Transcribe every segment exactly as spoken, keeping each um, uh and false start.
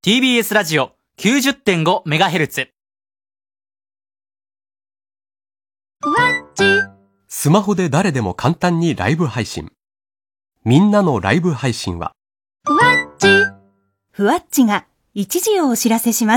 ティービーエス ラジオ きゅうじゅってんごメガヘルツ。 スマホで誰でも簡単にライブ配信。みんなのライブ配信はふわっちふわっちが一時をお知らせします。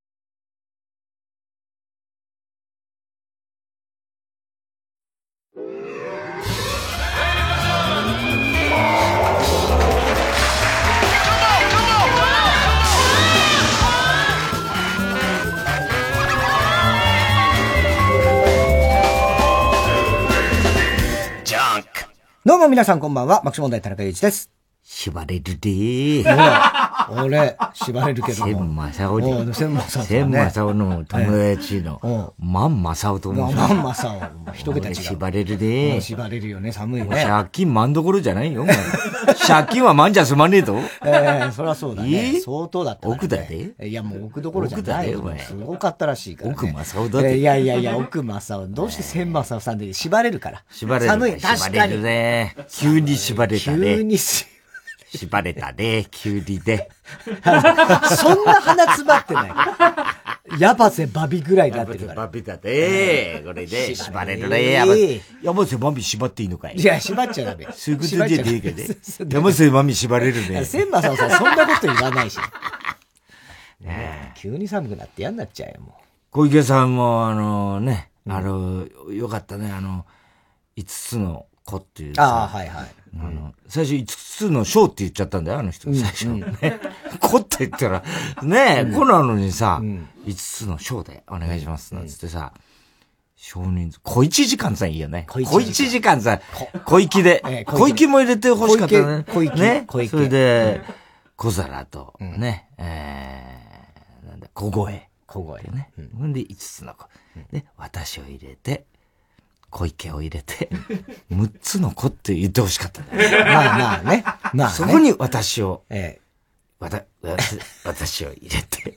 どうも皆さんこんばんは、爆笑問題田中裕一です。 縛れるでー。 ほら、俺、縛れるけども。 千正夫に。 千正夫、 千正夫の友達の、万正夫と思う。 万正夫、一桁違う。 縛れるでー。 縛れるよね、寒いね。 借金万どころじゃないよ、借金は万じゃ済まねえと。 ええ、そりゃそうだね。相当だった。 奥だで。 いや、もう奥どころじゃないよ。すごかったらしいから。 奥正夫だって。 いやいやいや、奥正夫。どうして千正夫さんで縛れるから。 縛れる。 寒い、確かに。 縛れるね。急に縛れたね。 急にし、 縛れたね、急にで。 そんな鼻詰まってない。やばせバビぐらいになってるから。 バビだね。これで、縛れるね。やばせ、やばせバビ縛っていいのかい？ いや、縛っちゃダメ。 そういうことじゃねえけど。やばせバビ縛れるね。 千馬さんさ、そんなこと言わないし。ねえ、急に寒くなって嫌になっちゃうよ、もう。 小池さんも、あのね、あの、よかったね、あの、五つの子っていうさ。 ああ、はいはい。 あの、最初五つの章って言っちゃったんだよ、あの人。最初。ね。子って言ったら、ねえ、子なのにさ、五つの章でお願いします、なんつってさ、少人数、小一時間さ、いいよね。小一時間さ、小粋で。小粋も入れて欲しかったね。 小粋。 ね。それで、小皿と、ね、えー、なんだ、小声。 小声ね。ほんで、五つの子。で、私を入れて、小池を入れて、六つの子って言ってほしかったんだよ。 まあまあね。まあ、ね。 そこに私を、 ええ、 わた、わた、私を入れて、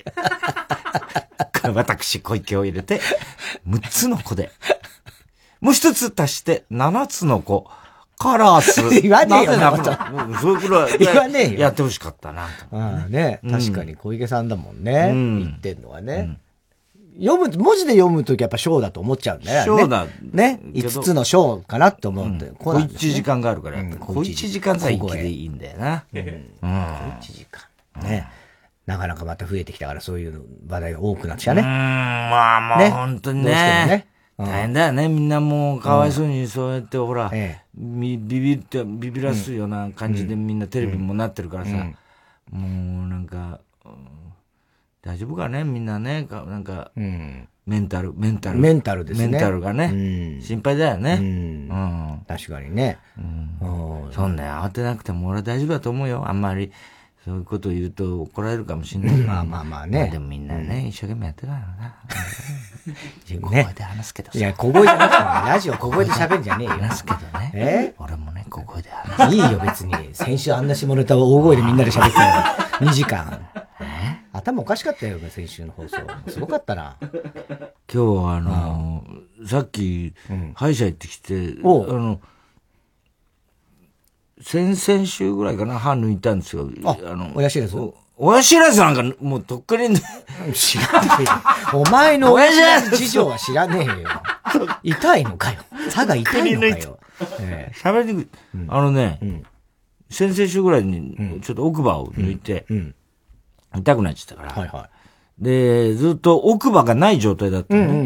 私小池を入れて、六つの子で、もう一つ足して七つの子、カラース。 言わねえよ。 なぜなく、そういうくらい。 言わねえよ。 やってほしかったなと。 ああね、確かに小池さんだもんね。言ってんのはね。読む、文字で読むときやっぱ章だと思っちゃうんだよね。 章だ。 ね。五つの章かなって思って。 小一時間があるから、小一時間さえ生きでいいんだよな。 小一時間。ね。なかなかまた増えてきたからそういう話題が多くなっちゃうね。うん、 まあもう本当にね。大変だよね。みんなもうかわいそうにそうやってほら、ビビって、ビビらすような感じでみんなテレビもなってるからさ、もうなんか、大丈夫かねみんなね、なんか、うん、メンタル、メンタル。 メンタルですね。 メンタルがね、うん、心配だよね。うんうん、確かにね。 うん、そんな慌てなくても俺は大丈夫だと思うよ。あんまり、そういうことを言うと怒られるかもしれないけど。 まあまあまあね。まあでもみんなね、うん、一生懸命やってるからな。小声で話すけどさ。 いや、小声じゃなくても、ラジオ小声で喋んじゃねえよ。 話すけどね。 え俺もね、小声で話す。いいよ別に。先週あんな下ネタを大声でみんなで喋ってたのにじかん。頭おかしかったよ、先週の放送。すごかったな。 今日はあのー、さっき、歯医者行ってきて、あの、先々週ぐらいかな、歯抜いたんですよ。 あ、あの、親知らず親知らずなんか、もうとっくに、 知らねえよ。お前の親知らず事情は知らねえよ。痛いのかよ。歯が痛いのかよ。 喋りにくい。あのね、先々週ぐらいに、ちょっと奥歯を抜いて、痛くなっちゃったから。はいはい。で、ずっと奥歯がない状態だったの。うんうんうん、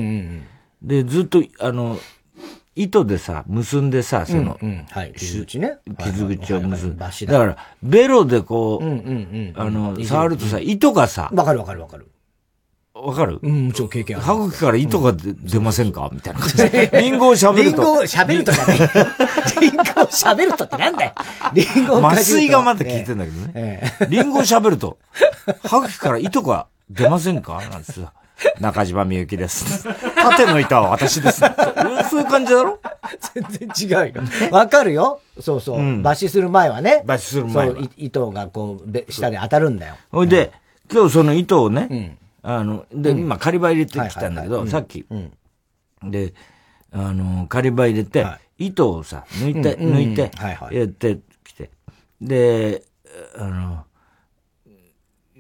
で、ずっと、あの、糸でさ、結んでさ、その、 うんうんはい、傷口ね。 傷口を結んで。だから、ベロでこう、うんうんうん、あの、触るとさ、糸がさ、 わかるわかるわかる。 わかるうん、ちょ、経験ある。 歯茎から糸が出ませんかみたいな感じで。リンゴを喋ると。 リンゴを喋るとじゃない。リンゴを喋るとってなんだよ。リンゴを麻酔がまだ聞いてんだけどね。リンゴを喋ると、歯茎から糸が出ませんかなんてさ。中島みゆきです。縦の板は私です。そういう感じだろ全然違うよ。わかるよ。そうそう。抜歯する前はね。 抜歯する前は。 そう、糸がこう、下で当たるんだよ。 ほいで、今日その糸をね、あの、で、今、仮歯入れてきたんだけど、さっき。で、あの、仮歯入れて、糸をさ、抜いて、抜いて、やってきて。で、あの、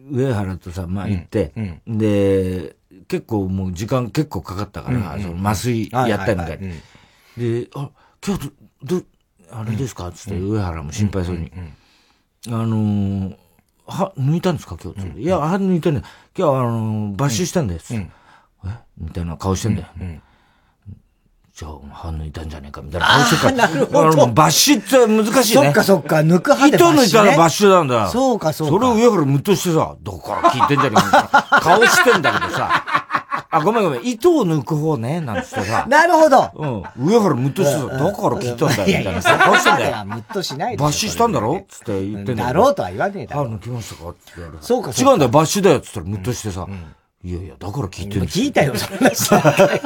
上原とさ、まあ行って、うんうん、で、結構もう時間結構かかったから、うんうん、その麻酔やったみたいな。で、あ、今日ど、ど、あれですかつって、上原も心配そうに。あのー、歯抜いたんですか今日つって。いや、歯抜いたんだよ。今日はあのー、抜歯したんだよ。つって。えみたいな顔してんだよ。じゃあ、歯抜いたんじゃねえかみたいな顔してるから。なるほど。抜歯って難しいね。 そっかそっか、抜く歯で抜歯、ね。 糸抜いたら抜歯なんだよ。 そうかそうか。 それを上からムッとしてさ、だから聞いてんじゃねえか。顔してんだけどさ。あ、ごめんごめん。糸を抜く方ね、なんつってさ。 なるほど。 うん。上からムッとしてさ、だから聞いたんだよ、みたいなさ。顔してんだよ。 いや、ムッとしないで。 抜歯したんだろつって言ってんだよ。 だろうとは言わねえだろ。 歯抜きましたかって言われた。 そうか違うんだよ、抜歯だよ、つったらムッとしてさ。いやいや、だから聞いてるんですよ。聞いたよ、そんな人。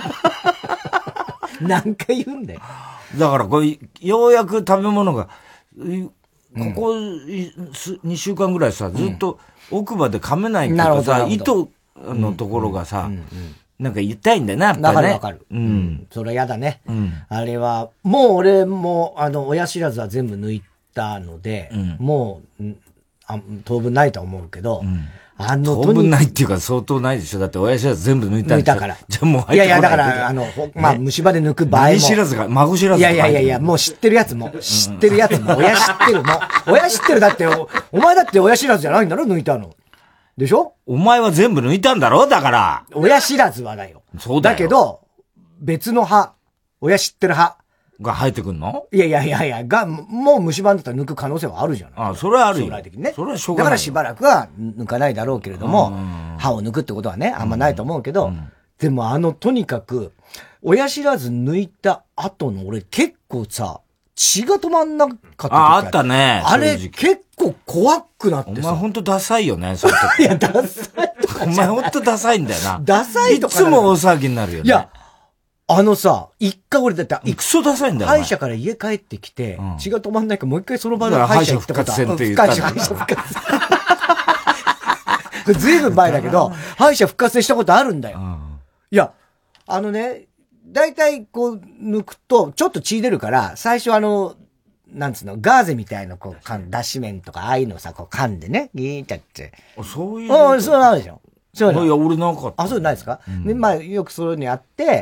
何回言うんだよ。 だからこれ、ようやく食べ物が、ここにしゅうかんぐらいさ、ずっと奥歯で噛めないけどさ、糸のところがさ、なんか痛いんだよな、やっぱりね。 わかるわかる。うん。それは嫌だね。あれは、もう俺も、あの、親知らずは全部抜いたので、もう、あ当分ないと思うけど、 あの、当分ないっていうか相当ないでしょ。だって親知らず全部抜いたんでしょ。 抜いたから。 じゃあもう入ってこない。 いやいや、だから、あの、まあ、虫歯で抜く場合も。 何知らずが、孫知らずが。いやいやいやいや、もう知ってるやつも、知ってるやつも、親知ってるも。親知ってるだって、お前だって親知らずじゃないんだろ抜いたの。でしょお前は全部抜いたんだろだから。 親知らずはだよ。 そうだよ。 だけど、別の歯、親知ってる歯。 が生えてくんのいやいやいやいや、が、もう虫歯だったら抜く可能性はあるじゃない。 ああ、それはあるよ。 将来的にね。 それはしょうがない。 だからしばらくは抜かないだろうけれども、歯を抜くってことはね、あんまないと思うけど、うん、でもあの、とにかく、親知らず抜いた後の俺結構さ、血が止まんなかった時あ、あったね。 あれ結構怖くなってさ。 お前ほんとダサいよね、それいや、ダサいとか。 お前ほんとダサいんだよな。 ダサいとか。 いつも大騒ぎになるよね。 いや、あのさ、一回俺だったら、クソダサいんだよ。 歯医者から家帰ってきて、うん、血が止まんないからもう一回その場で歯医者行ったことある。歯医者復活戦って言ったんだ。歯医者復活戦。ずいぶん前だけど、歯医者復活戦したことあるんだよ。うん、いや、あのね、だいたいこう抜くと、ちょっと血出るから、最初あの、なんつうの、ガーゼみたいなこう、噛ん、脱脂麺とか、ああいうのさ、こう噛んでね、ギーってやって。 そういう。 ああ、そうなるでしょ。そういや、俺なんか。 あ、そうないですか、うん、で、まあ、よくそういうのやって、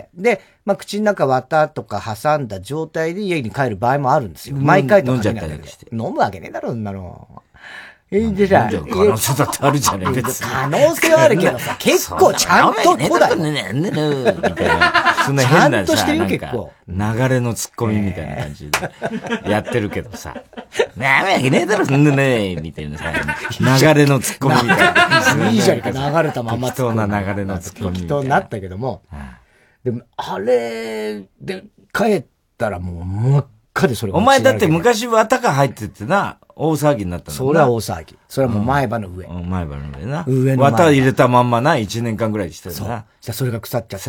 で、まあ、口の中綿とか挟んだ状態で家に帰る場合もあるんですよ。毎回とか飲んじゃったりして。 飲むわけねえだろ、そんなの。えー、でさ、 可能性だってあるじゃねえ別に。 可能性はあるけどさ、結構ちゃんとこだよ。 ねねねねみたいな。そんな変なさ、 ちゃんとしてるよ、結構。 流れのツッコミみたいな感じでやってるけどさ。なめわけねえだろ、そんなねみたいなさ、流れのツッコミみたいな。 いいじゃんか、流れたまま。 適当な流れのツッコミ。 適当になったけども。でも、あれで帰ったらもう、真っ赤でそれお前だって昔綿が入っててな、大騒ぎになったの。 それは大騒ぎ。それはもう前歯の上。 うん、前歯の上な。 上の綿入れたまんまな、一年間ぐらいしてるな。 そう。それが腐っちゃって、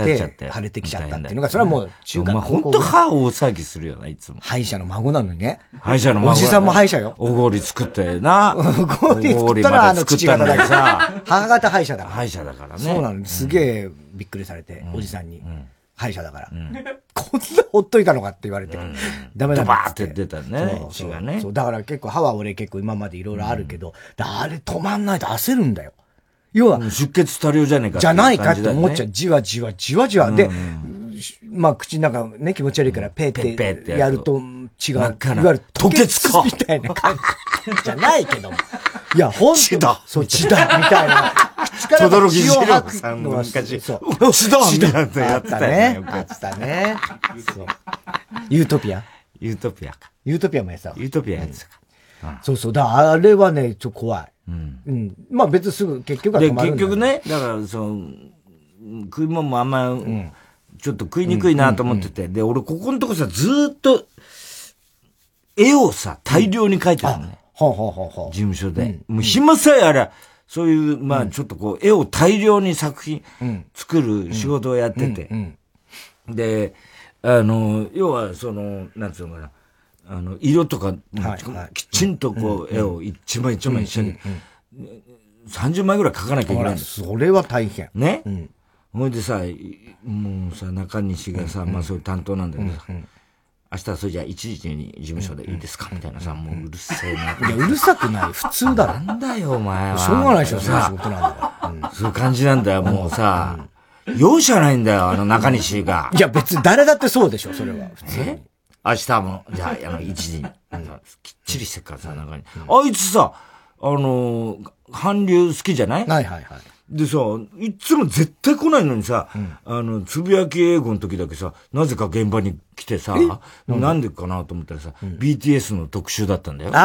腫れてきちゃったっていうのが、それはもう中学校。お前ほんと歯大騒ぎするよな、いつも。 歯医者の孫なのにね。 歯医者の孫。 おじさんも歯医者よ。 おごり作ってな。 おごり作ったらあの父方だけどさ、母方歯医者だから。 歯医者だからね。 そうなの。すげえびっくりされて、おじさんに。歯医者だから。こんなほっといたのかって言われて。ダメだドバーって出たね。血がね。 そう、だから結構歯は俺結構今までいろいろあるけど、あれ止まんないと焦るんだよ。要は、 出血多量じゃねえか。 じゃないかって思っちゃう。じわじわじわじわ。で、まあ口の中ね、気持ち悪いからペーってやると血が、いわゆる吐血みたいな感じ。じゃないけども。いや、ほんと。 血だ。 そう、血だ、みたいな。 とどろき二郎さんの昔、そう、血だみたいなのやってたね。 あったね。そう。ユートピアユートピアか。 ユートピアもやつだ。 ユートピアやつか。 そうそう。だあれはね、ちょっと怖い。うん。うん。まあ別にすぐ結局は止まるんだ。 結局ね、だからその、食い物もあんま、ちょっと食いにくいなと思ってて。で、俺ここのとこさ、ずーっと、絵をさ、大量に描いてたのね。 ほうほうほうほう。 事務所で。もう暇さえあら、そういう、まあちょっとこう、絵を大量に作品作る仕事をやってて。で、あの、要はその、なんつうのかな、あの、色とか、きちんとこう、絵を一枚一枚一緒に、さんじゅうまいぐらい描かなきゃいけないんです。 それは大変。 ね。ほいでさ、もうさ、中西がさ、まあそういう担当なんだけどさ、 明日はそれじゃあいちじに事務所でいいですかみたいなさ、もううるせえな。 いや、うるさくない。普通だろ。 なんだよ、お前は。 しょうがないでしょ、その仕事なんだよ。 うん、そういう感じなんだよ、もうさ。容赦ないんだよ、あの中西が。 いや、別に誰だってそうでしょ、それは。普通に。 明日も、じゃあ、あの、いちじに、きっちりしてっからさ、中に。あいつさ、あの、韓流好きじゃない？ はいはいはい。 でさ、いつも絶対来ないのにさ、うん、あの、つぶやき英語の時だけさ、なぜか現場に来てさ、なんでかなと思ったらさ、うん、ビーティーエス の特集だったんだよ。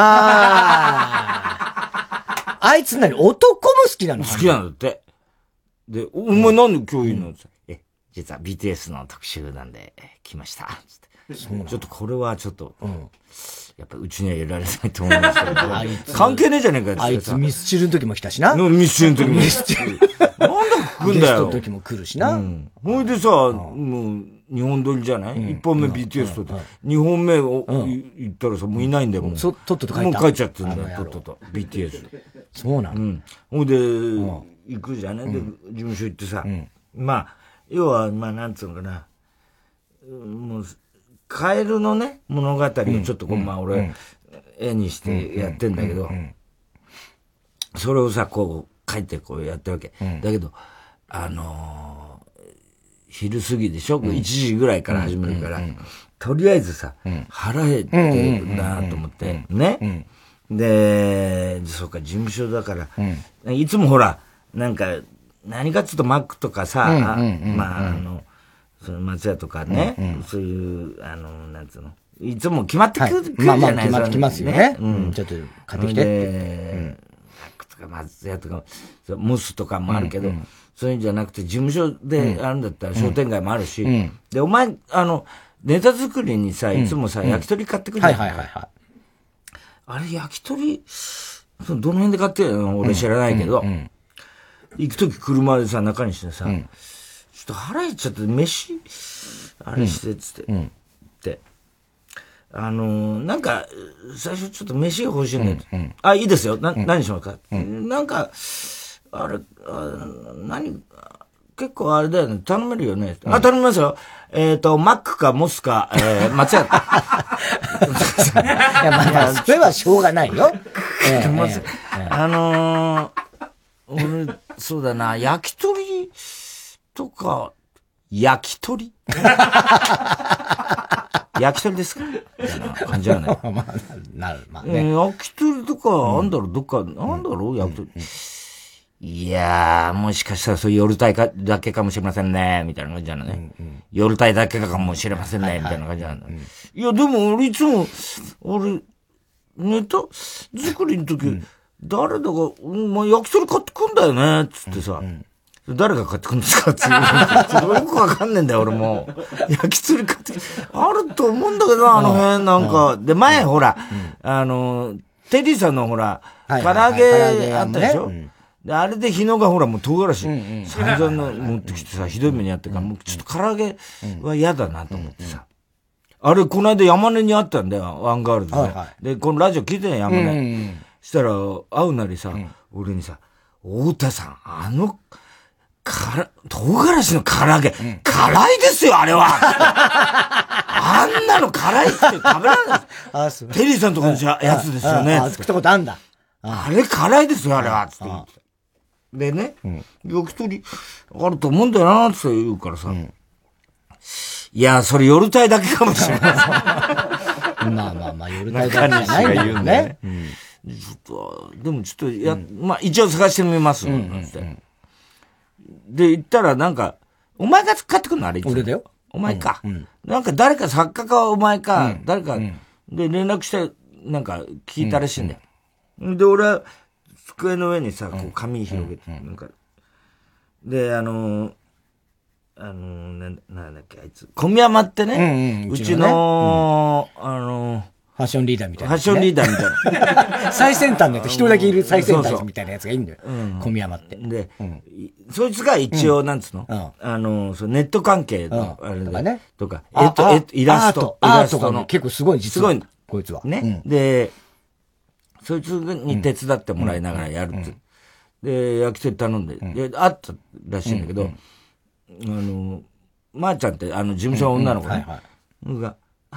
ああ。あいつ何男も好きなの？ 好きなんだって。で、お前なんで今日いいの？うん、え、実は ビーティーエス の特集なんで来ました。つってちょっとこれはちょっと、うん、やっぱうちには入れられないと思うんですけど、関係ねえじゃねえかよ。あいつミスチルの時も来たしな。 ミスチルの時も。ミスチル。なんで来るんだよ。ゲストの時も来るしな。うん。 ほいでさ、もう、二本撮りじゃない？一本目 ビーティーエス 撮って、二本目を行ったらさ、もういないんだよ、もう。 そ、とっとと帰った。 もう帰っちゃってんだよ、とっとと。ビーティーエス。 そうなの？うん。 ほいで、行くじゃね。で、事務所行ってさ、まあ、要は、まあ、なんつうのかな。もう、カエルのね、物語をちょっとこう、まあ俺、絵にしてやってんだけど、それをさ、こう、書いてこうやってるわけ。だけど、あのー、昼過ぎでしょ、うん、いちじぐらいから始めるから、とりあえずさ、腹減ってるなと思って、ね。で、そうか、事務所だから、いつもほら、なんか、何かっつうとマックとかさ、まあ、あの、その松屋とかね、うんうん、そういう、あの、なんつうの、いつも決まってくる、はい、 まあまあ決まってきますよね。うん。ちょっと買ってきてって。 で、うん、マックとか松屋とか、モスとかもあるけど、うんうん、そういうんじゃなくて、事務所であるんだったら商店街もあるし、うん、で、お前、あの、ネタ作りにさ、いつもさ、うん、焼き鳥買ってくるじゃん。はいはいはいはい。あれ、焼き鳥、そのどの辺で買ってるの俺知らないけど、うんうんうん、行くとき車でさ、中西でさ、うんちょっと腹減っちゃって、飯、あれして、つって、うん、で、あのー、なんか、最初ちょっと飯が欲しいんだよ、うんうん。あ、いいですよ。な、うん、何しますか、うん、なんか、あれ、あ何、結構あれだよね。頼めるよね。うん、あ、頼みますよ。えっ、ー、と、マックかモスか、えー、松屋。いや、まあまあ、それはしょうがないよ。 えー、まず、えー、あのー、俺、そうだな、焼き鳥、とか、焼き鳥焼き鳥ですかみたいな感じじゃないまあ、 なる、まあね。 えー、焼き鳥とか、なんだろう、どっか、なんだろう、焼き鳥。いやー、もしかしたらそういう夜帯かだけかもしれませんね、みたいな感じなのね。うんうん、夜帯だけかもしれませんね、みたいな感じなの。いや、でも俺いつも、俺、ネタ作りの時、うん、誰だか、お前焼き鳥買ってくんだよね、つってさ。うんうん誰が買ってくるんですかって言う。ちょっとよくわかんねえんだよ、俺も。焼き鳥買ってあると思うんだけどな、あの辺、なんか。で、前、ほら、あの、テリーさんのほら、唐揚げあったでしょで、あれで日野がほら、もう唐辛子、散々の持ってきてさ、ひどい目にあってから、もうちょっと唐揚げは嫌だなと思ってさ。あれ、この間山根に会ったんだよ、ワンガールズで。で、このラジオ聞いてん山根。したら、会うなりさ、俺にさ、太田さん、あの、から、唐辛子の唐揚げ、うん、辛いですよ、あれはあんなの辛いって食べられないあす。テリーさんとこのやつですよね。 あ、作ったことあんだ。 あれ辛いですよ、あれは。つって言って。でね、うん、焼き鳥あると思うんだよな、って言うからさ。うん、いや、それ夜帯だけかもしれない。 まあまあまあ、夜帯だけじゃないんだよね。うん、 ちょっと、でもちょっと、や、うん、まあ一応探してみます。うんうんうんで、行ったらなんか、お前が買ってくるのあれいつも俺だよ。 お前か。うんうん、なんか誰か作家かお前か、うん、誰か、うん、で連絡して、なんか聞いたらしいんだよ。うんうん、で、俺は机の上にさ、こう紙広げて、うん、なんか、で、あのー、あのー、な、なんだっけ、あいつ、小宮山ってね、うんうん、うちの、うん、あのー、 ファッションリーダーみたいな、 ね。ファッションリーダーみたいな。 最先端のやつ、一人だけいる最先端みたいなやつがいいんだよ。小宮山って。 で、うん、そいつが一応、なんつうの、うん、あの、そのネット関係の、あれで、ね、とか、えっと、えっと、イラスト。 イラストの。結構すごい、実は。 すごい。 こいつは。 ね。うん、で、そいつに手伝ってもらいながらやるって。で、焼き鳥頼んで、で、あったらしいんだけど、あの、まーちゃんって、あの、事務所の女の子ね。が、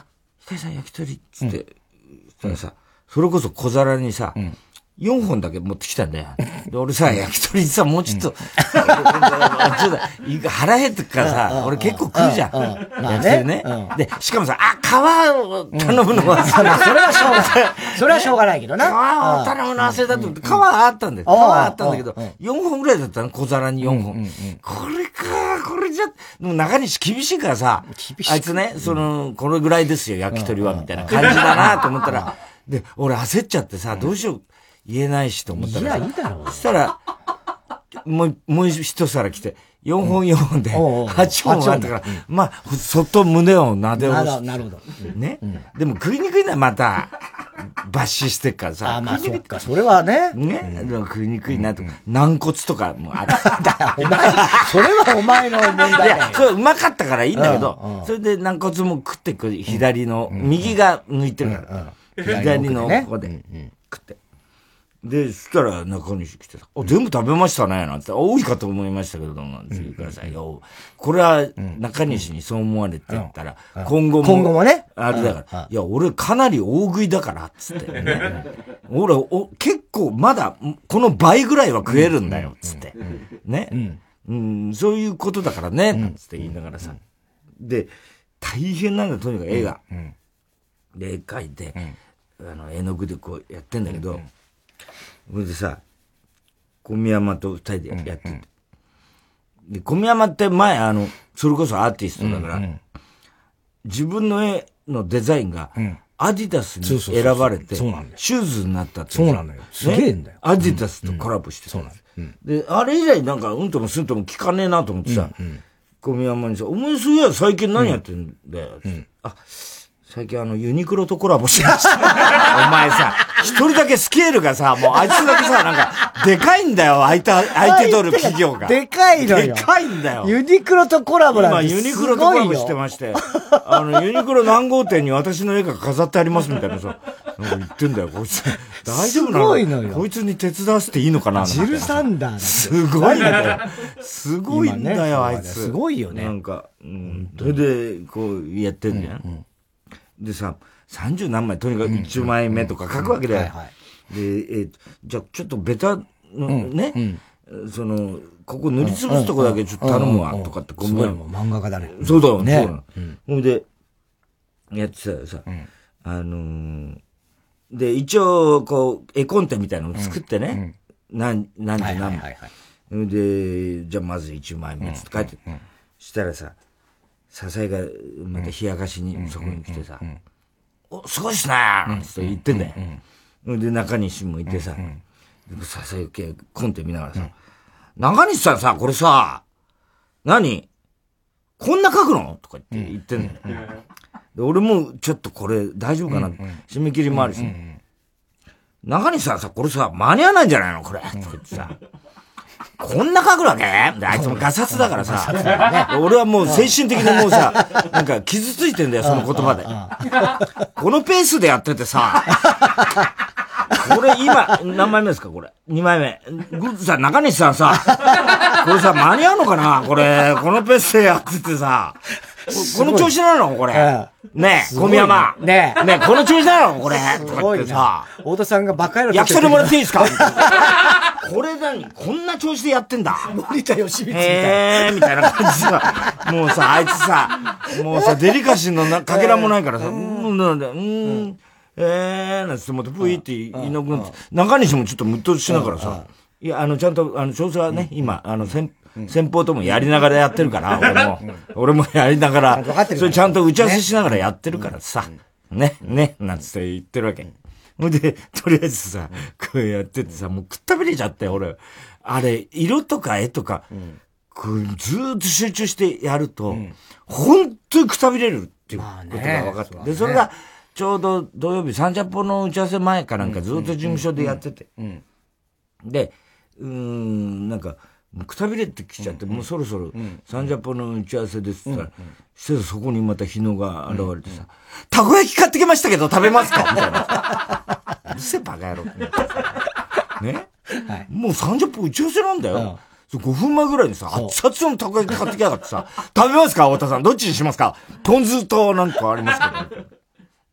光さん焼き鳥っつって、うん、さ、それこそ小皿にさ、うん、よんほんだけ持ってきたんだよ。で、俺さ、焼き鳥さ、もうちょっと、うん、ちょっと、腹減ってるからさ、俺結構食うじゃん。焼き鳥ね。で、しかもさ、あ、皮を頼むのはさ、 それはしょうがない。それはしょうがないけどな。 皮を頼むの忘れたと思って、皮あったんだよ。皮あったんだけど、よんほんぐらいだったの、小皿によんほん。これか、これじゃ、でも中西厳しいからさ、あいつね、その、これぐらいですよ、焼き鳥は、みたいな感じだなと思ったら、で、俺焦っちゃってさ、どうしよう。言えないしと思ったらさ。 いや、いいだろう。 そしたら、もう、もう一皿来て、よんほんよんほんで、はちほんあったから、まあ、そっと胸を撫で下ろす。 なるほど。 ね。でも食いにくいのはまた、抜歯してっからさ。 あ、まあ、そっか、それはね。 ね。でも食いにくいなとか、軟骨とかもある。 お前、それはお前の問題だよ。 いや、それうまかったからいいんだけど、それで軟骨も食ってくる、左の、右が抜いてるから。左のここで食って。で、そしたら中西来てさ、全部食べましたね、なんて。多いかと思いましたけど、なんて言うからさ、これは中西にそう思われてったら、今後も、 今後もね、 あれだから、いや、俺かなり大食いだから、つってね。俺、結構まだ、この倍ぐらいは食えるんだよ、つって。ね。うん、そういうことだからね、つって言いながらさ。で、大変なんだ、とにかく絵が。で、絵描いて、あの、絵の具でこうやってんだけど、それでさ、小宮山と二人でやってて、うんうん、で、小宮山って前、あの、それこそアーティストだから、うんうん、自分の絵のデザインが、アディダスに選ばれて、シューズになったって。 そうなのよ。すげえんだよ。 アディダスとコラボしてた、うんうん、そうなの、うん。で、あれ以来なんか、うんともすんとも聞かねえなと思ってさ、うんうん、小宮山にさ、お前そういや最近何やってんだよ、うんうん、あ、最近あの、ユニクロとコラボしました。お前さ、一人だけスケールがさ、もうあいつだけさ、なんか、でかいんだよ、相手、相手取る企業が。 でかいのよ。 でかいんだよ。 ユニクロとコラボなんてすごいよ。 今、ユニクロとコラボしてまして、あの、ユニクロ何号店に私の絵が飾ってありますみたいなさ、なんか言ってんだよ、こいつ。大丈夫なの？すごいのよ。こいつに手伝わせていいのかな？ ジルサンダーだ。 すごいんだよ。すごいんだよ、あいつ。 すごいよね。 なんか、うん。それで、こう、やってんじゃん。でさ、三十何枚、とにかく一枚目とか書くわけだよ。で、えー、じゃあちょっとベタのね、その、ここ塗りつぶすとこだけちょっと頼むわ、とかってごめん。漫画家だね。 そうだよね。ほんで、やってたらさ、あの、で、一応、こう、絵コンテみたいなのを作ってね、何、何時何枚。で、じゃあまず一枚目って書いて、したらさ、笹井がまた冷やかしにそこに来てさ、お、すごいっすねーなんて言ってんだよ。で、中西もいてさ、笹井系コンテ見ながらさ、中西さんさ、これさ、何こんな書くのとか言って言ってんだよ。で、俺もちょっとこれ大丈夫かな締め切りもあるし、中西さんさ、これさ、間に合わないんじゃないのこれとか言ってさ、こんな書くわけで、あいつもガサツだからさ、俺はもう精神的にもうさ、なんか傷ついてんだよ、その言葉で。このペースでやっててさ、これ今、何枚目ですかこれ。にまいめ。グッズさ、中西さんさ、これさ、間に合うのかなこれ、このペースでやっててさ、この調子なのこれ。ねえ、小宮山。ねえ。ねえ、この調子なのこれ。とかってさ。 太田さんがバカ野郎焼き鳥もらっていいですかこれ何こんな調子でやってんだ。 森田義満みたいな。 へー、みたいな感じさ。もうさ、あいつさ、もうさ、デリカシーのなかけらもないからさ、うーん、なんだ、うーん、えー、なんつって、もっとブイって言いなくなって、中西もちょっとムッとしながらさ、いや、あの、ちゃんと、あの、調整はね、今、あの、先、先方ともやりながらやってるから、俺も、俺もやりながら、それちゃんと打ち合わせしながらやってるからさ、ね、ね、なんつって言ってるわけ。ほんで、とりあえずさ、こうやっててさ、もう食ったびれちゃって、俺。あれ、色とか絵とか、こうずーっと集中してやると、本当にくたびれるっていうことが分かった。で、それが、ちょうど土曜日、サンジャポの打ち合わせ前かなんかずっと事務所でやってて。で、うーん、なんか、くたびれてきちゃって、もうそろそろ、サンジャポの打ち合わせですって言ったら、してらそこにまた日野が現れてさ、たこ焼き買ってきましたけど食べますかみたいな。うるせえバカ野郎。ね、もうさんじゅっぷん打ち合わせなんだよ。ごふんまえぐらいにさ、熱々のたこ焼き買ってきやがってさ、食べますか太田さん。どっちにしますかポン酢となんかありますけど。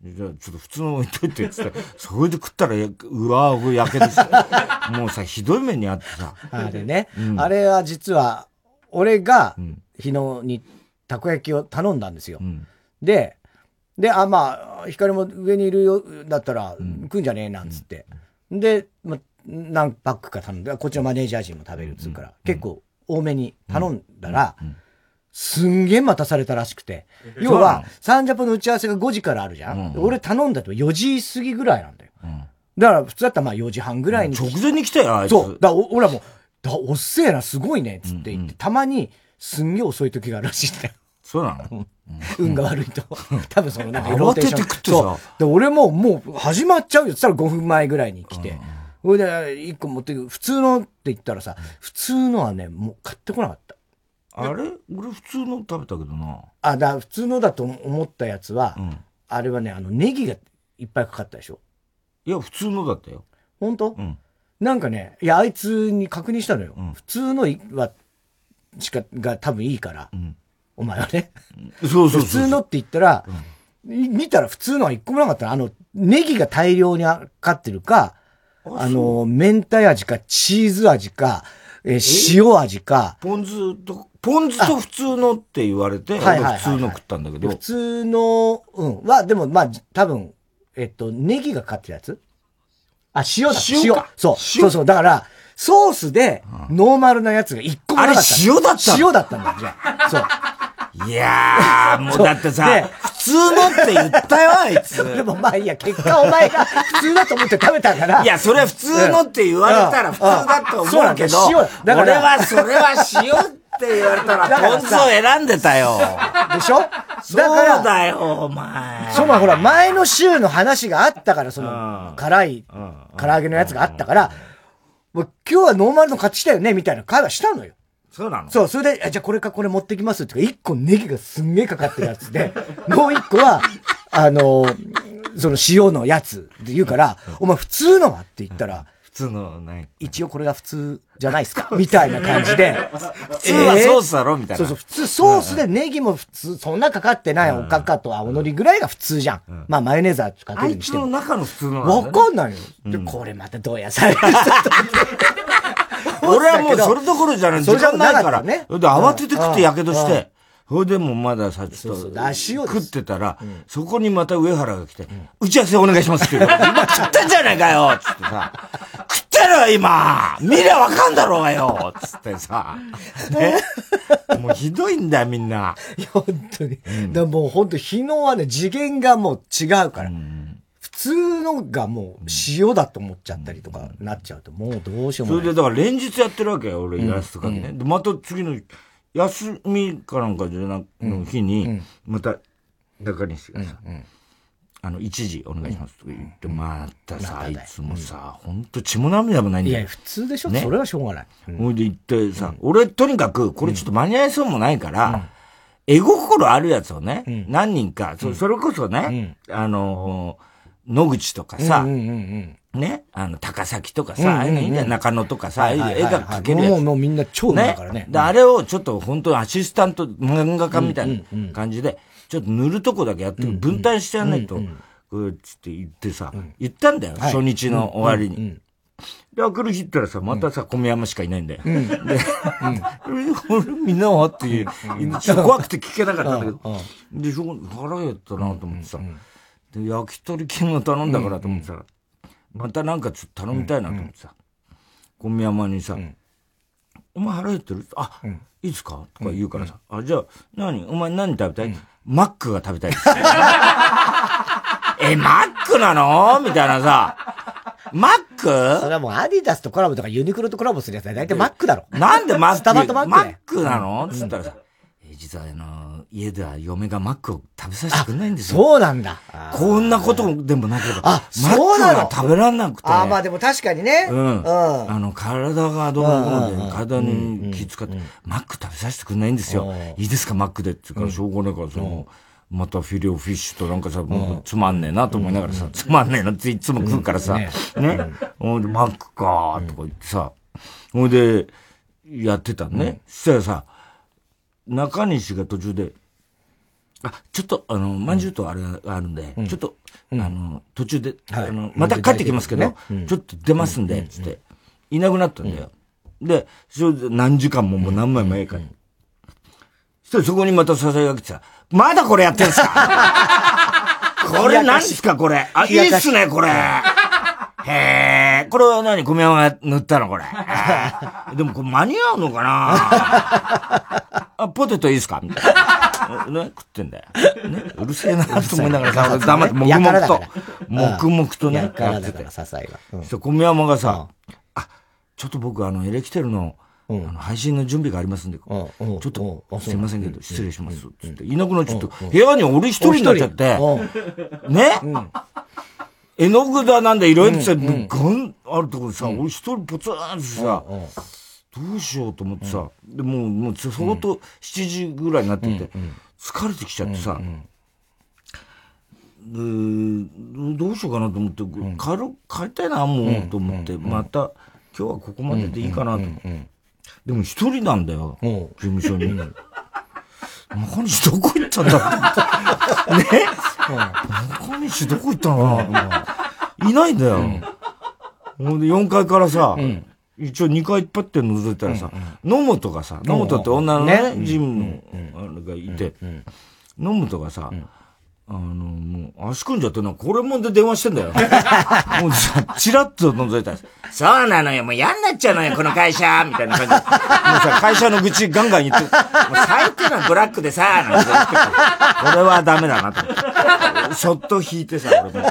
じゃあちょっと普通の置いといてって言って、それで食ったら、うわぁ、やけどして、もうさ、ひどい目にあってさ。 あれね、うん、あれは実は、俺が、日野にたこ焼きを頼んだんですよ。うん、で、で、あ、まあ、光も上にいるよ、だったら、食うんじゃねえなんつって。うん、で、まあ、何パックか頼んで、こっちのマネージャー陣も食べるっつうから、うん、結構多めに頼んだら、うんうん、すんげえ待たされたらしくて。要は、サンジャポの打ち合わせがごじからあるじゃん。うんうん、俺頼んだとよじ過ぎぐらいなんだよ。うん、だから普通だったらまあよじはんぐらいに。 直前に来たよ、あいつ。 そう。だから俺はもう、だおっせえな、すごいね、つって言って、うんうん、たまにすんげえ遅い時があるらしいんだよ。 そうなの、 うん、運が悪いと。多分そのなんかローテーション。慌てて食ってさ。そう。 で、俺ももう始まっちゃうよ。つったらごふんまえぐらいに来て。それで、いっこ持ってく。普通のって言ったらさ、普通のはね、もう買ってこなかった。 あれ俺普通の食べたけどな。 あ、だ普通のだと思ったやつは、うん、あれはね、あの、ネギがいっぱいかかったでしょ。 いや、普通のだったよ。 本当？うん。なんかね、いや、あいつに確認したのよ。うん、普通のは、しか、が多分いいから。うん、お前はね。 そうそうそう。 普通のって言ったら、うん、見たら普通のはいっこもなかったの。あの、ネギが大量にかかってるか、あ, あの、明太味か、チーズ味か、えー、塩味か。 ポン酢と、ポン酢と普通のって言われて、はいはいはいはい、普通の食ったんだけど。 普通の、うん、は、でもまあ、多分、えっと、ネギがかかってるやつあ、塩だ。 塩。塩。 そう。そうそう。だから、ソースで、ノーマルなやつが一個もなかった。あれ塩だった塩だったんだよ、じゃあ。そう。 いやー、もうだってさ、普通のって言ったよ、あいつ。 でもまあいいや、結果お前が普通だと思って食べたから。 いや、それは普通のって言われたら普通だと思うけど、だから俺はそれは塩って言われたら、ポン酢を選んでたよ。 でしょ？だからそうだよ、お前。 そう、まあほら、前の週の話があったから、その、辛い、唐揚げのやつがあったから、もう今日はノーマルの買ってきたよね、みたいな会話したのよ。 そうなの？ そう、それで、じゃあこれかこれ持ってきますってか、一個ネギがすんげえかかってるやつで、もう一個は、あの、その塩のやつって言うから、お前普通のはって言ったら、 普通のない。 一応これが普通じゃないですかみたいな感じで。 普通はソースだろみたいな。 そうそう、普通ソースでネギも普通、そんなかかってないおかかと青のりぐらいが普通じゃん。まあマヨネーズはかけるにしても。 あいつの中の普通のわかんないよ。で、これまたどうやされる俺はもうそれどころじゃない。時間ないから。ね。で、慌てて食ってやけどして。それでもまださ、ちょっと食ってたら、そこにまた上原が来て、打ち合わせお願いしますって言うから、今食ったんじゃないかよつってさ、食ってるよ今見りゃわかんだろうがよつってさ、ね。もうひどいんだよみんな。 いや、本当に。だもう本当日野はね、次元がもう違うから。普通のがもう塩だと思っちゃったりとかなっちゃうと、もうどうしようもない。 それでだから連日やってるわけよ、俺、イラスト描きね。で、また次の、休みかなんかじゃなくの日に、また、中西がさ、あの、一時お願いしますとか言って、またさ、あいつもさ、ほんと血も涙もないんだよ。 いや、普通でしょそれはしょうがない。 ほいで行ってさ、俺とにかく、これちょっと間に合いそうもないから、絵心あるやつをね、何人か、それこそね、あの、野口とかさ、ね、あの、高崎とかさ、ああいうのいいんだよ、中野とかさ、絵が描けるやつ。 もう、もうみんな超だからね。 で、あれをちょっと本当にアシスタント、漫画家みたいな感じで、ちょっと塗るとこだけやって分担してやんないと、こうつって言ってさ、言ったんだよ、初日の終わりに。で、明るい日ったらさ、またさ、小宮山しかいないんだよ。で、みんなはっていう、怖くて聞けなかったんだけど、で、腹減ったなと思ってさ、で、焼き鳥金を頼んだからと思ってさ、またなんかちょっと頼みたいなと思ってさ、小宮山にさ、お前腹減ってるあ、いいですかとか言うからさ、あ、じゃあ、何お前何食べたいマックが食べたいです。え、マックなのみたいなさ、マックそれはもうアディダスとコラボとかユニクロとコラボするやつは大体マックだろ。 なんでマックスタバとマックマックなのつったらさ、実はあの、家では嫁がマックを食べさせてくれないんですよ。 そうなんだ。 こんなことでもなければ。 あ、そうなのマックが食べられなくて。 あ、まあでも確かにね。 うん。うん。あの、体がどうので、体に気使って、マック食べさせてくれないんですよ。いいですか、マックでって言うから、しょうがないから、その、またフィレオフィッシュとなんかさ、もうつまんねえなと思いながらさ、つまんねえなっていつも食うからさ、ね。ほんで、マックかーとか言ってさ、ほんで、やってたね。そしたらさ、中西が途中で、 あ、ちょっと、あの、まんじゅうとあれがあるんで、ちょっと、あの、途中で、あの、また帰ってきますけど、ちょっと出ますんで、つって、いなくなったんだよ。で、それで何時間ももう何枚も絵描いて。そしたらそこにまた支えが来てさ、まだこれやってんすかこれ何ですかこれ。あ、いいっすね、これ。へー。これは何小宮山が塗ったのこれ。でもこれ間に合うのかなあ、ポテトいいっすかみたいな。ね、食ってんだよ。ね、うるせえなと思いながらさ、黙って黙々と、黙々とね、やってて。 支えが。 そしたら小宮山がさ、あ、ちょっと僕あの、エレキテルの、あの配信の準備がありますんで、ちょっと、すいませんけど、失礼します。つって、いなくなっちゃって、部屋に俺一人になっちゃって、ね、絵の具だなんだいろいろさ、ガンあるところでさ、俺一人ポツンってさ、どうしようと思ってさ、でもう、もう相当しちじぐらいになってて、疲れてきちゃってさ、で、どうしようかなと思って、帰ろ、帰りたいな、もう、と思って、また、今日はここまででいいかなと。でも一人なんだよ、事務所に。中西どこ行ったんだろうね。中西どこ行ったのかな、いないんだよ。ほんでよんかいからさ、一応にかいパッて覗いたらさ、野本がさ、野本って女のね、ジムがいて、野本がさ、あの、もう、足組んじゃってな、これもんで電話してんだよ。もうさ、チラッと覗いたら、そうなのよ、もう嫌になっちゃうのよ、この会社みたいな感じで。もうさ、会社の愚痴ガンガン言って、もう最低なブラックでさ、なんて言って、これはダメだなと思って。そっと引いてさ、俺も。ね、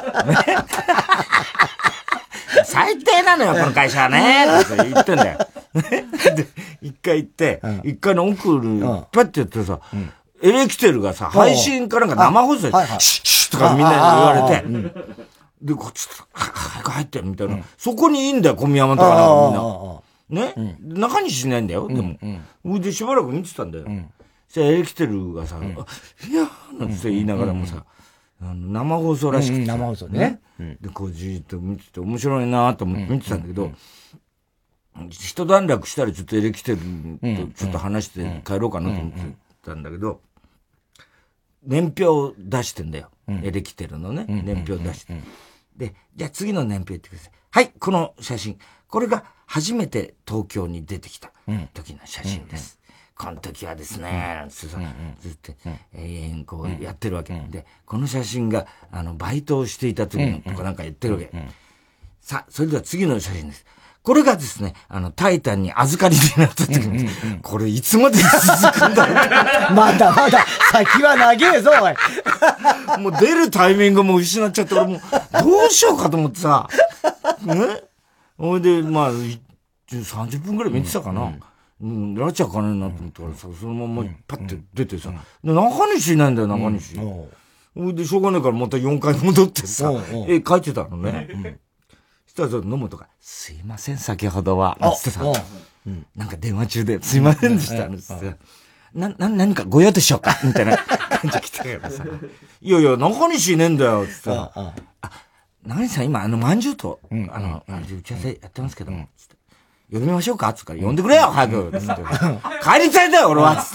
最低なのよ、この会社はね、って言ってんだよ。で、一回行って、一回の奥に、パッてやってさ、エレキテルがさ、配信かなんか生放送で、シッシッとかみんなに言われて、で、こっち、早く入って、みたいな。そこにいいんだよ、小宮山とかみんな。ね、中西いないんだよ、でも。で、しばらく見てたんだよ。そしたらエレキテルがさ、いやーなんて言いながらもさ、生放送らしくて。 生放送ね。 で、こうじーっと見てて、面白いなと思って見てたんだけど、一段落したらちょっとエレキテルとちょっと話して帰ろうかなと思ってたんだけど、年表を出してんだよ。エレキテルのね、年表を出して。で、じゃあ次の年表言ってください。はい、この写真。これが初めて東京に出てきた時の写真です。この時はですね、なんてさ、ずっと永遠こうやってるわけ。で、この写真が、あの、バイトをしていた時のとかなんか言ってるわけ。さあ、それでは次の写真です。これがですね、あの、タイタンに預かりになった時に、これいつまで続くんだろうまだまだ先は長えぞ、おい。 もう出るタイミングも失っちゃって、俺もう、どうしようかと思ってさ、ね。ほいで、まあ、さんじゅっぷんくらい見てたかな。うん、ラチャかねえなと思ったからさ、そのままパッて出てさ、で中西いないんだよ、中西。ほいで、しょうがないからまたよんかい戻ってさ、絵描いてたのね。そしたら、野本が、すいません、先ほどは。つってさ、なんか電話中で、すいませんでした。つって、な、な、何かご用でしょうかみたいな感じ来てからさ、いやいや、中西いねえんだよ。つってさ、あ、中西さん今、あの、まんじゅうと、あの、打ち合わせやってますけども、つって、呼びましょうかつってから、呼んでくれよ、早く。つって、帰りたいんだよ、俺は。つ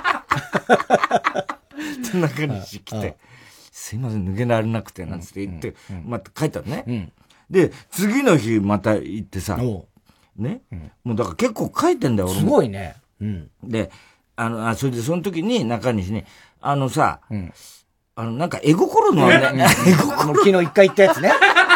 って。中西来て、すいません、抜けられなくて、なんつって言って、また帰ったのね。で、次の日また行ってさ、ね、うん、もうだから結構書いてんだよ、俺も。 すごいね。うん、 で、あの、あ、それでその時に中西に、あのさ、うん、あの、なんか絵心のね、 絵心。昨日一回言ったやつね。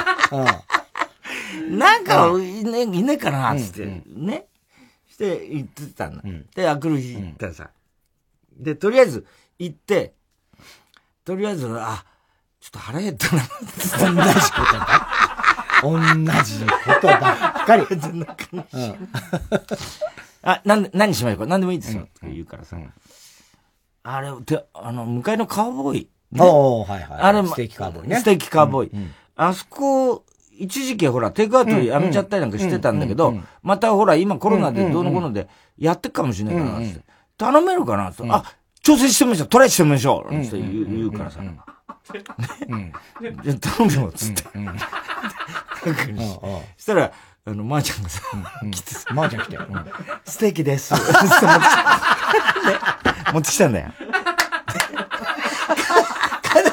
うん、なんか、いね、いねえかな、つって、うん、ね。して言ってたんだ。うん、で、あくる日行ったらさ、で、とりあえず行って、とりあえず、あ、ちょっと腹減ったな、 同じことだ。同じことばっかり。 あ、なん、何しましょうか何でもいいですよ。って言うからさ。あれ、て、あの、向かいのカウボーイ。 おー、はいはい。 あれ、 ステーキカウボーイね。 ステーキカウボーイ。あそこ、一時期ほら、テイクアウトやめちゃったりなんかしてたんだけど、またほら、今コロナでどうのこうので、やってっかもしれないから、つって。頼めるかなって。あ、調整してみましょう。トライしてみましょう。って言うからさ。ね。じゃ頼むよ、つって。そしたら、あの、まーちゃんがさ、来てさ、 まーちゃん来て。 ステーキです。持ってきたんだよ。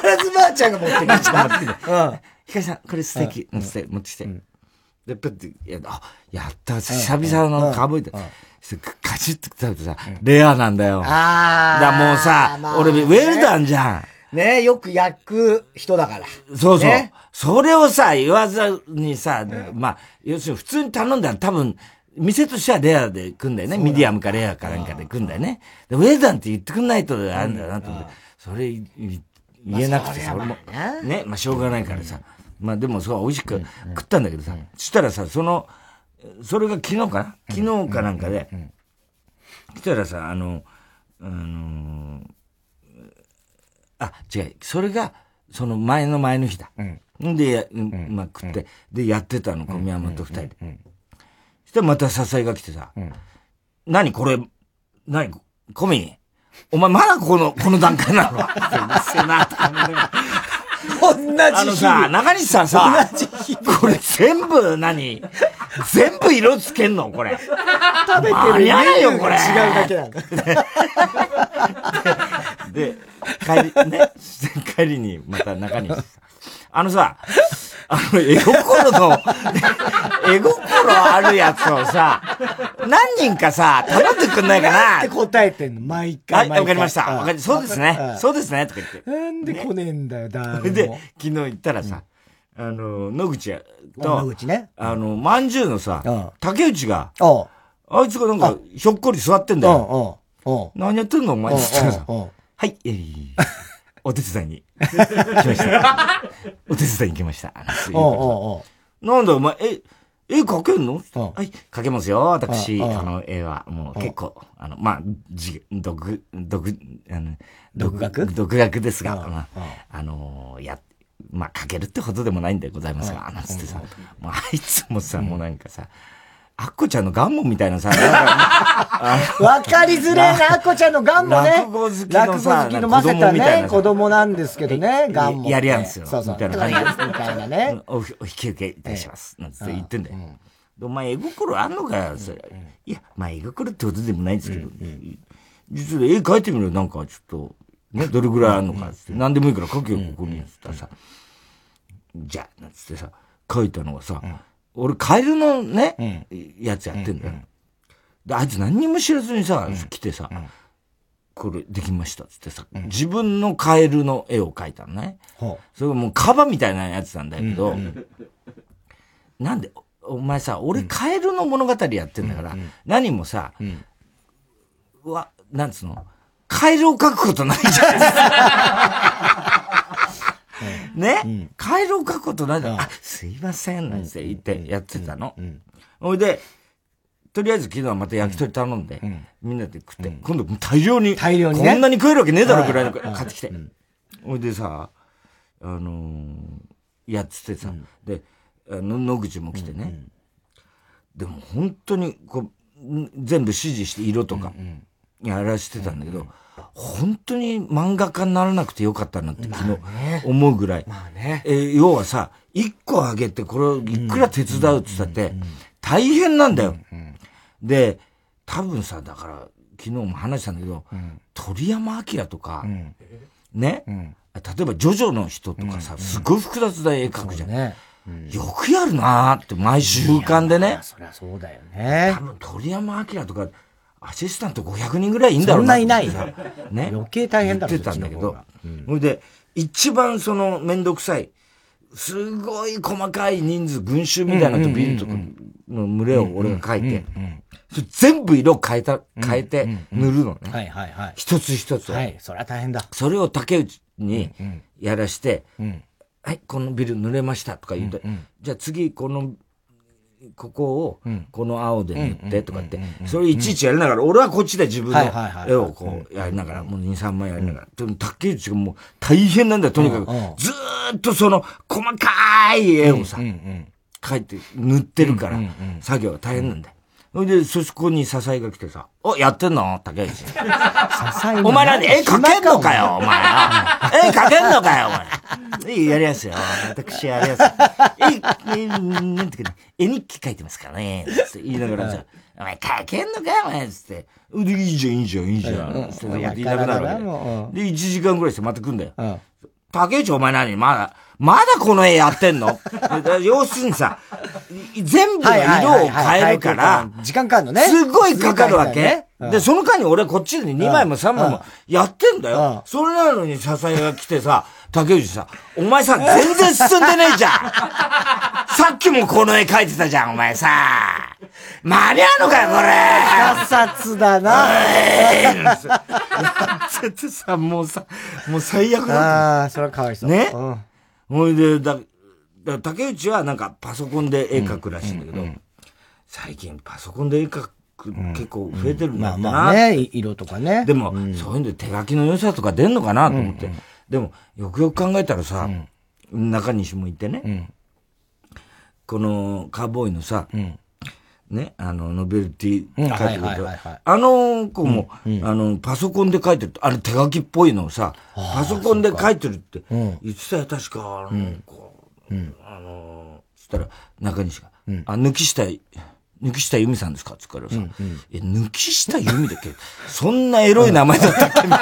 ずばあちゃんが持ってくる。 持ってくる。うん。ひかりさん、これ素敵。うん、つって、持ってきて。で、ぷって、や、あ、やった、久々のカウボーイだ。カチッと食べてさ、レアなんだよ。 ああ。 だからもうさ、俺、ウェルダンじゃん。ねよく焼く人だから。 そうそう。それをさ、言わずにさ、まあ、要するに普通に頼んだら多分、店としてはレアで食うんだよね。ミディアムかレアかなんかで食うんだよね。で、ウェルダンって言ってくんないとあるんだよなと思って。それ言えなくてさ、俺も。ね、まあしょうがないからさ。まあでもそう美味しく食ったんだけどさ。そしたらさ、その、それが昨日かな昨日かなんかで、来たらさ、あの、あの、あ、違う、それが、その前の前の日だ。んで、まあ食って、で、やってたの、小宮山と二人で。そしたらまた支えが来てさ、何これ、何、コミ、お前まだこの、この段階なのうるせえな、とか思いながら。 同じ日あのさ、中西さんさ、これ全部何全部色つけんのこれ。 食べてるメニューが違うだけなんだ。 で、帰り、ね、帰りにまた中西さん。あのさ、あの、絵心の、絵心あるやつをさ、何人かさ、頼んでくんないかなって答えてんの、毎回。 はい、わかりました。わかり、そうですね。そうですね。とか言って。 なんで来ねえんだよ、誰も。 で、昨日行ったらさ、あの、野口と、 野口ね。 あの、まんじゅうのさ、竹内が、あいつがなんか、ひょっこり座ってんだよ。何やってんのお前って言ったらさ、はい、えー、お手伝いに来ました。お手伝いに来ました。なんだお前、え、絵描けんのはい、描けますよ、私。あの、絵は、もう結構、あの、まあ、じ、独、独、あの、 独学独学ですが、まあ、あの、や、まあ、描けるってほどでもないんでございますが、なんつってさ、もうあいつもさ、もうなんかさ、アッコちゃんのガンモンみたいなさ、 わかりづれえな、アッコちゃんのガンモね。 落語好きのさ、 落語好きのませたね、子供なんですけどね、ガンモ。 やりやんすよ。 そうそう。 みたいな感じ。 みたいなね。 お、お引き受けいたします。なんつって言ってんだよ。お前、絵心あんのかよ、それ。いや、まあ、絵心ってことでもないんですけど、実は絵描いてみるなんかちょっと、ね、どれぐらいあんのかって。何でもいいから描けよ、ここに。つったらさ、じゃあ、なんつってさ、描いたのがさ、俺、カエルのね、やつやってんだよ。で、あいつ何にも知らずにさ、来てさ、これできましたっつってさ、自分のカエルの絵を描いたのね。それがもうカバみたいなやつなんだけど、なんで、お前さ、俺カエルの物語やってんだから、何もさ、うわ、なんつうの、カエルを描くことないじゃないですか。ね、カエルを描くことないじゃん。あ、すいません、なんて言ってやってたの。ほいで、とりあえず昨日はまた焼き鳥頼んで、みんなで食って、今度大量に、 大量にこんなに食えるわけねえだろぐらいの買ってきて。ほいでさ、あの、やっててさ、で、野口も来てね。でも本当に、こう、全部指示して色とか、やらしてたんだけど、本当に漫画家にならなくてよかったなって昨日思うぐらい。え、要はさ、一個あげてこれをいくら手伝うって言ったって大変なんだよ。で、多分さ、だから昨日も話したんだけど、鳥山明とか、ね、例えばジョジョの人とかさ、すごい複雑な絵描くじゃん。よくやるなーって毎週刊でね。 そりゃそうだよね。 多分鳥山明とか、アシスタントごひゃくにんぐらいいんだろうな。そんないない。 ね。 余計大変だろう。 言ってたんだけど。ほいで、一番そのめんどくさい、すごい細かい人数、群衆みたいなとビルとかの群れを俺が描いて、全部色変えた、変えて塗るのね。 はいはいはい。 一つ一つ。 はい、それは大変だ。 それを竹内にやらして、はい、このビル塗れましたとか言うと、じゃあ次この、ここを、この青で塗ってとかって、それいちいちやりながら、俺はこっちで自分の絵をこうやりながら、もうに、さんまいやりながら、でも竹内がもう大変なんだよ、とにかく。ずーっとその細かい絵をさ、描いて塗ってるから、作業が大変なんだよ。それで、そこに支えが来てさ、お、やってんの竹内。お前なんで絵描けんのかよ、お前。絵描けんのかよ、お前。いい、やりますよ。私、やりますよ。え、え、なんていうか、絵日記書いてますからね。つって言いながらさ、お前描けんのかよ、お前。つって。で、いいじゃん、いいじゃん、いいじゃん。つって言いながら。で、いちじかんぐらいしてまた来んだよ。 竹内お前何まだ、まだこの絵やってんの要するにさ、全部の色を変えるから、 時間かかるのね。 すごいかかるわけ。で、その間に俺こっちでにまいもさんまいもやってんだよ。それなのに笹井が来てさ、竹内さ、お前さ、全然進んでねえじゃん。さっきもこの絵描いてたじゃん、お前さ。間に合うのかよ、これ。 ガサツだな。 やっててさ、もうさ、もう最悪だった。 ああ、それはかわいそう。 ね。ほいで、だ、だ竹内はなんかパソコンで絵描くらしいんだけど、最近パソコンで絵描く結構増えてるんだな。 まあまあね、色とかね。 でも、そういうんで手書きの良さとか出んのかなと思って。でも、よくよく考えたらさ、中西もいてね、このカーボーイのさ、ね、あの、ノベルティ書いてるけど、あの子も、あの、パソコンで書いてる、あれ手書きっぽいのをさ、パソコンで書いてるって言ってたよ、確か、あの、こう、あの、そしたら中西が、あ、抜き下、抜下由美さんですかって言ったらさ、え、抜下由美だっけそんなエロい名前だったっけ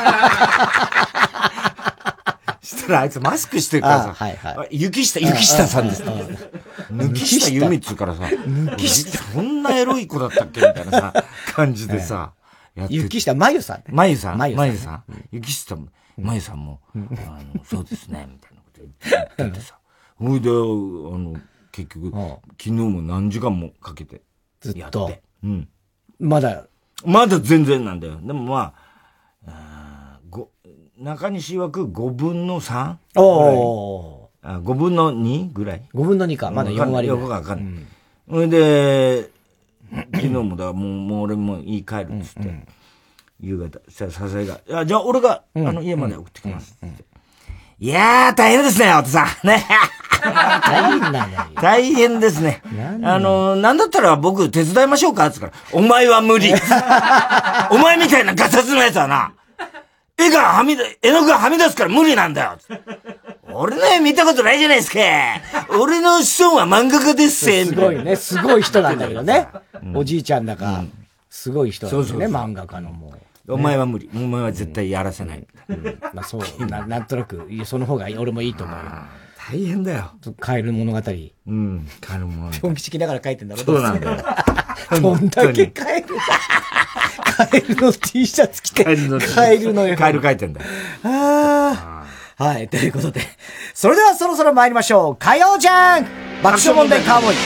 したらあいつマスクしてるからさ、はいはい、雪下、雪下さんです。抜下由美っつうからさ、抜下、そんなエロい子だったっけみたいなさ、感じでさ、 やって雪下まゆさん。 まゆさん。まゆさん。雪下まゆさんも、あの、そうですね、みたいなこと言っててさ。ほいで、あの、結局、昨日も何時間もかけて、 ずっと。 うん。 まだ。 まだ全然なんだよ。でもまあ、ご、中西曰くごぶんのさん? おー。あ、ごぶんのにぐらい ?ご 分のにか。まだよん割ぐらい。よくわかんない。それで、昨日もだ、もう、もう俺もいい帰るっつって、夕方、そしたら笹井が、いや、じゃあ俺が、あの、家まで送ってきますって。いやー、大変ですね、お父さん。ね。 大変だね。 大変ですね。あの、なんだったら僕手伝いましょうかって言ったから、お前は無理。お前みたいなガサツのやつはな、絵がはみ出、絵の具がはみ出すから無理なんだよ。俺の絵見たことないじゃないですか。俺の子孫は漫画家ですせ。 すごいね、すごい人なんだけどね。おじいちゃんだか、すごい人なんだよね、漫画家のもう。 お前は無理。お前は絶対やらせない。 まあそう、な、なんとなく、その方が俺もいいと思うよ。 大変だよ。 カエル物語。 うん。カエル物語。 本気式だから書いてんだろ。 そうなんだよ。 どんだけカエルカエルの T シャツ着て、カエルの、カエルの絵。 カエル書いてんだよ。 ああ。はい、ということで。それではそろそろ参りましょう。火曜ジャンク爆笑問題カーボーイ。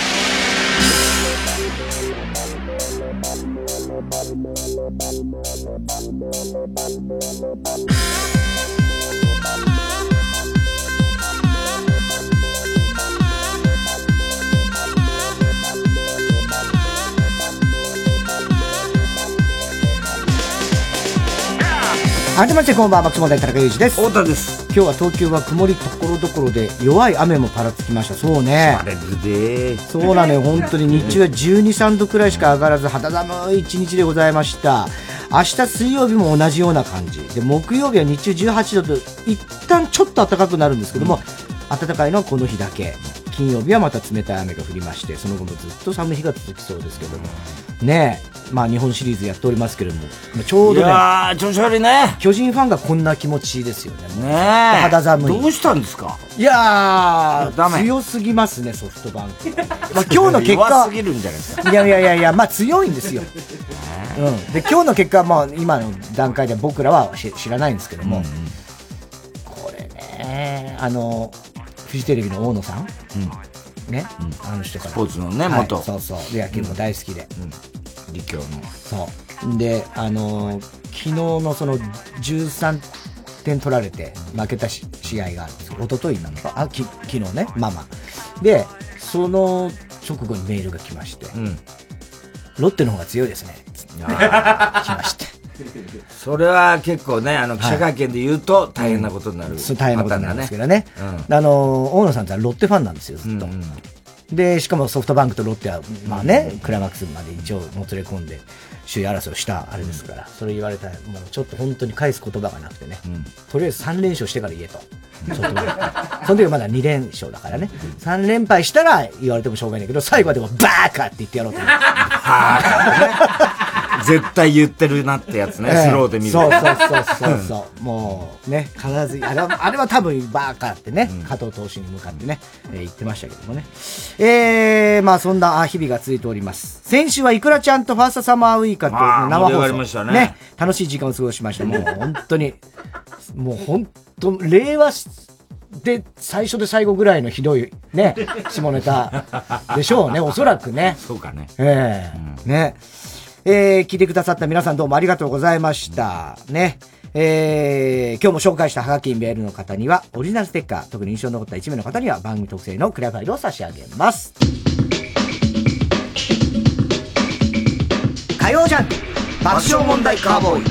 改めましてこんばんは、爆笑問題田中裕二です。 太田です。 今日は東京は曇りところどころで弱い雨もぱらつきました。そうね。 晴れるでー。 そうなのよ、本当に日中はじゅうに、さんどくらいしか上がらず肌寒い一日でございました。明日水曜日も同じような感じで、木曜日は日中じゅうはちどと一旦ちょっと暖かくなるんですけども、うん、暖かいのはこの日だけ。金曜日はまた冷たい雨が降りまして、その後もずっと寒い日が続きそうですけどもねえ、まあ日本シリーズやっておりますけれども、ちょうどね、いやー調子悪いね。 巨人ファンがこんな気持ちいいですよね。 ねえ、 肌寒い。 どうしたんですか。 いやーダメ、強すぎますね、ソフトバンク。まあ今日の結果弱すぎるんじゃないですか。 いやいやいやいや、まあ強いんですよ。うん、で今日の結果はまあ今の段階では僕らは知らないんですけども、うんうん、これね、あのフジテレビの大野さん、うん、ね、うん、あの人からスポーツのね、はい、元そうそうで野球も大好きで、 うんうん、立教のそうで、あの昨日のそのじゅうさんてん取られて負けたし試合があるんですよ。一昨日なのか、あき昨日ね、まあまあでその直後にメールが来まして、うん、ロッテの方が強いですね。来まして。 それは結構ね、あの記者会見で言うと大変なことになる、 うん、そう大変なことになるんですけどね、うん、あの大野さんってロッテファンなんですよ、ずっと、うんうん、でしかもソフトバンクとロッテはまあね、うん、クライマックスまで一応もつれ込んで首位争いをしたあれですから、うん、それ言われたらもうちょっと本当に返す言葉がなくてね、うん、とりあえずさん連勝してから言えとその時はまだに連勝だからね、さん連敗したら言われてもしょうがないけど、最後はでもバーカって言ってやろうと思って絶対言ってるなってやつね、えー、スローで見る。 そうそうそうそうそう。もうね、必ず、あれは、あれは多分バーカーってね、うん、加藤投手に向かってね、えー、言ってましたけどもね。えー、まあそんな日々が続いております。先週はイクラちゃんとファーストサマーウイカと生放送、ましたね、ね、楽しい時間を過ごしました。もう本当に、もう本当、令和で最初で最後ぐらいのひどいね、下ネタでしょうね、おそらくね。 そうかね。 ええーうん、ね。えー、聞いてくださった皆さんどうもありがとうございました。ね。えー、今日も紹介したハガキメールの方には、オリジナルステッカー、特に印象に残ったいち名の方には番組特製のクリアファイルを差し上げます。火曜ジャンク爆笑問題カーボーイ。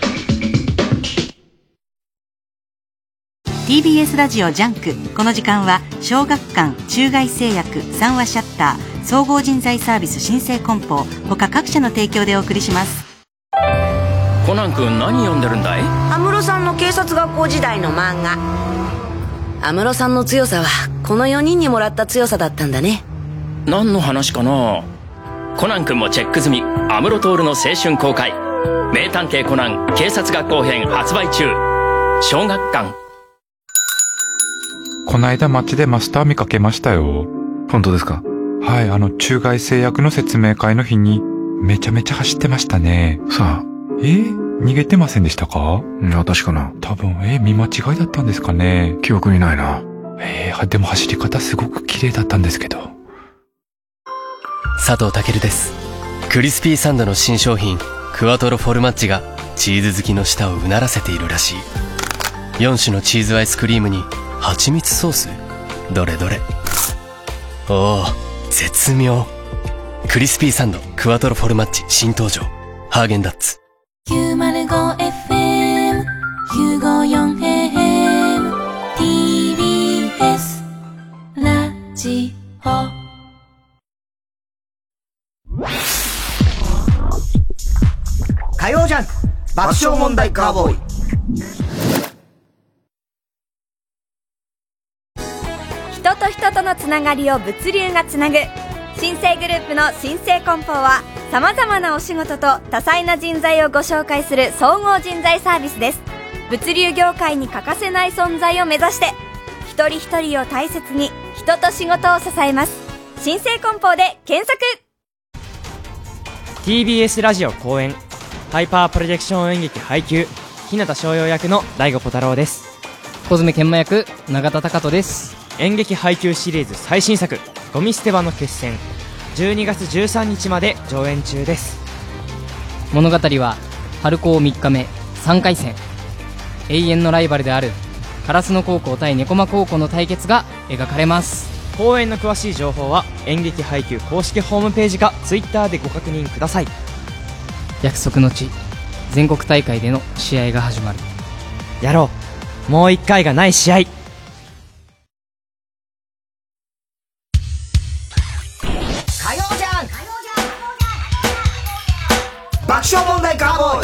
ティービーエス ラジオジャンク。この時間は小学館、中外製薬、三話シャッター、総合人材サービス新生梱包他各社の提供でお送りします。 コナン君何読んでるんだい？ 安室さんの警察学校時代の漫画。安室さんの強さはこのよにんにもらった強さだったんだね。 何の話かな。コナン君もチェック済み。安室透の青春公開名探偵コナン警察学校編発売中。小学館。 こないだ街でマスター見かけましたよ。 本当ですか？ はい、あの中外製薬の説明会の日にめちゃめちゃ走ってましたね。 さあ、 えー、逃げてませんでしたか？ いや、確かな。 多分、えー、見間違いだったんですかね。 記憶にないな。 えー、でも走り方すごく綺麗だったんですけど。 佐藤健です。クリスピーサンドの新商品クワトロフォルマッジがチーズ好きの舌をうならせているらしい。よん種のチーズアイスクリームに蜂蜜ソース、どれどれ。おー、絶妙。クリスピーサンドクワトロフォルマッチ新登場。ハーゲンダッツ。 きゅうまるごエフエム きゅうごよんエーエム ティービーエス ラジオ。 火曜ジャンク爆笑問題カーボーイ。 人と人とのつながりを物流がつなぐ新生グループの新生梱包は、様々なお仕事と多彩な人材をご紹介する総合人材サービスです。物流業界に欠かせない存在を目指して、一人一人を大切に人と仕事を支えます。新生梱包で検索。 ティービーエス ラジオ公演ハイパープロジェクション演劇配給、日向翔陽役の大悟小太郎です。 小爪研磨役永田貴人です。 演劇配給シリーズ最新作ゴミ捨て場の決戦、じゅうにがつじゅうさんにちまで上演中です。 物語は春高みっかめさんかい戦、永遠のライバルである烏野高校対猫間高校の対決が描かれます。 公演の詳しい情報は演劇配給公式ホームページかツイッターでご確認ください。 約束の地、全国大会での試合が始まる。 やろう、もう一回がない試合。 爆笑問題カーボーイ。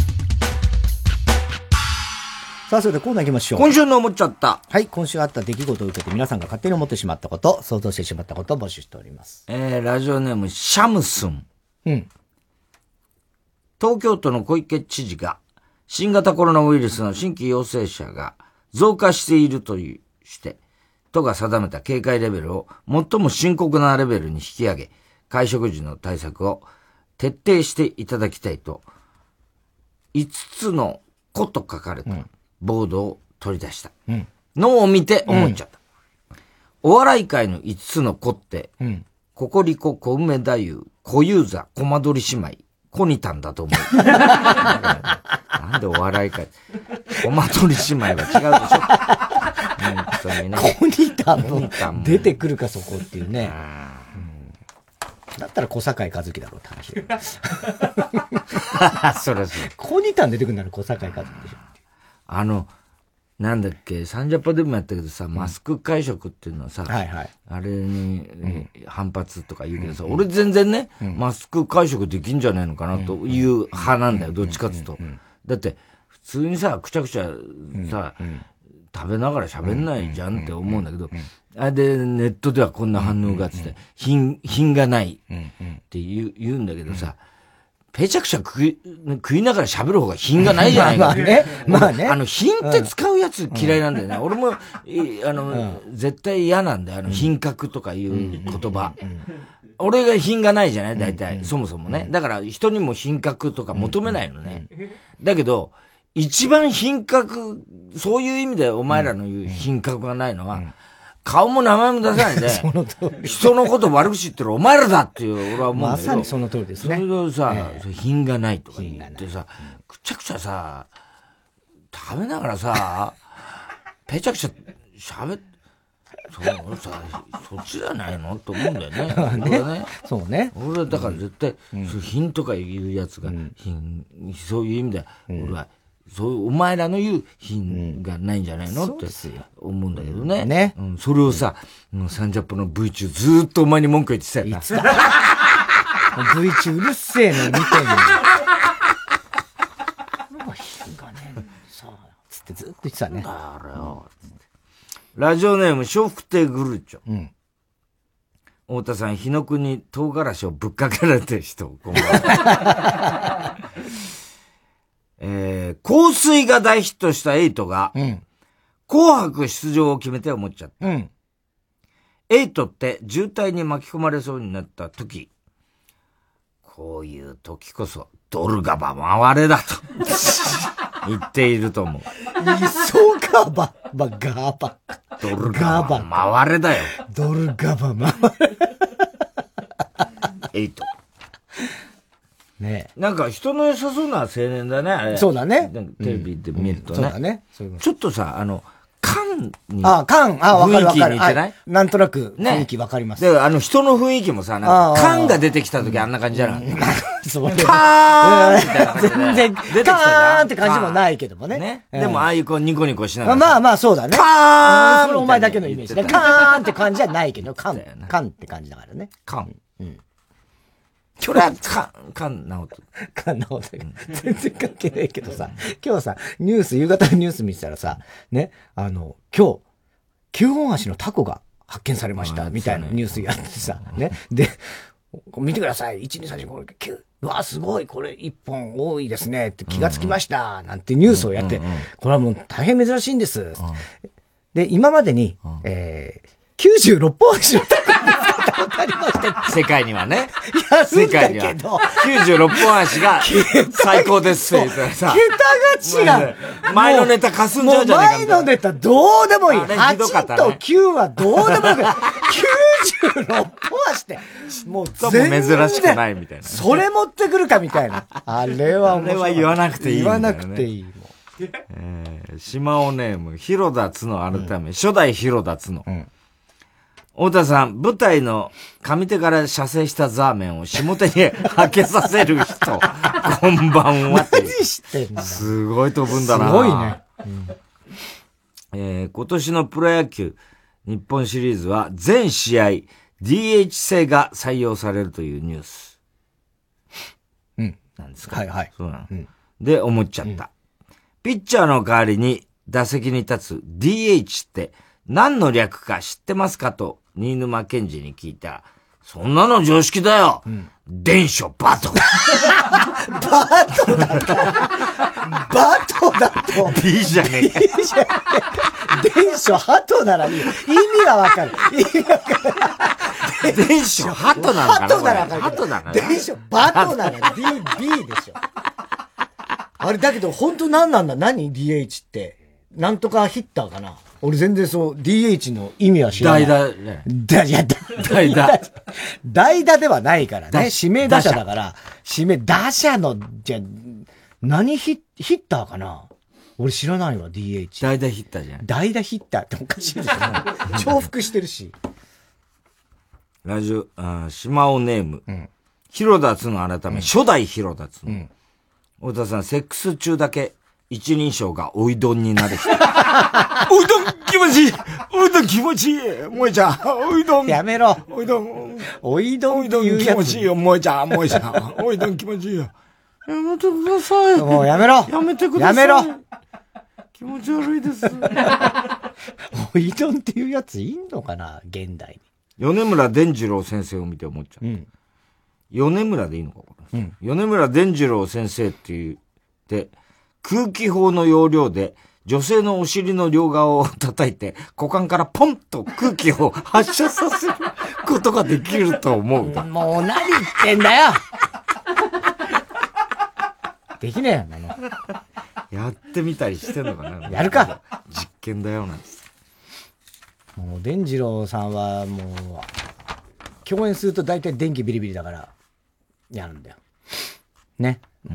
さあ、それでコーナー行きましょう。 今週の思っちゃった。 はい、今週あった出来事を受けて皆さんが勝手に思ってしまったこと、想像してしまったことを募集しております。 えー、ラジオネームシャムスン。 うん。 東京都の小池知事が新型コロナウイルスの新規陽性者が増加しているというして、都が定めた警戒レベルを最も深刻なレベルに引き上げ、会食時の対策を徹底していただきたいと、いつつの個と書かれたボードを取り出したのを見て思っちゃった。うん、お笑い界のいつつの個って、うん、ココリコ、小梅太夫、小遊三、コマドリ姉妹、コニタンだと思う。なんでお笑い界、コマドリ姉妹は違うでしょ。本当にね。 コニタンも出てくるかそこっていうね。だったら小堺一樹だろうって話。それそれ。 コニタン出てくるなら小堺一樹でしょ。 あの、なんだっけ、サンジャポでもやったけどさ、マスク会食っていうのはさ、 はいはい、 あれに、うん、反発とか言うけどさ、うん、俺全然ね、うん、マスク会食できんじゃないのかなという派なんだよ、どっちかっていうと。だって、普通にさ、くちゃくちゃさ、うん、食べながら喋んないじゃんって思うんだけど、あれでネットではこんな反応がつって、品、品がないって言う、言うんだけどさ、 ぺちゃくちゃ食い、食いながら喋る方が品がないじゃないか。 まあね。まあね。 あの、品って使うやつ嫌いなんだよね。俺も、あの、絶対嫌なんだよ。あの、品格とかいう言葉。俺が品がないじゃない大体。そもそもね。だから人にも品格とか求めないのね。だけど、一番品格、そういう意味でお前らの言う品格がないのは、顔も名前も出さないで、人のこと悪く知ってるお前らだっていう、俺は思うんだけど。 まさにその通りですね。 それでさ、品がないとか言ってさ、くちゃくちゃさ、食べながらさ、ぺちゃくちゃ喋って、そう、さ、そっちじゃないのと思うんだよね。俺はね。 そうね。 俺はだから絶対、そう品とかいうやつが、品、そういう意味で、俺は、そういう、お前らの言う品がないんじゃないのって思うんだけどね。 ね。 うん、それをさ、サンジャポの V 中ずーっとお前に文句言ってたよな。 いつだV 中うるせえの見てんの。品がね、さあ、つってずっと言ってたね。 だろよ。ラジオネーム、笑福亭グルーチョ。うん。太田さん、日の国に唐辛子をぶっかけられてる人、こんばんは。えー、香水が大ヒットしたエイトが、うん、紅白出場を決めて思っちゃった。うん、エイトって渋滞に巻き込まれそうになった時、こういう時こそドルガバ回れだと言っていると思う。 急がば、ば、ガバ。 ドルガバ回れだよ。 ドルガバ回れ。 エイト。 ねえ。 なんか人の良さそうな青年だね、あれ。 そうだね。 テレビで見るとね。 そうだね。 ちょっとさ、あの、缶に。 あ、缶、あ、わかるわかる。 雰囲気似てない？ なんとなく雰囲気わかります。 で、あの人の雰囲気もさ、なんか缶が出てきた時あんな感じじゃない？ そうね。 カーンみたいな感じで。 全然、 出てきたじカゃん。 ーンって感じもないけどもね。 ね。でもああいうこうニコニコしながら。 まあまあそうだね。 カーンそれお前だけのイメージね。カーンって感じじゃないけど、缶、缶って感じだからね。 缶。うん。それは、か、かんなおと。 かんなおと。全然関係ないけどさ、今日さ、ニュース、夕方のニュース見てたらさ、ね、あの、今日、九本足のタコが発見されました、みたいなニュースやってさ、ね。で、見てください。いち、に、さん、よん、ご、きゅう。うわ、すごい、これ一本多いですね、って気がつきました、なんてニュースをやって、これはもう大変珍しいんです。で、今までに、えー、きゅうじゅうろっぽん足のタコが見つかったことありまして。 世界にはね。 世界には。 きゅうじゅうろっぽん足が最高ですって言ったらさ。 桁が違う。 前のネタかすんじゃうじゃねえか。 前のネタどうでもいい。はちときゅうはどうでもいい。きゅうじゅうろっぽん足って、もう全然珍しくないみたいな。 それ持ってくるかみたいな。あれは面白い。 あれは言わなくていい。 言わなくていい。 えー、島尾ネーム、広田つの改め、初代広田つの。太田さん、舞台の上手から射精したザーメンを下手にはけさせる人、こんばんは。 何してんだ。 すごい飛ぶんだな。 すごいね。 うんえー、今年のプロ野球日本シリーズは全試合 ディーエイチ 制が採用されるというニュース。 うん。 なんですか。 はいはい。 そうなの。うん、で、思っちゃった、うん。ピッチャーの代わりに打席に立つ ディーエイチ って何の略か知ってますかと新沼健治に聞いた。そんなの常識だよ。うん、電書バト。 バトだと。バトだと。 B じゃねえか。 B じゃねえか。電書ハトならいい。意味はわかる。意味わかる。電書ハトなのかな。 ハトならわかる。 ハトなの電書バトなら D、B でしょ。あれだけど本当何なんだ何 ディーエイチ って。なんとかヒッターかな俺全然そう、ディーエイチ の意味は知らない。 代打ね。 だ、いや、 代打。 代打ではないからね。指名打者だから、指名打者の、じゃ、何ヒヒッターかな俺知らないわ、ディーエイチ。 代打ヒッターじゃん。 代打ヒッターっておかしいでしょ。重複してるし。 ラジオ、あ島尾ネーム。うん、広田つの改め、うん、初代広田つの。うん、太田さん、セックス中だけ、一人称がおいどんになる人。おいどん気持ちいいおいどん気持ちいい萌えちゃんおいどんやめろおいどんおいどんおいどん気持ちいいよ萌えちゃん萌えちゃんおいどん気持ちいいよやめてくださいもうやめろやめてくださいやめろ気持ち悪いですおいどんっていうやついんのかな現代に米村伝次郎先生を見て思っちゃう、うん、 米村でいいのか、これ。うん、米村伝次郎先生っていう、で、空気砲の要領で、女性のお尻の両側を叩いて、股間からポンと空気を発射させることができると思う。 もう何言ってんだよできねえよ、なの。 やってみたりしてんのかな。 やるか実験だよ、なんて。 もう、伝次郎さんはもう、共演すると大体電気ビリビリだから、やるんだよ。ね。 うん。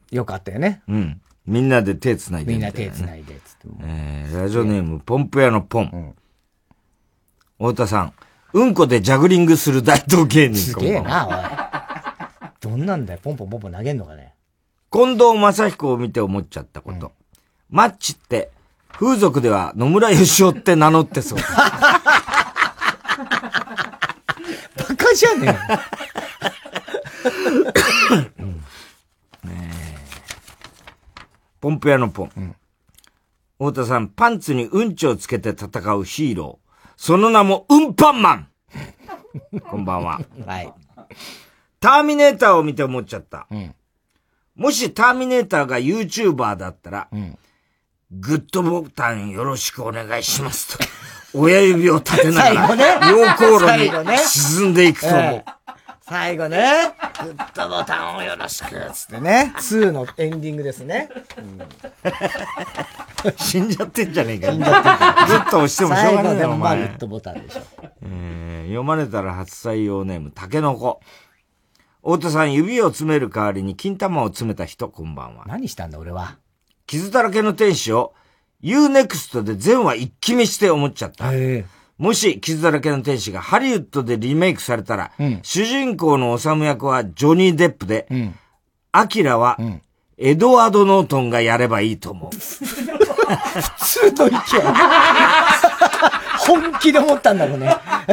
よかったよね。 うん。みんなで手繋いで、 ね。みんな手繋いで、つっても。 えー、ラジオネーム、ポンプ屋のポン。うん、太田さん、うんこでジャグリングする大道芸人。 すげえな、おい。どんなんだよ、ポンポンポンポン投げんのかね。 近藤正彦を見て思っちゃったこと。うん、マッチって、風俗では野村義雄って名乗ってそう。バカじゃねえ。うんポンプ屋のポン。うん、太田さん、パンツにうんちをつけて戦うヒーロー。その名も、うんぱんマンこんばんは。 はい。 ターミネーターを見て思っちゃった。うん、もしターミネーターが YouTuber だったら、うん、グッドボタンよろしくお願いしますと、親指を立てながら、ね、溶鉱炉に沈んでいくと思う。えー最後ね、グッドボタンをよろしくつってね、にのエンディングですね。 うん、死んじゃってんじゃねえか。死んじゃってんじゃん。グッと押してもしょうがないよ、お前。 グッドボタンでしょ。 えー、読まれたら初採用ネーム、タケノコ。太田さん、指を詰める代わりに金玉を詰めた人、こんばんは。 何したんだ、俺は。 傷だらけの天使を ユーネクスト で全話一気見して思っちゃった。 へーもし、傷だらけの天使がハリウッドでリメイクされたら、うん、主人公のオサム役はジョニー・デップで、アキラは、エドワード・ノートンがやればいいと思う。普通の意見。本気で思ったんだろうね。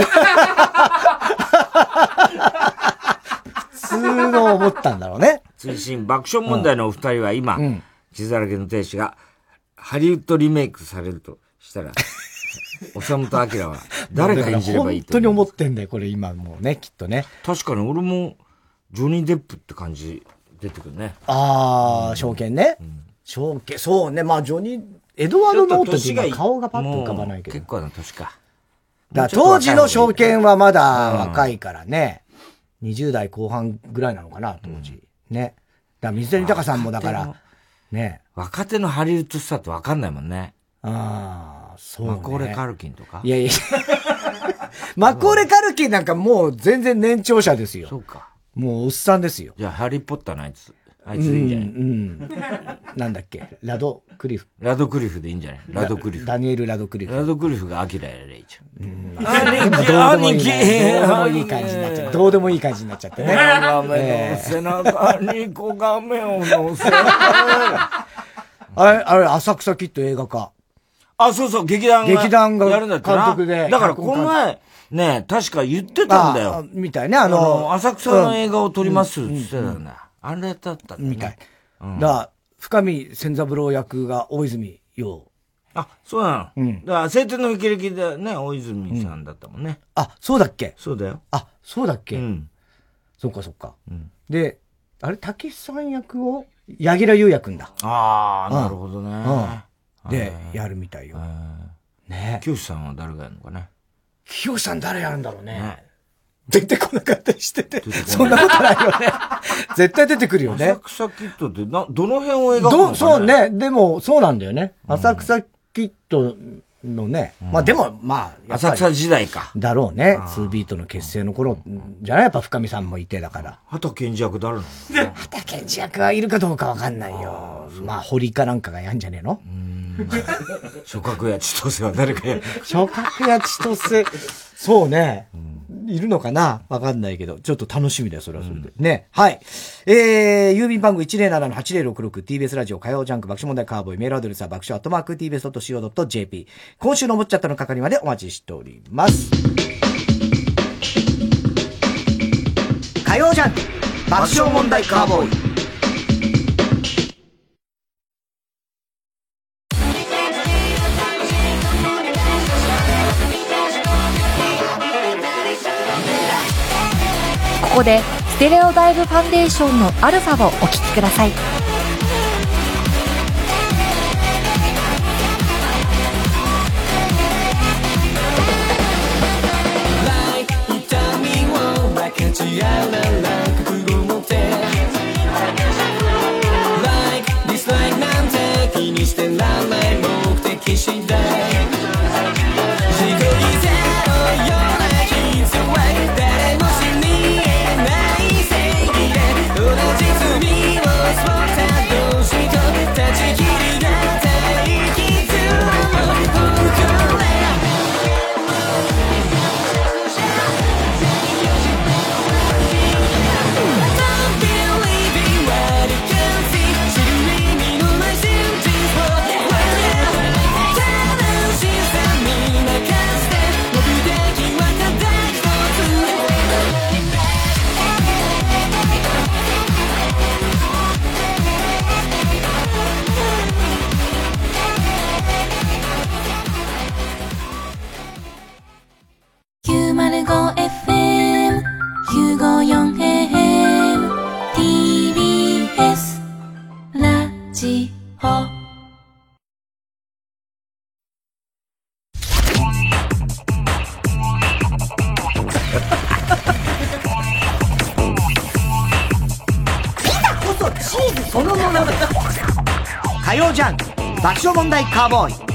普通の思ったんだろうね。 追伸爆笑問題のお二人は今、うん、傷だらけの天使がハリウッドリメイクされるとしたら、おさむとあきらは誰が演じればいいと本当に思ってんだよ、これ今もうね、きっとね。 確かに俺も、ジョニー・デップって感じ出てくるね。 あー、証券ね。うん、証券、そうね。まあ、ジョニー、エドワード・ノートって今顔がパッと浮かばないけど。 結構な年か。 だから当時の証券はまだ若いからね。うん、にじゅう代後半ぐらいなのかな、当時。うん、ね。だから水谷豊さんもだから、ね。 若手のハリウッドスターってわかんないもんね。 ああ。そうね、 マコーレ・カルキンとかいやいや。マコーレ・カルキンなんかもう全然年長者ですよ。 そうか。 もうおっさんですよ。 じゃあ、ハリー・ポッターのあいつ。あいつでいいんじゃない、うん、うん。 なんだっけラドクリフ。 ラドクリフでいいんじゃないラドクリフ。 ダニエル・ラドクリフ。 ラドクリフがアキラやれいちゃう。うん。 兄貴、どうでもいい感じになっちゃって。どうでもいい感じになっちゃってね。 ガメの背中に小亀を乗せあれ、あれ、浅草キッド映画化。 あ、そうそう、劇団が。 劇団が。 やるんだってな。監督で。だから、この前、ね、確か言ってたんだよ。 みたいね、あの、あの浅草の映画を撮りますって言ってたんだ。あれだったんだ、ね。 みたい。うん、だから、深見千三郎役が大泉洋。 あ、そうなの。うん。だから、晴天の霹靂でね、大泉さんだったもんね。 うん、あ、そうだっけそうだよ。 あ、そうだっけうん。 そっかそっか。うん。で、あれ、竹さん役を、柳楽優弥くんだ。 ああ、なるほどね。うんで、やるみたいよ。ね清さんは誰がやるのかね。 清さん誰やるんだろうね。ね出てこなかったりしてて。そんなことないよね。絶対出てくるよね。 浅草キッドってな、どの辺を描くのかね。ど、 そうね。でも、そうなんだよね。浅草キッドのね。うん、まあでも、まあ。 浅草時代か。 だろうね。ツービートの結成の頃じゃないやっぱ深見さんもいてだから。 畑健二役誰なの畑健二役はいるかどうかわかんないよ。まあ、堀かなんかがやんじゃねえの諸角や千歳は誰かやる。 諸角や千歳。そうね。うん、いるのかなわかんないけど。ちょっと楽しみだよ、それはそれで。うん、ね。はい。えー、郵便番号 いちまるななのはちまるろくろく ティービーエス ラジオ火曜ジャンク爆笑問題カーボーイメールアドレスは爆笑アットマーク ティービーエスドットシーオードットジェーピー。今週の思っちゃったの係までお待ちしております。火曜ジャンク爆笑問題カーボーイ。 ここでステレオダイブファンデーションのアルファをお聴きください。 きゅうまるごエフエムきゅうごよんエーエム ティービーエス ラジオチーズそのもの火曜ジャンク爆笑問題カーボーイ。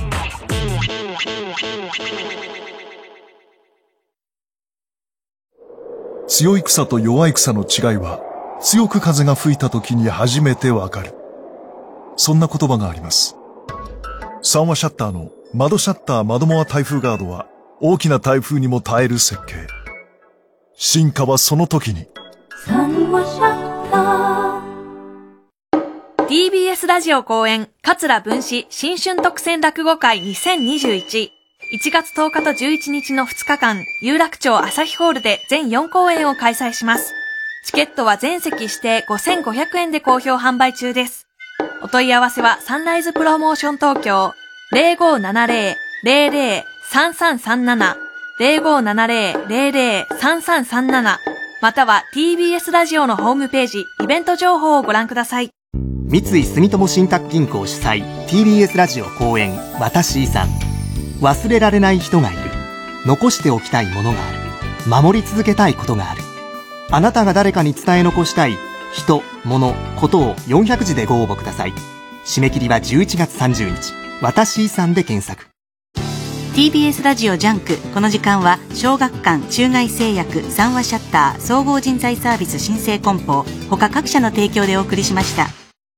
強い草と弱い草の違いは強く風が吹いた時に初めてわかる。そんな言葉があります。三話シャッターの窓シャッター窓モア台風ガードは大きな台風にも耐える設計。進化はその時に。 三話シャッターティービーエス ラジオ公演、桂文枝新春特選落語会にせんにじゅういち。いちがつとおかとじゅういちにちのふつかかん、有楽町朝日ホールで全よんこうえんを開催します。チケットは全席指定ごせんごひゃくえんで好評販売中です。お問い合わせはサンライズプロモーション東京 ゼロごーななゼロ ゼロゼロ さんさんさんなな ゼロごーななゼロ ゼロゼロ さんさんさんななまたは ティービーエス ラジオのホームページイベント情報をご覧ください。 三井住友信託銀行主催 ティービーエス ラジオ公演私遺産。忘れられない人がいる。残しておきたいものがある。守り続けたいことがある。あなたが誰かに伝え残したい人、物、ことをよんひゃくじでご応募ください。締め切りはじゅういちがつさんじゅうにち。私遺産で検索。 ティービーエス ラジオジャンク。この時間は小学館、中外製薬、三話シャッター、総合人材サービス新生梱包他各社の提供でお送りしました。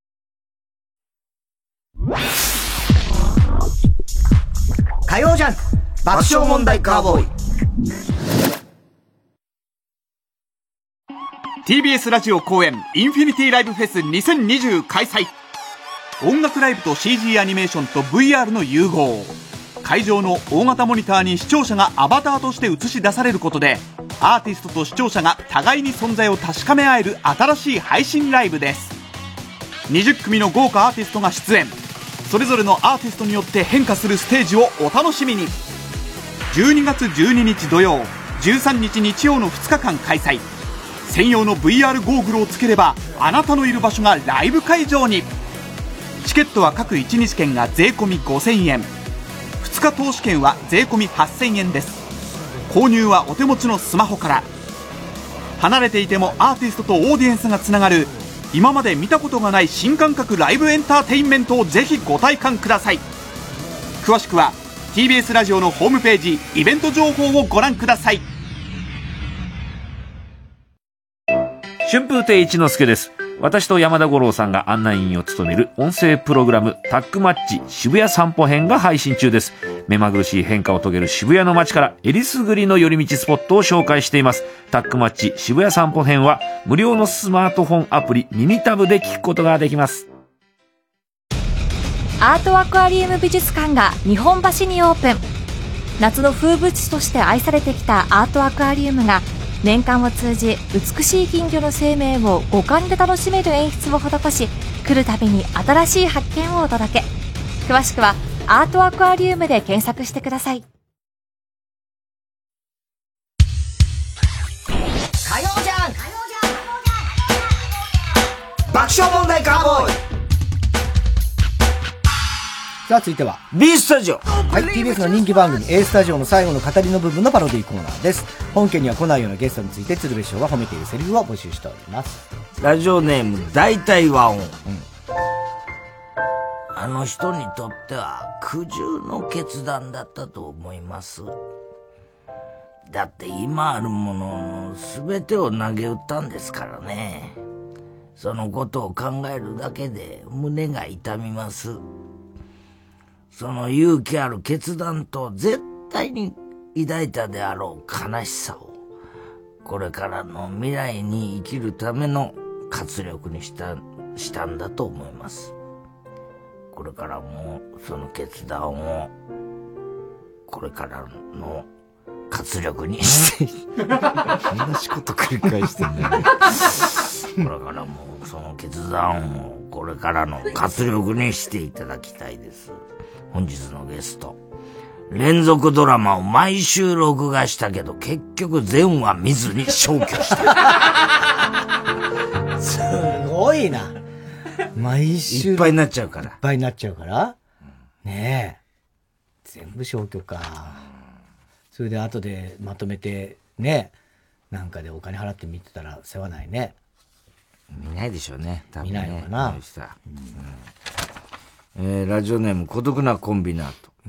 火曜ジャンク爆笑問題カーボーイ。 ティービーエス ラジオ公演インフィニティライブフェスにせんにじゅう開催。音楽ライブと シージー アニメーションと ブイアール の融合。会場の大型モニターに視聴者がアバターとして映し出されることでアーティストと視聴者が互いに存在を確かめ合える新しい配信ライブです。にじゅっくみの豪華アーティストが出演。それぞれのアーティストによって変化するステージをお楽しみに。じゅうにがつじゅうににち土曜、じゅうさんにち日曜のふつかかん開催。専用の ブイアール ゴーグルをつければあなたのいる場所がライブ会場に。チケットは各いちにち券が税込みごせんえん、ふつか投資券は税込みはっせんえんです。購入はお手持ちのスマホから。離れていてもアーティストとオーディエンスがつながる今まで見たことがない新感覚ライブエンターテインメントをぜひご体感ください。詳しくは ティービーエス ラジオのホームページイベント情報をご覧ください。 春風亭一之輔です。私と山田五郎さんが案内員を務める音声プログラムタッグマッチ渋谷散歩編が配信中です。目まぐるしい変化を遂げる渋谷の街からえりすぐりの寄り道スポットを紹介しています。タッグマッチ渋谷散歩編は無料のスマートフォンアプリ耳タブで聞くことができます。 アートアクアリウム美術館が日本橋にオープン。夏の風物詩として愛されてきたアートアクアリウムが年間を通じ美しい金魚の生命を五感で楽しめる演出を施し、来るたびに新しい発見をお届け。詳しくはアートアクアリウムで検索してください。 火曜ジャンク爆笑問題カーボーイ。 さあ続いては B スタジオ。 はい、ティービーエス の人気番組 A スタジオの最後の語りの部分のパロディコーナーです。本件には来ないようなゲストについて鶴瓶師匠が褒めているセリフを募集しております。 ラジオネーム大体和音、うん、あの人にとっては苦渋の決断だったと思います。だって今あるものの全てを投げ打ったんですからね。そのことを考えるだけで胸が痛みます。その勇気ある決断と絶対に抱いたであろう悲しさをこれからの未来に生きるための活力にした、したんだと思います。これからもその決断をこれからの活力にして同じこと繰り返してんだよね。これからもその決断をこれからの活力にしていただきたいです。本日のゲスト、連続ドラマを毎週録画したけど結局全話見ずに消去した。 すごいな。毎週いっぱいになっちゃうからいっぱいになっちゃうからねえ、全部消去か。それで後でまとめてね、なんかでお金払って見てたら世話ないね。 見ないでしょうね、多分ね。 見ないのかな。 うんえー、ラジオネーム孤独なコンビナート、うん、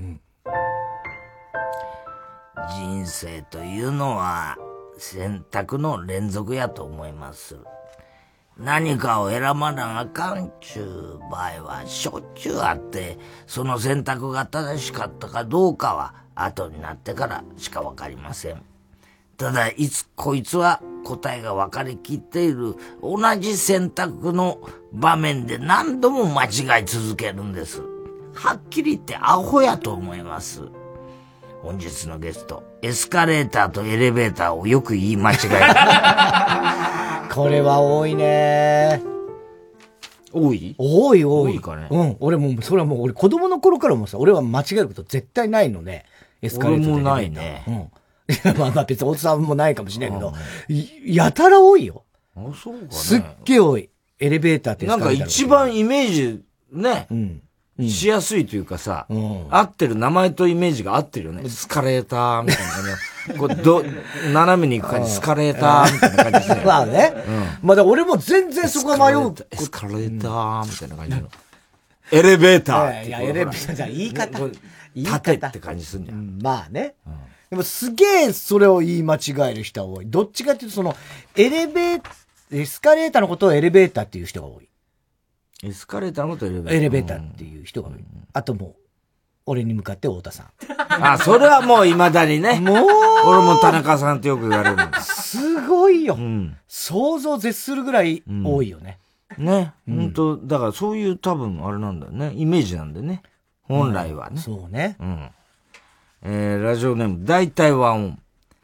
人生というのは選択の連続やと思います。何かを選ばなあかんちゅう場合はしょっちゅうあって、その選択が正しかったかどうかは後になってからしかわかりません。ただいつこいつは答えが分かりきっている同じ選択の場面で何度も間違い続けるんです。はっきり言ってアホやと思います。本日のゲスト、エスカレーターとエレベーターをよく言い間違える。 これは多いね。 多い多い多い。 多いかね。 うん。俺も、それはもう俺子供の頃からもさ、俺は間違えること絶対ないので、エスカレーターとエレベーター。 俺もないね。 うん。まあまあ別に大津さんもないかもしれないけど、やたら多いよ。 あ、そうかね。 すっげえ多い。エレベーターってなんか一番イメージね、うんうん、しやすいというかさ、うん、合ってる名前とイメージが合ってるよね。スカレーターみたいなね。こうど斜めに行く感じ、スカレーターみたいな感じですね。 まあね。うん、まあ俺も全然そこは迷う。 エスカレーターみたいな感じの。エレベーター。 いや、エレベーター、言い方。 言い方って感じすんじゃん。 うん、まあね。うん、でもすげえそれを言い間違える人は多い。どっちかっていうとその、エレベーター、エスカレーターのことをエレベーターっていう人が多い。 エスカレーターのことエレベーター。 エレベーターっていう人が多い。あともう、俺に向かって太田さん。 あ、それはもう未だにね。もう俺も田中さんってよく言われる。 すごいよ。うん、想像絶するぐらい多いよね。 うん、ね。うん、本当だからそういう多分あれなんだよね。イメージなんでね。本来はね。 うん、そうね。 うん。えー、ラジオネーム、大体和音。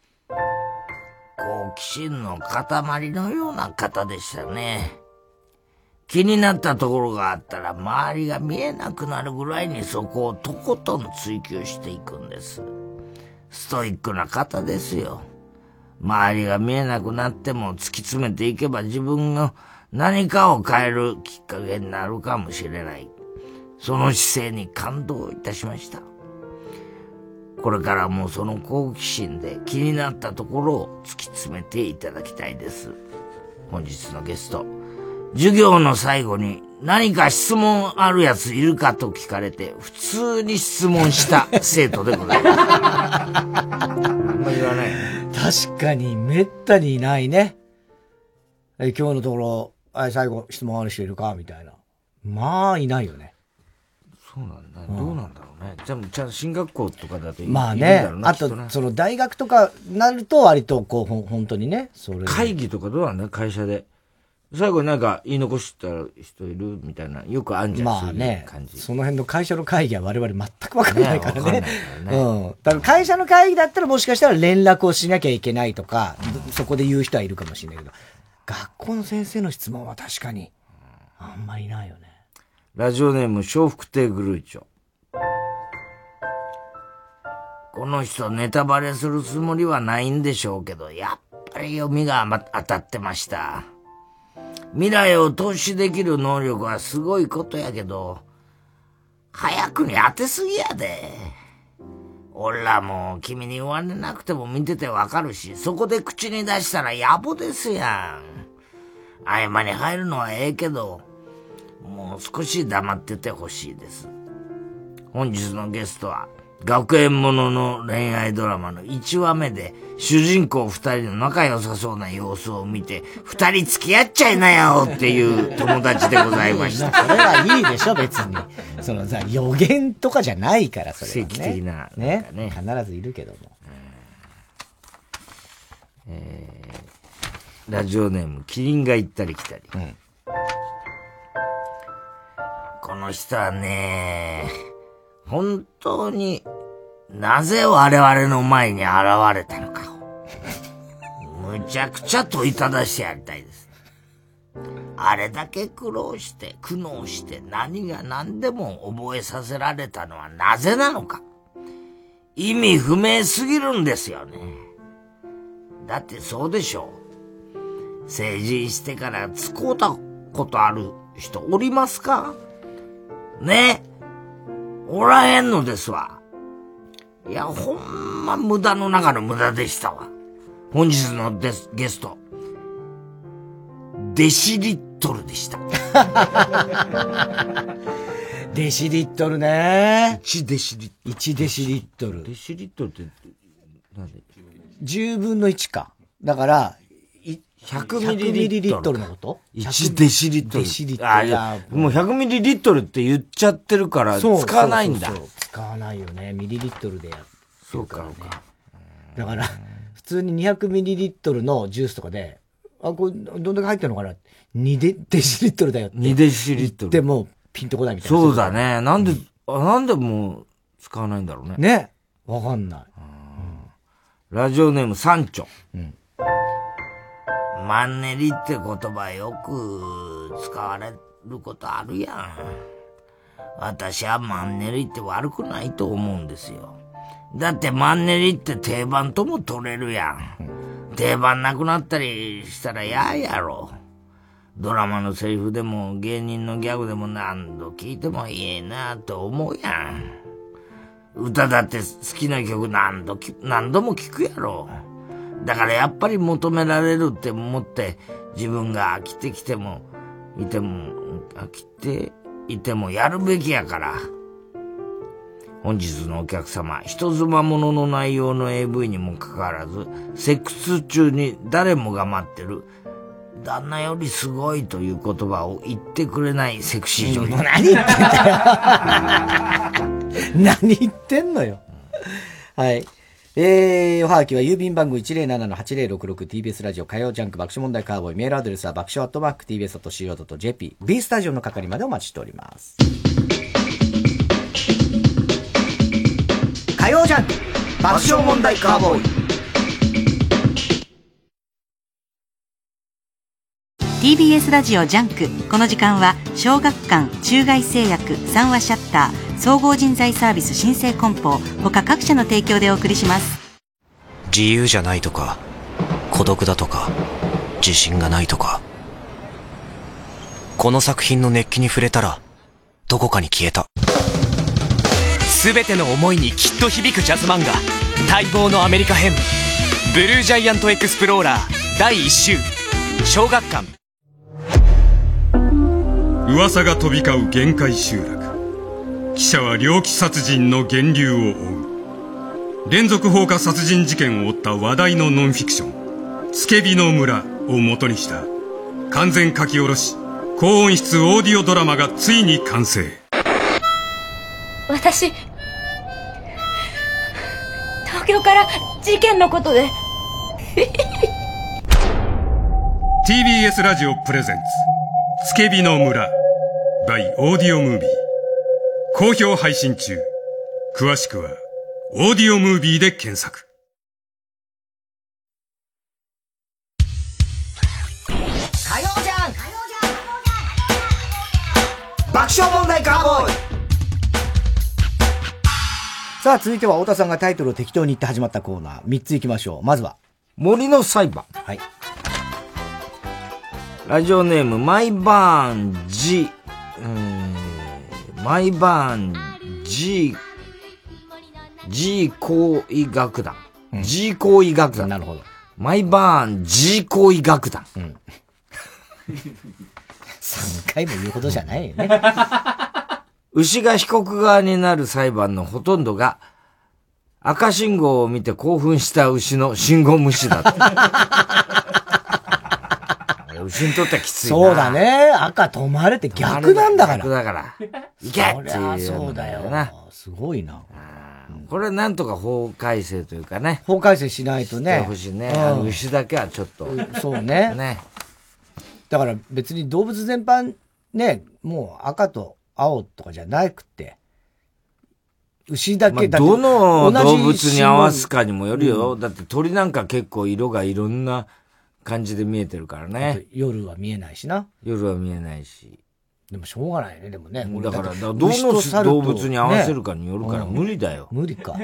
好奇心の塊のような方でしたね。気になったところがあったら周りが見えなくなるぐらいにそこをとことん追求していくんです。ストイックな方ですよ。周りが見えなくなっても突き詰めていけば自分が何かを変えるきっかけになるかもしれない。その姿勢に感動いたしました。これからもその好奇心で気になったところを突き詰めていただきたいです。本日のゲスト、授業の最後に何か質問あるやついるかと聞かれて普通に質問した生徒でございます。あんま言わない。 確かにめったにいないね。え今日のところ、あ最後質問ある人いるかみたいな。まあいないよね。 そうなんだ。どうなんだろうね。じゃあ、ちゃんと進学校とかだといいまあね。あと、その大学とかなると割とこう、ほ本当にね。それ会議とかどうなんだ会社で。最後になんか言い残した人いるみたいな。よくあるんじゃん。 まあね。 感じその辺の会社の会議は我々全くわかんないからね。ねねうん。だから会社の会議だったらもしかしたら連絡をしなきゃいけないとか、うん、そこで言う人はいるかもしれないけど、学校の先生の質問は確かにあんまりいないよね。 ラジオネーム、笑福亭グルーチョ。この人ネタバレするつもりはないんでしょうけど、やっぱり読みが当たってました。 未来を投資できる能力はすごいことやけど、早くに当てすぎやで。俺らも君に言われなくても見ててわかるし、そこで口に出したら野暮ですやん。合間に入るのはええけど、もう少し黙っててほしいです。本日のゲストは、学園ものの恋愛ドラマのいちわめで、主人公二人の仲良さそうな様子を見て、二人付き合っちゃいなよっていう友達でございました。 それはいいでしょ、別に。そのさ、予言とかじゃないから、それは、ね。 奇跡的な。 ね。ね。必ずいるけども。 えー、ラジオネーム、キリンが行ったり来たり。うん、この人はね、本当になぜ我々の前に現れたのかをむちゃくちゃ問いただしてやりたいです。あれだけ苦労して苦悩して何が何でも覚えさせられたのはなぜなのか、意味不明すぎるんですよね。だってそうでしょう。成人してから使うたことある人おりますかね。おらへんのですわ。いや、ほんま無駄の中の無駄でしたわ。本日のデスゲスト、デシリットルでした。 デシリットルね。 いちデシリットル。 いちデシリットル。 デシリットルって何で？ じゅうぶんのいちか。だから、 ひゃくミリリットルのこと ? いちデシリットル。 デシリットル。 あ、いや、もうひゃくミリリットルって言っちゃってるから使わないんだ。 そうそうそう、使わないよね。ミリリットルでやる、ね。 そうか、そうか。 だから、普通ににひゃくミリリットルのジュースとかで、あ、これ、どんだけ入ってるのかな ?に デ, デシリットルだよって。 にデシリットル。 でも、ピンとこないみたいな。 そうだね。なんで、あなんでもう使わないんだろうね。 ね。わかんない。 うん、ラジオネームサンチョ。うん。マンネリって言葉よく使われることあるやん。私はマンネリって悪くないと思うんですよ。だってマンネリって定番とも取れるやん。定番なくなったりしたら嫌やろ。ドラマのセリフでも芸人のギャグでも何度聞いてもいいなと思うやん。歌だって好きな曲何度何度も聞くやろ。だからやっぱり求められるって思って自分が飽きてきてもいても飽きていてもやるべきやから。本日のお客様、人妻ものの内容の エーブイ にもかかわらずセックス中に誰もが待ってる旦那よりすごいという言葉を言ってくれないセクシー女優。 何言ってんだよ。何言ってんのよ。はい。えー、おはがきは郵便番号 いちまるななのはちまるろくろく ティービーエス ラジオ火曜ジャンク爆笑問題カーボーイ。メールアドレスは爆笑アットマーク ティービーエスドットシーオードットジェーピー。B スタジオの係までお待ちしております。火曜ジャンク爆笑問題カーボーイ。 ティービーエス ラジオジャンク。この時間は小学館、中外製薬、三話シャッター、総合人材サービス新生梱包他各社の提供でお送りします。 自由じゃないとか孤独だとか自信がないとか、この作品の熱気に触れたらどこかに消えた。 全ての思いにきっと響くジャズ漫画、待望のアメリカ編、ブルージャイアントエクスプローラーだいいっ週、小学館。 噂が飛び交う限界集落。記者は猟奇殺人の源流を追う。連続放火殺人事件を追った話題のノンフィクション「つけびの村」を元にした完全書き下ろし高音質オーディオドラマがついに完成。 私東京から事件のことでティービーエス ラジオプレゼンツ「つけびの村」by オーディオムービー好評配信中。詳しくはオーディオムービーで検索。 火曜じゃん爆笑問題カーボーイ。さあ続いては太田さんがタイトルを適当に言って始まったコーナーみっついきましょう。まずは森の裁判。 はい。 ラジオネーム、マイバーン G、えー、マイバーン G、G 行為楽団。うん、G 行為楽団。 なるほど。 マイバーン G 行為楽団。うん。 さんかいも言うことじゃないよね。 牛が被告側になる裁判のほとんどが、赤信号を見て興奮した牛の信号無視だった。牛にとってはきついな。 そうだね。赤止まれって逆なんだから。 逆だから。行けっていう。 そうだよな。すごいな。 これなんとか法改正というかね。 法改正しないとね。 してほしいね。あの牛だけはちょっと。 そうね。 ね。 だから別に動物全般ね、もう赤と青とかじゃなくて、牛だけだけ、 まあ、どの動物に合わすかにもよるよ。うん、だって鳥なんか結構色がいろんな感じで見えてるからね。 夜は見えないしな。 夜は見えないし。 でもしょうがないね、でもね。 だから、だからどの動物に合わせるかによるから無理だよ。 うん、無理か。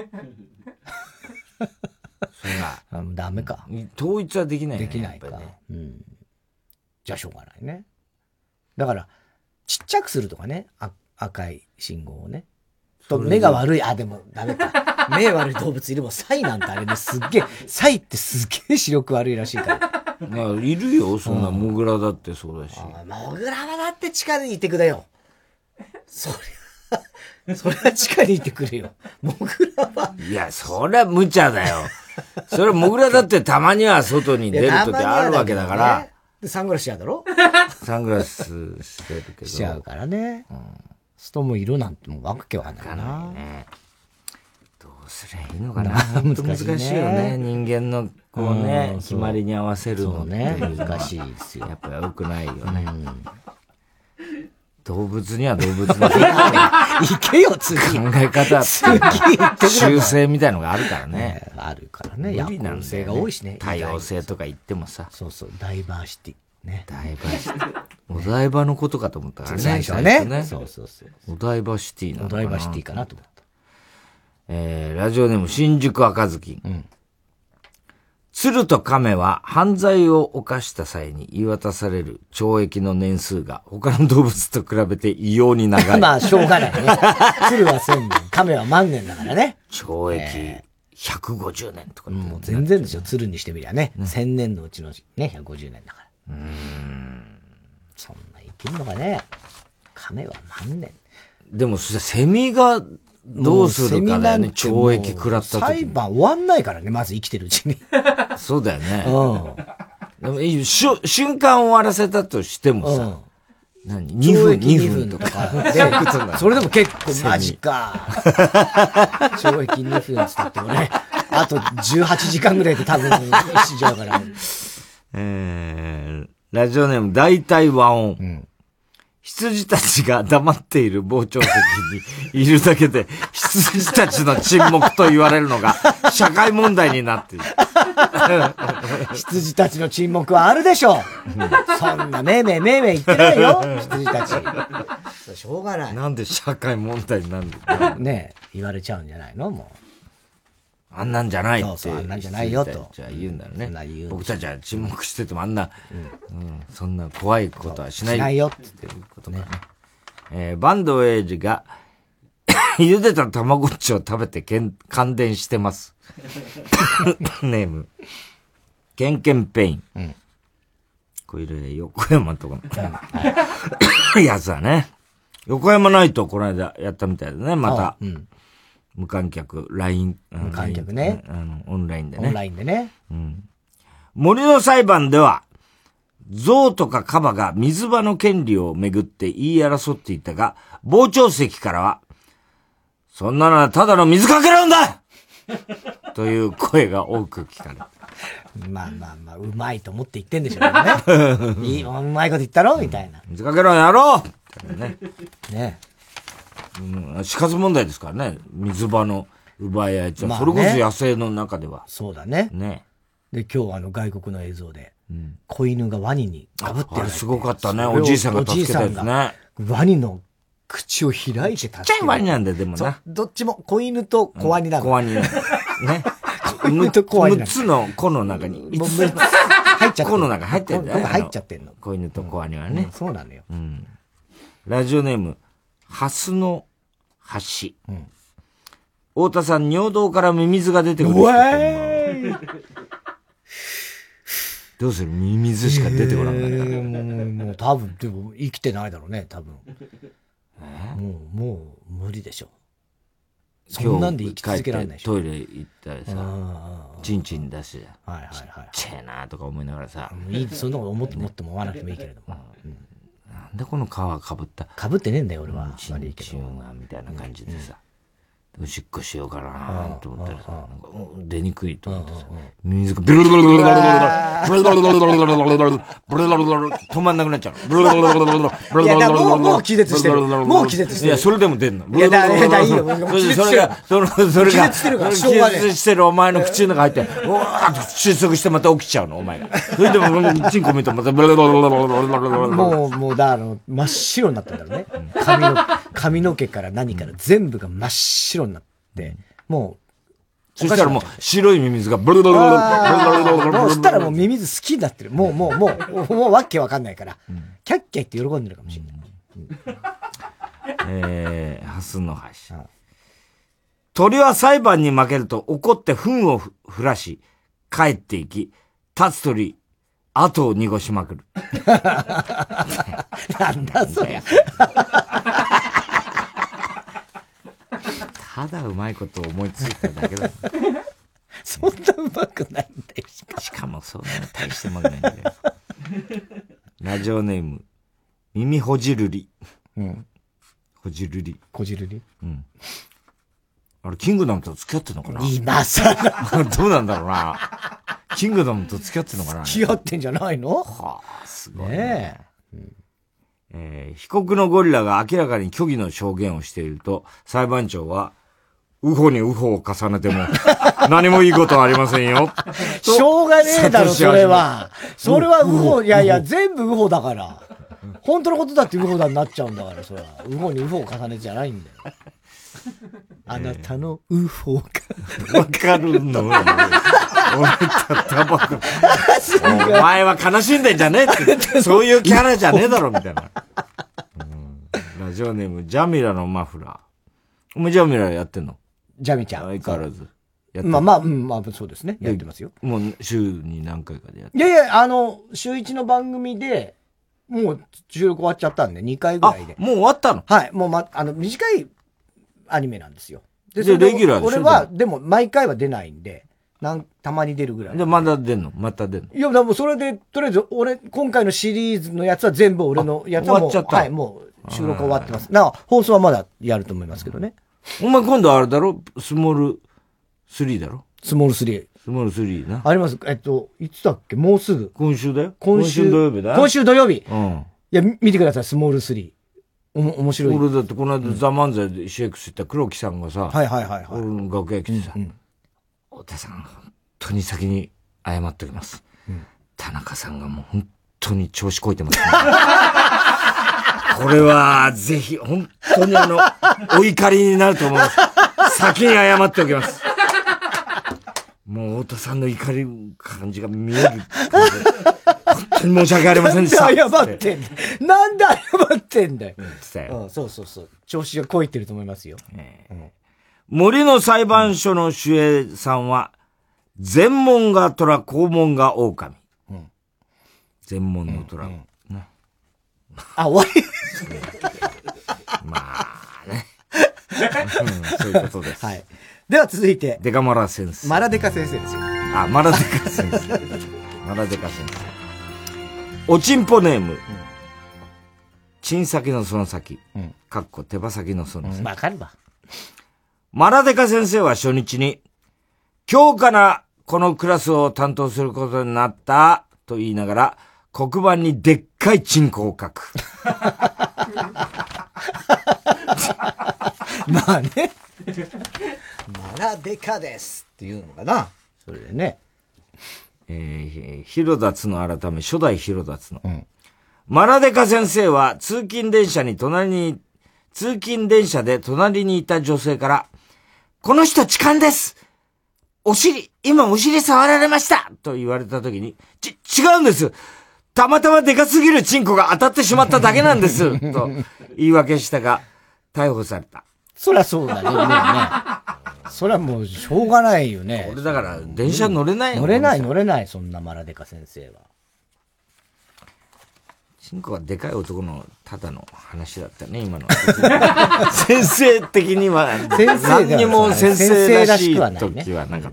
それが。 あダメか。 統一はできないね。 できないか。ね、うん。じゃあしょうがないね。だから、ちっちゃくするとかね。あ赤い信号をね。と目が悪い、あ、でもダメか。目悪い動物いるもん、サイなんてあれね、すっげえ、サイってすっげえ視力悪いらしいから。 まあ、いるよ、そんな、モグラだってそうだし。 モグラはだって地下にいてくれよ。そりゃ、そりゃ地下にいてくれよ。モグラは。 いや、そりゃ無茶だよ。それモグラだってたまには外に出るときあるわけだから。 で、サングラスしちゃうだろサングラスしてるけど。 しちゃうからね。うんストも色なんてもうわけわかんないかな。 ね、どうすりゃいいのかな。難しいね。しいよね。人間のこうね、うん、決まりに合わせるのね。難しいですよ。 やっぱ良くないよね。うん、動物には動物の行けよ、次。 考え方、習性みたいのがあるからね。 ねあるからね。夜行性が多いしね。 多様性とか言ってもさ。 そうそう、ダイバーシティ。ね。 ダイバーシティ。お台場のことかと思ったからね。 最初はね。ねそうそうそう。 お台場シティなのかな。 お台場シティかなと思った。 えー、ラジオネーム新宿赤月。うん。鶴と亀は犯罪を犯した際に言い渡される懲役の年数が他の動物と比べて異様に長い。 まあ、しょうがないね。鶴は千年、亀は万年だからね。 懲役ひゃくごじゅうねんとか、ね。 もう全然ですよ。鶴にしてみりゃね。ね千年のうちのね、ひゃくごじゅうねんだから。うーんそんな生きるのかね。亀は万年。 でも、そしたらセミがどうするかだよね。懲役食らった時。 裁判終わんないからね、まず生きてるうちに。 そうだよね。うん。でもいいしゅ、瞬間終わらせたとしてもさ、うん、何 ?に 分、にふんとか。 それでも結構マジか。懲役にふんって言ってもね、あとじゅうはちじかんぐらいで多分死んじゃうから。 えー、ラジオネーム大体和音、うん、羊たちが黙っている傍聴席にいるだけで羊たちの沈黙と言われるのが社会問題になっている。 羊たちの沈黙はあるでしょう。そんなめいめいめいめい言ってないよ羊たち。しょうがない。 なんで社会問題になるのねえ言われちゃうんじゃないのもう。 あんなんじゃないって。 そうそう、あんなんじゃないよと。 じゃあ言うんだろうね。僕たちは沈黙しててもあんな、うんうん、そんな怖いことはしない。 しないよって言ってることね。えー、バンドエイジが、茹でたたまごっちを食べてけん感電してます。ネーム。ケンケンペイン。うん、これ、横山のとこのやつだね。横山ナイトこの間やったみたいだね、また。うん無観客、ライン。 無観客ね。 あの、オンラインでね。 オンラインでね。 うん。森の裁判では、象とかカバが水場の権利をめぐって言い争っていたが、傍聴席からは、そんなのはただの水かけなんだという声が多く聞かれた。 まあまあまあ、うまいと思って言ってんでしょうね。いい、うまいこと言ったろみたいな。 水かけろやろうね。 ね。 うん、死活問題ですからね。水場の奪い合いちゃ、まあね、それこそ野生の中では。 そうだね。 ね。 で、今日あの外国の映像で、うん、子犬がワニに被ってる。 あれすごかったね。おじいさんが助けたやつね。 ワニの口を開いて助けた。ちっちゃいワニなんだよ、でもな。 どっちも子犬と子ワニなの。 子ワニ。ね。 子犬と子ワニ。 むっつの子の中に。 入っちゃってる。 この中入ってるんだよ。 入っちゃってんの。 子犬とコアにはね。 うん、そうなのよ。 うん。ラジオネーム、ハスの橋。うん。太田さん、尿道からミミズが出てくる。うわーどうするミミズしか出てこなかった。えー、 もう、もう多分、でも生きてないだろうね、多分。えー、もう、もう無理でしょ。そんなんで生き続けられないでしょ。 トイレ行ったらさ、チンチン出してじゃん。 はいはいはい。 ちっちゃいなとか思いながらさ。 いい、そんなこと思ってもっても思わなくてもいいけれども。 うん、なんでこの皮かぶったかぶってねえんだよ、俺は。 チンチンが、みたいな感じでさ。おしっこしようかなと思ったらさ、なんか出にくいと思ってさ、水がブルルルルルルルルルルルルルルル止まんなくなっちゃうの。ブルルルルルルルルルルいや、だもう、もう気絶してる。もう気絶してる。 いや、それでも出んの。 いや、だ、いや、いいよ。 それが、その、それが、 気絶してるから、しょうがねえ。 気絶してるお前の口の中入って、うわーって収束してまた起きちゃうの、お前が。それでも、チンコ見るとまたブルルルルルルルルルもう、もう、だ、あの、真っ白になったんだろうね。髪の、髪の毛から何から全部が真っ白になって。で、もう、そしたらもう白いミミズがブルルルルルルルルルルルルもうしたらもうミミズ好きになってる。もうもうもう、もうわけわかんないから、キャッキャって喜んでるかもしれない。 えー、ハスの橋。鳥は裁判に負けると怒って糞を降らし、帰っていき、立つ鳥、後を濁しまくる。 なんだそりゃ。 ただうまいことを思いついただけだ。 そんなうまくないんだよ。 しかもそんな大してうまくないんだよ。ラジオネーム、耳ほじるり。うん。ほじるり。 ほじるりうん。あれ、キングダムと付き合ってんのかな今さら。 どうなんだろうな。キングダムと付き合ってんのかな付き合ってんじゃないのはあ、すごいね。ねえ。うんえー、被告のゴリラが明らかに虚偽の証言をしていると、裁判長は、ウホにウホを重ねても、何もいいことはありませんよ。 しょうがねえだろ、それは。それはウホ、いやいや、全部ウホだから。本当のことだってウホだになっちゃうんだから、それは。ウホにウホを重ねてじゃないんだよ。あなたのウホが。 わかるのよ。俺たタバコ。お前は悲しんでんじゃねえって。そういうキャラじゃねえだろ、みたいな。うん、ラジオネーム、ジャミラのマフラー。お前ジャミラやってんのジャミちゃん。 相変わらず。 やってまあまあ、うん、まあそうですね。やってますよ。 もう週に何回かでやっていやいや、あの、週一の番組で、もう収録終わっちゃったんで、にかいぐらいで。 もう終わったのはい。もうま、あの、短いアニメなんですよ。 で、レギュラーでしょ俺は、でも毎回は出ないんで、なん、たまに出るぐらい。 で、まだ出んのまた出んのいや、でもそれで、とりあえず、俺、今回のシリーズのやつは全部俺のやつはもう、 終わっちゃったはい、もう収録終わってます。な、放送はまだやると思いますけどね。 お前今度あれだろスモールスリーだろスモールスリー。 スモールスリーな。 あります。えっと、いつだっけもうすぐ。 今週だよ。 今週。 今週土曜日だ。 今週土曜日。 うん。 いや、見てください、スモールスリー。おも、面白い。 俺だってこの間、ザ・漫才でシェイクス行った黒木さんがさ、 はいはいはいはい。 俺の楽屋来てさ、太田さん、本当に先に謝っておきます。田中さんがもう本当に調子こいてますね。これは、ぜひ、本当にあの、お怒りになると思います。先に謝っておきます。もう、太田さんの怒り感じが見える。本当に申し訳ありませんでした。 なんで謝ってんだよ。なんで謝ってんだよ。 うん、 そうそうそう。調子がこいてると思いますよ。 えーうん、森の裁判所の守衛さんは、全門が虎、後門が狼。うん、全門の虎。うんうんあ、終わりまあね、うん。そういうことです。 はい。では続いて。 デカマラ先生。 マラデカ先生ですよ。 あ、マラデカ先生。マラデカ先生。おちんぽネーム。うん、チン先のその先。うん、かっこ手羽先のその先。 わ、うん、かるわ。 マラデカ先生は初日に、今日からこのクラスを担当することになったと言いながら、黒板にでっかいチンコを書く。 まあね。マラデカですっていうのかな。それでね。 えー、広立の改め、初代広立の。うん、マラデカ先生は通勤電車に隣に、通勤電車で隣にいた女性から、この人痴漢ですお尻、今お尻触られましたと言われた時に、ち、違うんですたまたまでかすぎるチンコが当たってしまっただけなんですと言い訳したが、逮捕された。 そりゃそうだね、もうね。そりゃもうしょうがないよね。 俺だから電車乗れないよ。 乗れない乗れない、そんなマラデカ先生は。 チンコがでかい男のただの話だったね、今の。先生的には、何にも先生らしい時はなかった。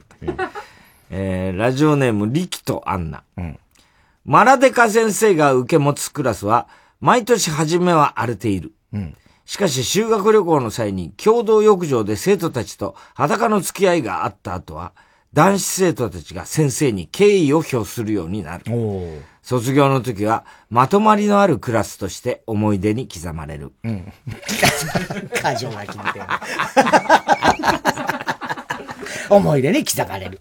えー、ラジオネーム、リキとアンナ。うん、マラデカ先生が受け持つクラスは、毎年初めは荒れている。うん、しかし修学旅行の際に共同浴場で生徒たちと裸の付き合いがあった後は、男子生徒たちが先生に敬意を表するようになる。卒業の時は、まとまりのあるクラスとして思い出に刻まれる。うん。 過剰な気みたいな。思い出に刻まれる。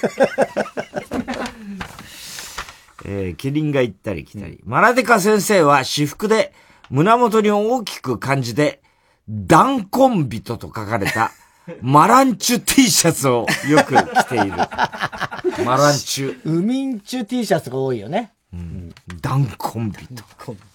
えー、キリンが行ったり来たり。マラデカ先生は私服で胸元に大きく漢字で、ダンコンビトと書かれた、マランチュ T シャツをよく着ている。マランチュ。 ウミンチュ T シャツが多いよね。 うん、ダンコンビト。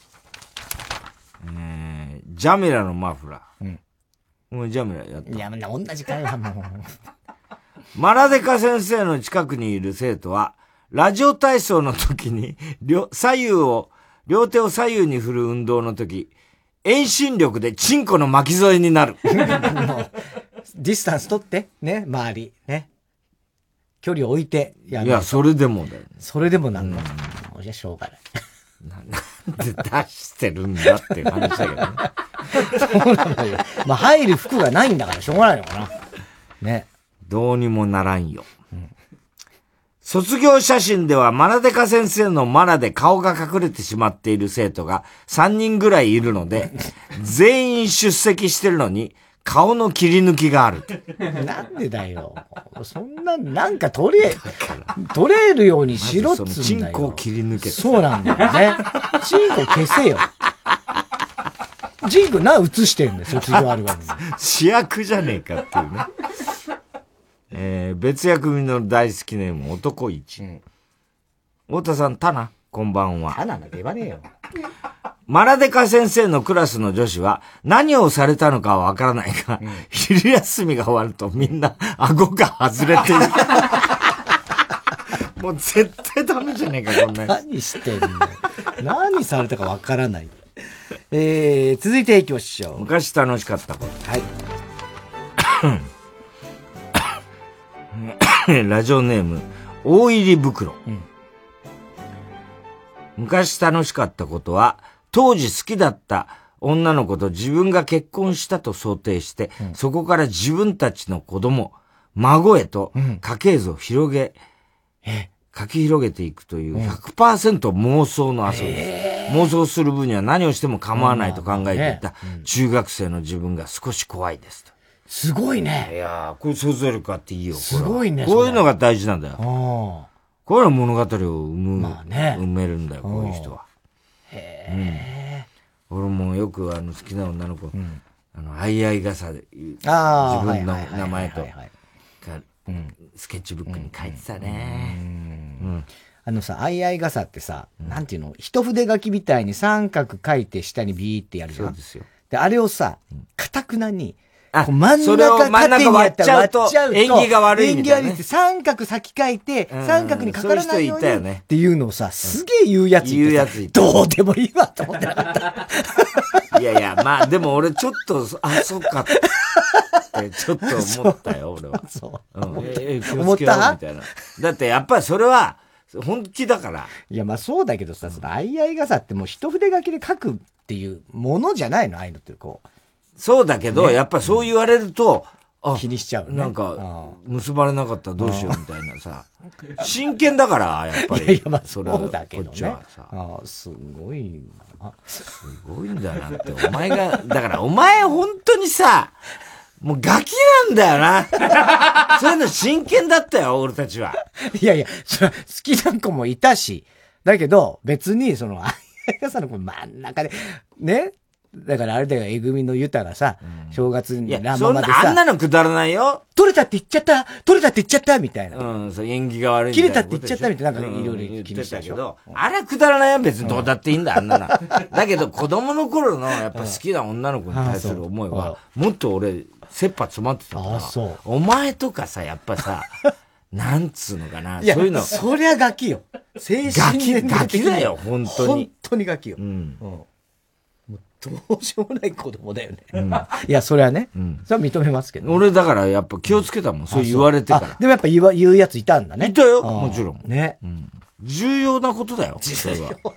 えー、ジャミラのマフラー。うん。もうジャミラやった。 いや、同じ会話もう。 マラデカ先生の近くにいる生徒は、ラジオ体操の時に、両、左右を、両手を左右に振る運動の時、遠心力でチンコの巻き添えになる。 ディスタンス取って、ね、周り、ね。距離を置いてやる。いや、それでもだよ、ね。 それでもなんだ。うん、じゃしょうがない。 なんで出してるんだっていう話だけどね。 そうなのよ。まあ、入る服がないんだからしょうがないのかな。ね。 どうにもならんよ。うん、卒業写真ではマラデカ先生のマラで顔が隠れてしまっている生徒がさんにんぐらいいるので、全員出席してるのに、顔の切り抜きがある。 なんでだよ。そんな、なんか取れ、取れるようにしろっつうんだよ。 チンコを切り抜け。 そうなんだよね。チンコ消せよ。チンコな、映してんだよ、卒業アルバムに。 主役じゃねえかっていうね。えー、別役組の大好きネーム、男一。うん、太田さん、タナ、こんばんは。 タナなんて言わねえよ。 マラデカ先生のクラスの女子は何をされたのかはわからないが、うん、昼休みが終わるとみんな顎が外れている。もう絶対ダメじゃねえか、こんなやつ。 何してんの？何されたかわからない。えー、続いていきましょう。 昔楽しかったこと。はい。ラジオネーム、大入り袋。うん、昔楽しかったことは、当時好きだった女の子と自分が結婚したと想定して、うん、そこから自分たちの子供、孫へと家系図を広げ、うん、書き広げていくという ひゃくパーセント 妄想の遊びです。妄想する分には何をしても構わないと考えていた中学生の自分が少し怖いですと。 すごいね。 いやー、これ想像力あっていいよ。 すごいね。 こういうのが大事なんだよ。こういうの物語を生む、まあね、埋めるんだよ、こういう人は。へー、うん。俺もよくあの好きな女の子、うん、あの、あいあい傘で、自分の名前と、スケッチブックに書いてたね。うん。 あのさ、あいあい傘ってさ、うん、なんていうの、一筆書きみたいに三角書いて下にビーってやるじゃん。 そうですよ。 で、あれをさ、かたくなに、 あ、 真ん中縦にやったら割っちゃうと、 縁起が悪いみたいな、ね。縁起悪いって三角先書いて、三角にかからないようにっていうのをさ、すげえ言うやついてさ、言うやついてどうでもいいわと思ってなかった。 いやいや、まあでも俺ちょっと、あ、そっかって、ちょっと思ったよ、俺は。 そう。 うん、えー、思ったみたいな。だってやっぱりそれは、本気だから。 いや、まあそうだけどさ、その、あいあい傘ってもう一筆書きで書くっていうものじゃないの、ああいうのってこう。 そうだけど、ね、やっぱりそう言われると、 うん、あ、気にしちゃう、ね。 なんか、結ばれなかったらどうしようみたいなさ。真剣だから、やっぱり。 いやいや、まあ、それは、そうだけどね、こっちはさ。あ、すごいな。 すごいんだなって。お前が、だからお前本当にさ、もうガキなんだよな。そういうの真剣だったよ、俺たちは。 いやいや、それ好きな子もいたし、だけど、別に、その、あいあい傘の子真ん中で、ね、 だからあれだよ、えぐみのユタがさ、うん、正月にラーマまでさ。あんなのくだらないよ。 取れたって言っちゃった取れたって言っちゃったみたいな。 うん、そう、縁起が悪いみたいな。切れたって言っちゃったみたいな、なんかいろいろ気にしたけど、うん、あれはくだらないよ、別にどうだっていいんだ、あんなの。だけど、子供の頃の、やっぱ好きな女の子に対する思いは、もっと俺、切羽詰まってたから。あ、そう。お前とかさ、やっぱさ、なんつうのかな、そういうの。 そりゃガキよ。精神年齢的に。ガキだよ、本当に。 本当にガキよ。うん。うんどうしようもない子供だよね。うん、いや、それはね、うん。それは認めますけど、ね。 俺だからやっぱ気をつけたもん。うん、そう言われてから。 でもやっぱ言わ言うやついたんだね。 いたよ、もちろん。 ね、 うん。重要なことだよ。 重要だよ。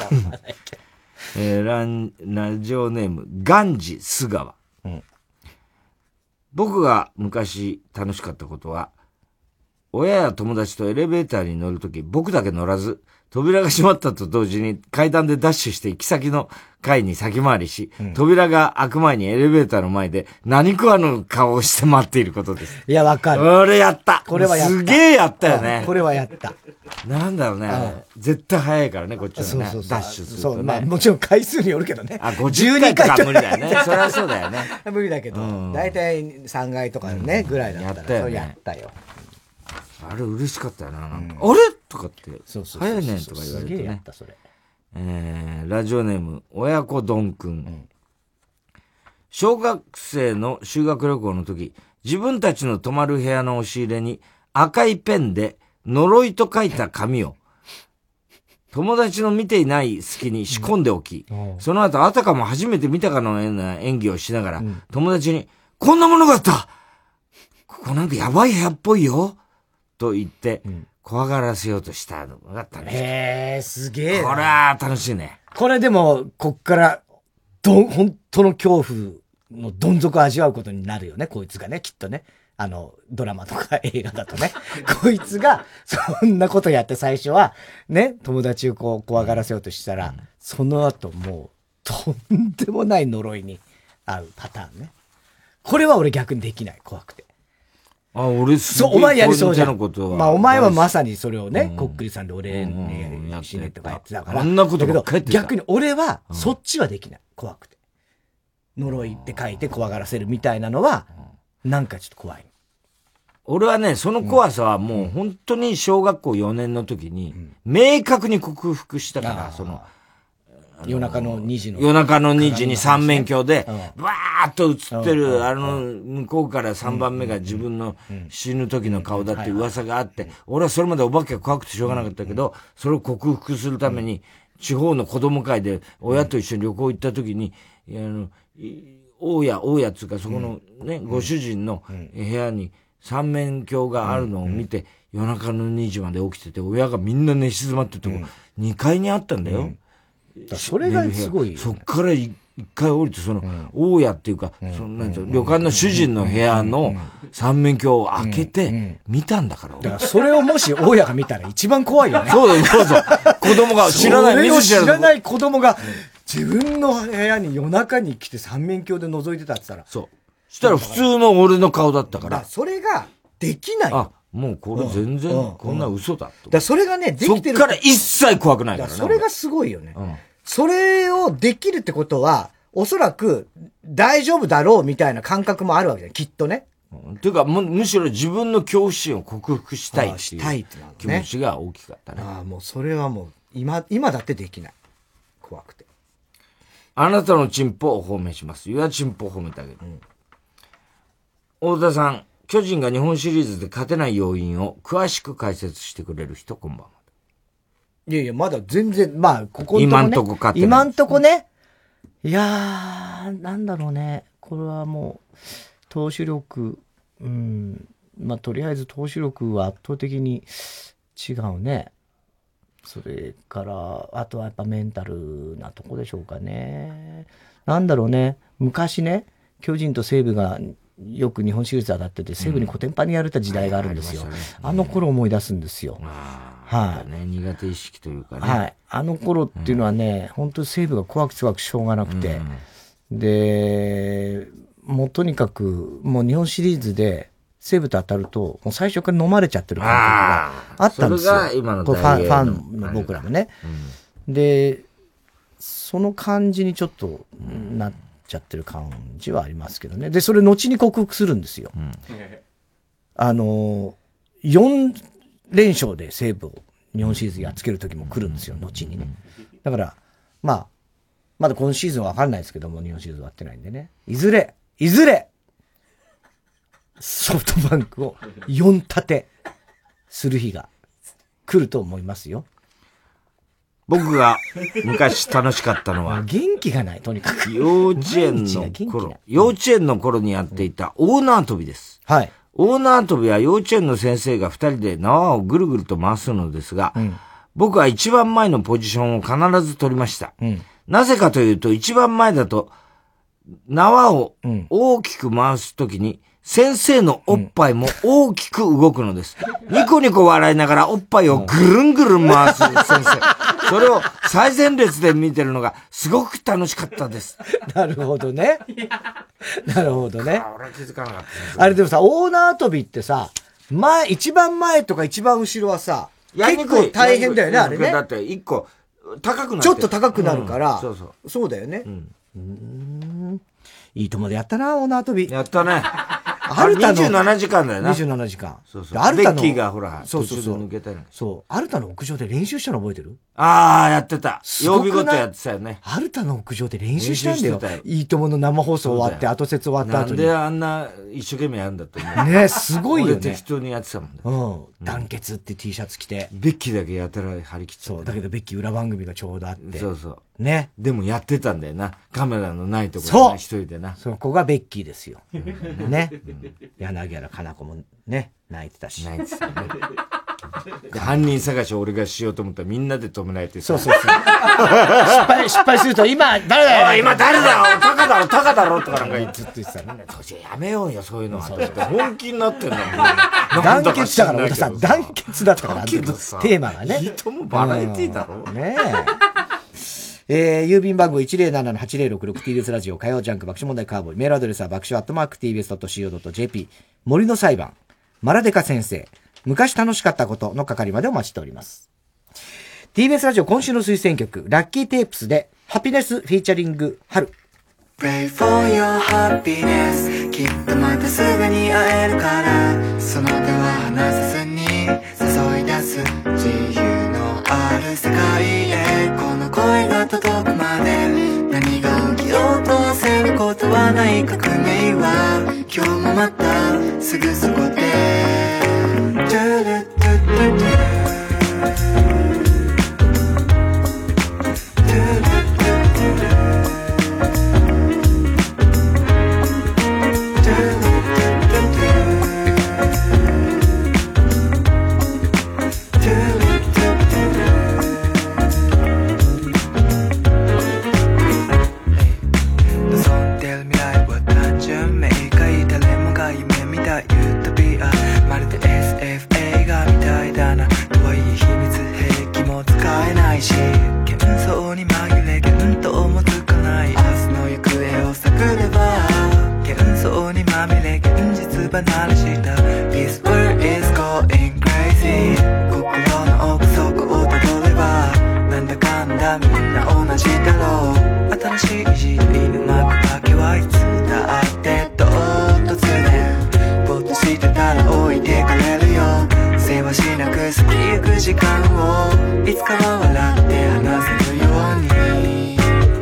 えー、ラン、ラジオネーム、ガンジスガワ。うん、僕が昔楽しかったことは、親や友達とエレベーターに乗るとき、僕だけ乗らず、扉が閉まったと同時に階段でダッシュして行き先の階に先回りし、うん、扉が開く前にエレベーターの前で何食わぬ顔をして待っていることです。 いや、わかる。 俺やった。 これはやった。 すげえやったよね。 これはやった。 なんだろうね。絶対早いからね、こっちはね。そうそうそうダッシュするとね。そう、まあもちろん回数によるけどね。 あ、ごじゅっかいとか無理だよね。そりゃそうだよね。 無理だけど、だいたいさんかいとかね、ぐらいだったら。やったよね。やったよ。 あれ嬉しかったよな。なんかうん、あれとかって。そうそう早いねんとか言われてね。すげえやったそれ。えー、ラジオネーム、親子どんくん。うん、小学生の修学旅行の時、自分たちの泊まる部屋の押し入れに赤いペンで呪いと書いた紙を友達の見ていない隙に仕込んでおき、うん、その後あたかも初めて見たかのような演技をしながら、うん、友達に、こんなものがあったここなんかやばい部屋っぽいよと言って、うん、怖がらせようとしたのがあったんです。 へー、すげえ。 これは楽しいね。 これでも、こっから、どん、本当の恐怖のどん底を味わうことになるよね、こいつがね、きっとね。あの、ドラマとか映画だとね。こいつが、そんなことやって最初は、ね、友達をこう、怖がらせようとしたら、うん、その後もう、とんでもない呪いに遭うパターンね。これは俺逆にできない、怖くて。 あ、俺すげえ。そう、お前やりそうじゃん。まあ、お前はまさにそれをね、うん、こっくりさんで俺に死ねとかやってたから。 あんなことばっかりだけど、逆に俺は、そっちはできない。怖くて。呪いって書いて怖がらせるみたいなのは、なんかちょっと怖い。 俺はね、その怖さはもう本当に小学校よねんの時に、明確に克服したから、その、 夜中のにじの。 夜中のにじに三面鏡で、わーっと映ってる、あの、向こうからさんばんめが自分の死ぬ時の顔だって噂があって、俺はそれまでお化けが怖くてしょうがなかったけど、それを克服するために、地方の子供会で親と一緒に旅行行った時に、あの、大家、大家っていうかそこのね、ご主人の部屋に三面鏡があるのを見て、夜中のにじまで起きてて、親がみんな寝静まってても、にかいにあったんだよ。 それがすごい、 ね。そっから一回降りて、その、うん、大家っていうか、うん、そのなんていうの、旅館の主人の部屋の三面鏡を開けて、見たんだから。 だからそれをもし大家が見たら一番怖いよね。 そうだよ、そうそう。子供が知らない、 それを知らない子供が、自分の部屋に夜中に来て三面鏡で覗いてたって言ったら。 そう。そしたら普通の俺の顔だったから。 だそれができない。 あ、もうこれ全然、こんな嘘だと。 だそれがね、できてる。 そっから一切怖くないからね。 それがすごいよね。うんそれをできるってことは、おそらく大丈夫だろうみたいな感覚もあるわけじゃん、きっとね。 うん、というかむ、むしろ自分の恐怖心を克服したいっていう気持ちが大きかったね。 ああ、もうそれはもう、今、今だってできない。怖くて。 あなたのチンポを褒めします。いや、チンポを褒めてあげる。うん、太田さん、巨人が日本シリーズで勝てない要因を詳しく解説してくれる人、こんばんは。 いやいや、まだ全然、まあ、ここ、 ね、今んとこ勝ってない。 今んとこね。いやー、なんだろうね。これはもう、投手力、うん、まあ、とりあえず投手力は圧倒的に違うね。それから、あとはやっぱメンタルなとこでしょうかね。なんだろうね。昔ね、巨人と西武が、よく日本シリーズ当たってて、西武にコテンパンにやれた時代があるんですよ。うん、あ, ね、あの頃思い出すんですよ。 はい、ね。苦手意識というかね。 はい。あの頃っていうのはね、うん、本当に西武が怖くて怖くしょうがなくて、うん、で、もうとにかく、もう日本シリーズで西武と当たると、もう最初から飲まれちゃってる感覚があったんですよ。 それが今のファン、ファンの僕らもね。うん、で、 その感じにちょっとなっちゃってる感じはありますけどね。で、それ後に克服するんですよ。うん、あの、よん連勝で西武を日本シリーズやっつける時も来るんですよ、後にね。だから、まあ、まだ今シーズンはわかんないですけども、日本シリーズ終わってないんでね。いずれ、いずれ、ソフトバンクをよん立てする日が来ると思いますよ。 僕が昔楽しかったのは、 元気がない、とにかく。 幼稚園の頃、幼稚園の頃にやっていた大縄跳びです。 はい。 大縄跳びは幼稚園の先生が二人で縄をぐるぐると回すのですが、うん、僕は一番前のポジションを必ず取りました。うん、なぜかというと、一番前だと、縄を大きく回すときに、先生のおっぱいも大きく動くのです。うん、ニコニコ笑いながらおっぱいをぐるんぐるん回す先生。それを最前列で見てるのがすごく楽しかったです。 なるほどね。なるほどね。 俺は気づかなかった。 あれでもさ、大縄跳びってさ、前、一番前とか一番後ろはさ、結構大変だよね、あれね。 だって一個高くなる。 ちょっと高くなるから、 うん、そうそう。 そうだよね。うん。うーん、いいともでやったな、大縄跳び。 やったね。 アルタの。 にじゅうななじかんだよな。 にじゅうななじかん。 そうそう。アルタの。ベッキーがほら、そうそうそう。抜けたの。 そう。アルタの屋上で練習したの覚えてる？ ああ、やってた。曜日ごとやってたよね。 アルタの屋上で練習したんだよ。いいともの生放送終わって、後説終わった後に。 なんであんな一生懸命やるんだと思う。 ね、すごいよね。 俺適当にやってたもんね。 うん。団結って T シャツ着て。 ベッキーだけやたら張り切って。 そう。だけどベッキー裏番組がちょうどあって。 そうそう。 ね。 でもやってたんだよな。カメラのないところで一人でな。 そこがベッキーですよ。ね。柳原かな子もね、泣いてたし。 泣いてたね。犯人探しを俺がしようと思ったらみんなで止められてそうそうそう。失敗、失敗すると今、誰だよ今誰だよタカだろタカだろとかなんかずっと言ってたね。やめようよ、そういうのは。本気になってんだもん。 団結だから、俺さ、団結だったから、テーマがね。 いいともバラエティーだろねえ。えー、郵便番号 いちゼロななのはちゼロろくろく ティービーエス ラジオ火曜ジャンク爆笑問題カーボーイ。メールアドレスは爆笑アットマーク ティービーエスドットシーオードットジェーピー。森の裁判。マラデカ先生。昔楽しかったことの係までお待ちしております。ティービーエス ラジオ今週の推薦曲、ラッキーテープスでハピネスフィーチャリング春。 Pray for your happiness きっとまたすぐに会えるからその手は離さずに誘い出す自由のある世界へこの声が届くまで何が起きようと焦ることはない革命は今日もまたすぐそこでトゥルトゥトゥトゥ離れした This world is going crazy 心の奥底をたどればなんだかんだみんな同じだろう新しい時代うまくだけはいつだって唐突でぼっとしてたら置いてかれるよせわしなく過ぎゆく時間をいつかは笑って話せるように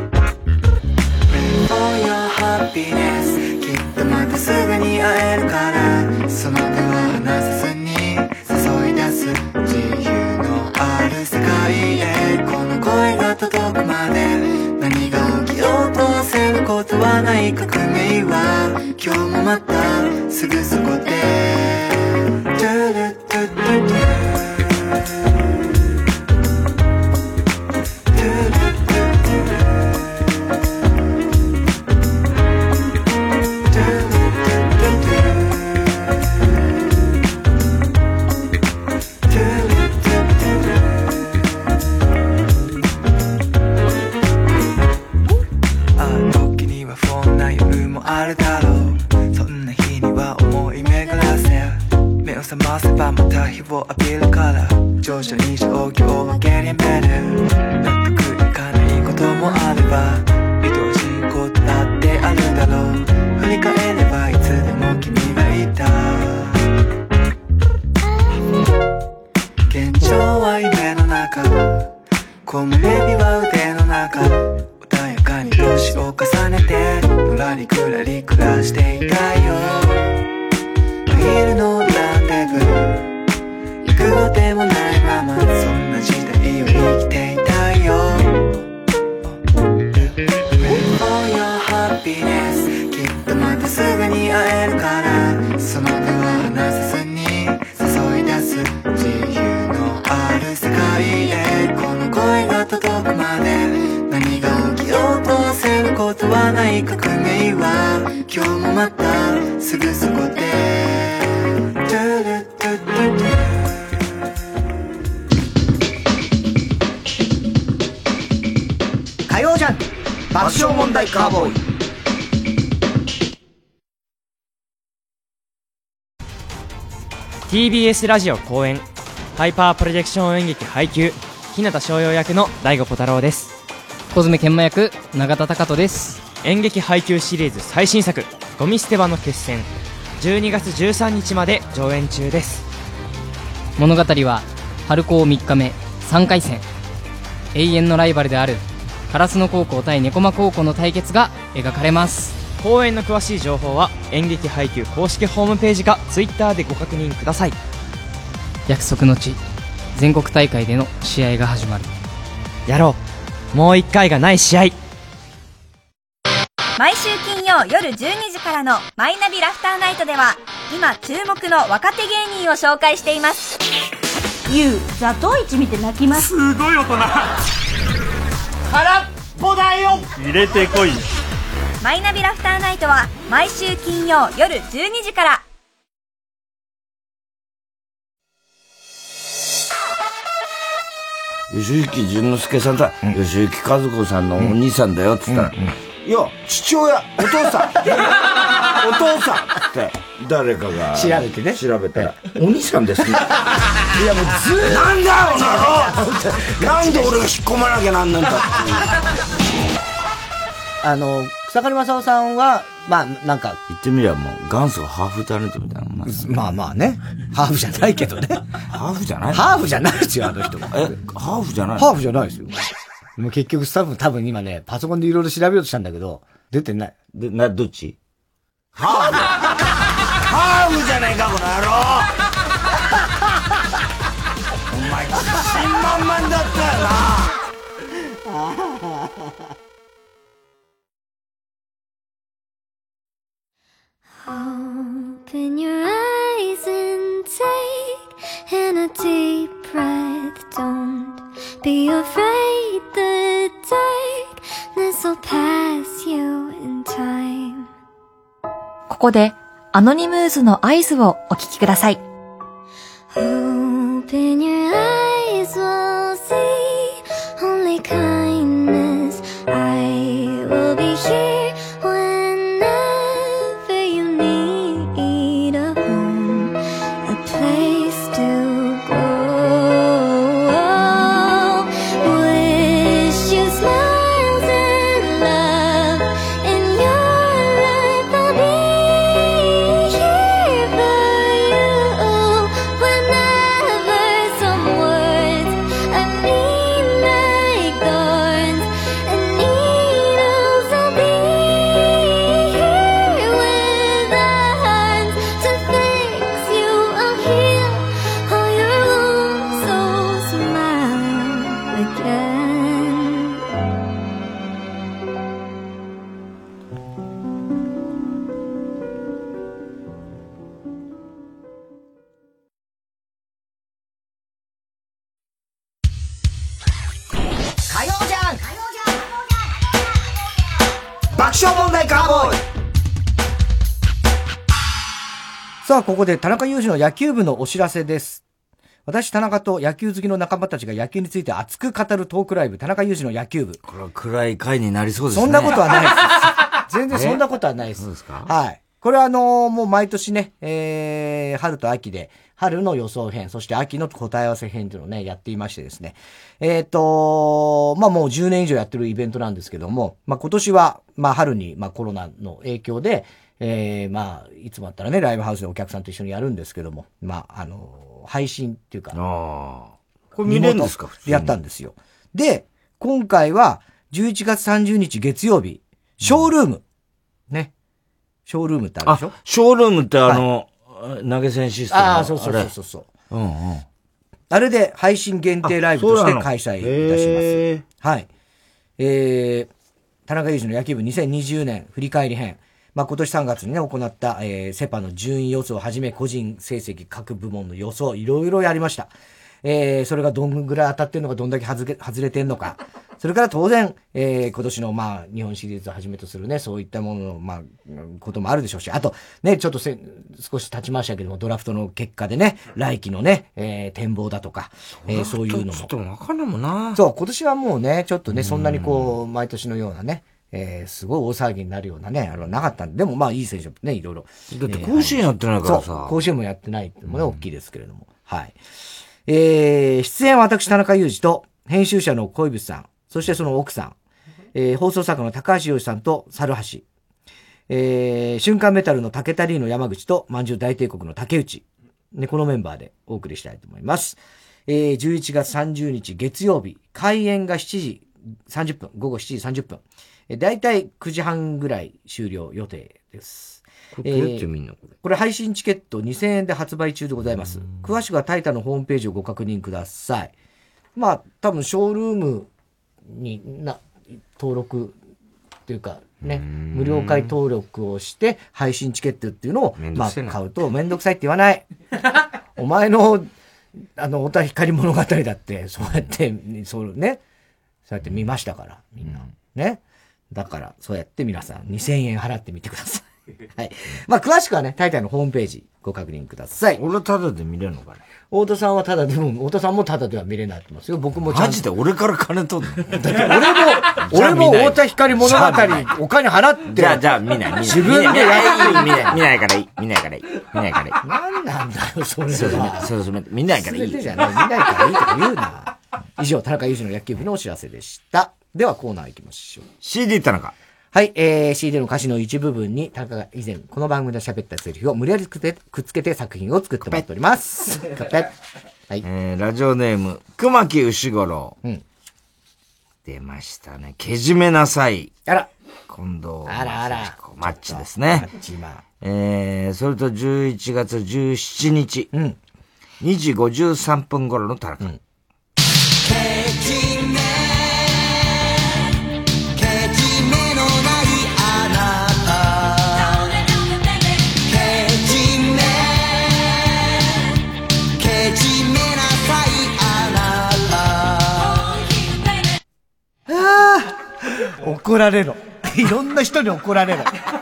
Pray for your happinessまたすぐに会えるからその手は離さずに誘い出す自由のある世界へこの声が届くまで何が起きようと焦ることはない革命は今日もまたすぐそこでトゥルトゥトゥトゥあるだろうそんな日には思い巡らせ目を覚ませばまた日を浴びるから徐々に状況は getting better 納得いかないことこともあれば愛おしいことだってあるだろう。振り返ればいつでも君がいた。現状は夢の中、木漏れ日は腕の中、穏やかに年を重ねてのらりくらり暮らしていたよ。昼のランデブー、行くあてもないままそんな時代を生きていたよ。 Wait for your happiness、 きっとまたすぐに会えるから、その手は離さずに誘い出す自由のある世界へ。この声が届くまで何が起きようと焦ることはない。革命は今日もまたすぐそこで。 火曜ジャンク爆笑問題カーボーイ。 ティービーエス ラジオ公演ハイパープロジェクション演劇配給、日向翔陽役の大悟小太郎です。 小爪研磨役永田貴人です。 演劇配給シリーズ最新作ゴミ捨て場の決戦、じゅうにがつじゅうさんにちまで上演中です。 物語は春高みっかめさんかい戦、永遠のライバルである烏野高校対猫間高校の対決が描かれます。 公演の詳しい情報は演劇配給公式ホームページかツイッターでご確認ください。 約束の地、全国大会での試合が始まる。 やろう、もう一回がない試合。 毎週金曜夜じゅうにじからのマイナビラフターナイトでは今注目の若手芸人を紹介しています。 ゆう、ザトウイチ見て泣きます。 すごい大人。 空っぽだよ。 入れてこい。 マイナビラフターナイトは毎週金曜夜じゅうにじから。 吉行淳之介さんだ、うん、吉行和子さんのお兄さんだよって言ったら、うんうんうん、いや父親お父さんお父さんって誰かが調べてね調べたらお兄さんですね。いやもうずーっとなんだよおなのなんで俺が引っ込まなきゃなんなんだっていう。 あの草刈正雄さんはまあなんか言ってみればもう元祖ハーフタレントみたいなもん。 まあまあね、ハーフじゃないけどね。 ハーフじゃないハーフじゃないですよあの人。 えハーフじゃないハーフじゃないですよ。もう結局スタッフ多分今ねパソコンでいろいろ調べようとしたんだけど出てない。 でなどっち？ハーフハーフじゃねえかこの野郎。お前自信満々だったよな。 Open your eyes and take in a deep breath. Don't be afraid the darkness will pass you in time. ここでアノニムーズの合図をお聞きください。 Open your eyes, we'll see only kindness. I will be here whenever you need a home, a place to go. Wish you smiles and love in your life. I'll be here for you whenever some words are mean like thorns and needles. I'll be here with arms to fix you. I'll heal all your wounds, so smile again. 火曜じゃん爆笑問題カーボーイ。さあここで田中裕二の野球部のお知らせです。私田中と野球好きの仲間たちが野球について熱く語るトークライブ、田中裕二の野球部。 これは暗い回になりそうですね。 そんなことはないです。全然そんなことはないです。 そうですか？ はい。これはあのー、もう毎年ね、えー、春と秋で春の予想編、そして秋の答え合わせ編というのをね、やっていましてですね。えっと、まあもうじゅうねん以上やってるイベントなんですけども、まあ今年は、まあ春に、まあコロナの影響で、えー、まあ、いつもだったらね、ライブハウスでお客さんと一緒にやるんですけども、まあ、あの、配信っていうか、 あこれ見れるんですか？ やったんですよ。で、今回は、じゅういちがつさんじゅうにち月曜日、ショールーム。うん、ね。ショールームってあるでしょ？ あ、ショールームってあの、はい、投げ銭システム。 ああ、そうそうそうそう。うんうん。あれで配信限定ライブとして開催いたします。はい。えー、田中裕二の野球部にせんにじゅうねん振り返り編。まあ、今年さんがつにね、行った、えー、セパの順位予想をはじめ、個人成績各部門の予想、いろいろやりました。えー、それがどんぐらい当たってんのか、どんだけ外れ、外れてんのか。それから当然、えー、今年の、まあ、日本シリーズをはじめとするね、そういったものの、まあ、こともあるでしょうし、あと、ね、ちょっとせ、少し経ちましたけども、ドラフトの結果でね、来季のね、えー、展望だとか、えー、そういうのも。 ちょっとわかんないもんな。 そう、今年はもうね、ちょっとね、そんなにこう、毎年のようなね、えー、すごい大騒ぎになるようなね、あれはなかったんで、でもまあいい選手ね、いろいろ。 だって甲子園やってないからさ。 そう、甲子園もやってないっていうのもね、大きいですけれども。はい。えー、出演は私、田中裕二と、編集者の小渕さん、そしてその奥さん、えー、放送作家の高橋洋さんと猿橋、えー、瞬間メタルの竹田リーの山口と、まんじゅう大帝国の竹内、ね、このメンバーでお送りしたいと思います。えー、じゅういちがつさんじゅうにち月曜日、開演がしちじさんじゅっぷん、午後しちじさんじゅっぷん。だいたいくじはんぐらい終了予定です。 これどうやって見んの、これ。 これ配信チケットにせんえんで発売中でございます。詳しくはタイタのホームページをご確認ください。まあ、多分ショールームにな、登録っていうかね、無料会登録をして配信チケットっていうのを、まあ、買うとめんどくさいって言わない。お前の、あの、おた光物語だって、そうやって、そうね、そうやって見ましたから、みんな。ね。だから、そうやって皆さんにせんえん払ってみてください。はい。まあ、詳しくはね、タイタイのホームページご確認ください。 俺はタダで見れるのかね。 太田さんはタダでも、太田さんもタダでは見れないと思いますよ。僕もちゃんと。 マジで俺から金取るの？だって俺も、俺も太田光物語、お金払って。 じゃあ、じゃあ見ない、見ない。 自分でやって見ない、見ないからいい。見ないからいい。見ないからいい。 何なんだよ、それは。 そうそう、見ないからいい。 全てじゃない、見ないからいいとか言うな。以上、田中裕二の野球部のお知らせでした。ではコーナー行きましょう。 シーディー 田中。 はい、えー、シーディー の歌詞の一部分に、田中が以前、この番組で喋ったセリフを無理やりくっつけて作品を作ってもらっております。カペッ。はい。 えー、ラジオネーム、熊木牛五郎。うん。出ましたね。けじめなさい。 あら。 近藤。 あらあら。 マッチですね。 マッチマン。 えー、それとじゅういちがつじゅうしちにち。うん。にじごじゅうさんぷん頃の田中。うん。 怒られろ。いろんな人に怒られろ。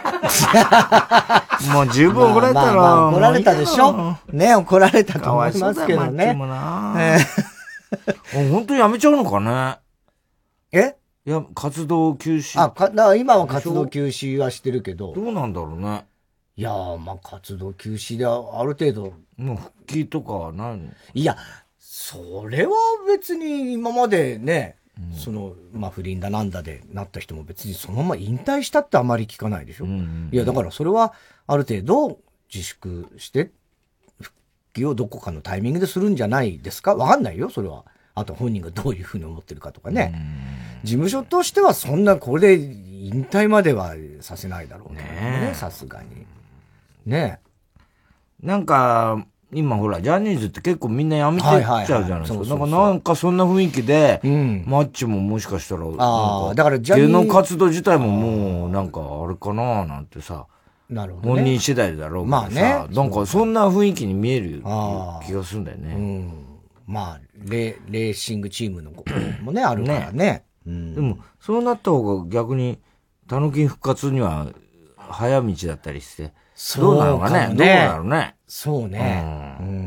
もう十分怒られたろ。 まあまあまあ怒られたでしょ。ね、怒られたと思いますけどね。 もな本当にやめちゃうのかね。 えいや、活動休止。 あ、か、だから今は活動休止はしてるけど。 どうなんだろうね。 いやー、まあ活動休止である程度。 もう復帰とかはないの？ いや、それは別に今までね、うん、その、まあ、不倫だなんだでなった人も別にそのまま引退したってあまり聞かないでしょ。うんうんうん、いや、だからそれはある程度自粛して、復帰をどこかのタイミングでするんじゃないですか？わかんないよ、それは。あと本人がどういうふうに思ってるかとかね。事務所としてはそんな、これで引退まではさせないだろうね。さすがに。ねえ。なんか、今ほら、ジャニーズって結構みんな辞めてっちゃうじゃないですか。だからなんかそんな雰囲気で、うん、マッチももしかしたら、 ああ、だからジャニーズ。 芸能活動自体ももう、なんかあれかななんてさ。 なるほど、ね。 本人次第だろうけどさ。まあね。なんかそんな雰囲気に見える気がするんだよね。 うん。まあ、レ、レーシングチームのこともね、あるからね。ねうん、でも、そうなった方が逆に、たぬき復活には早道だったりして。どうなのかね。どうなのね。 そうね。うん。うん、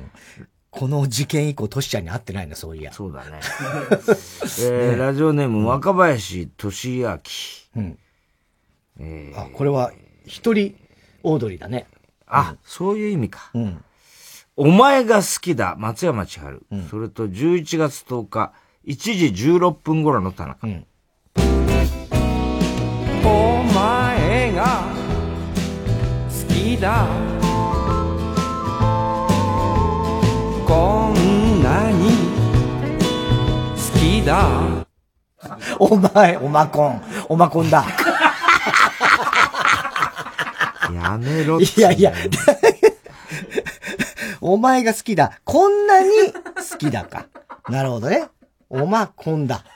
この事件以降、トシちゃんに会ってないんだ、そういや。 そうだね。えー、ラジオネーム、若林俊明。うん。 えー、あ、これは、一人オードリーだね。 あ、うん、そういう意味か。 うん。 お前が好きだ、松山千春。うん、それとじゅういちがつとおか、いちじじゅうろっぷん頃の田中。うん、 お前が好きだ。こんなに好きだ。 お前、おまこん。おまこんだ。 やめろって。 いやいや。お前が好きだ。こんなに好きだか。なるほどね。おまこんだ。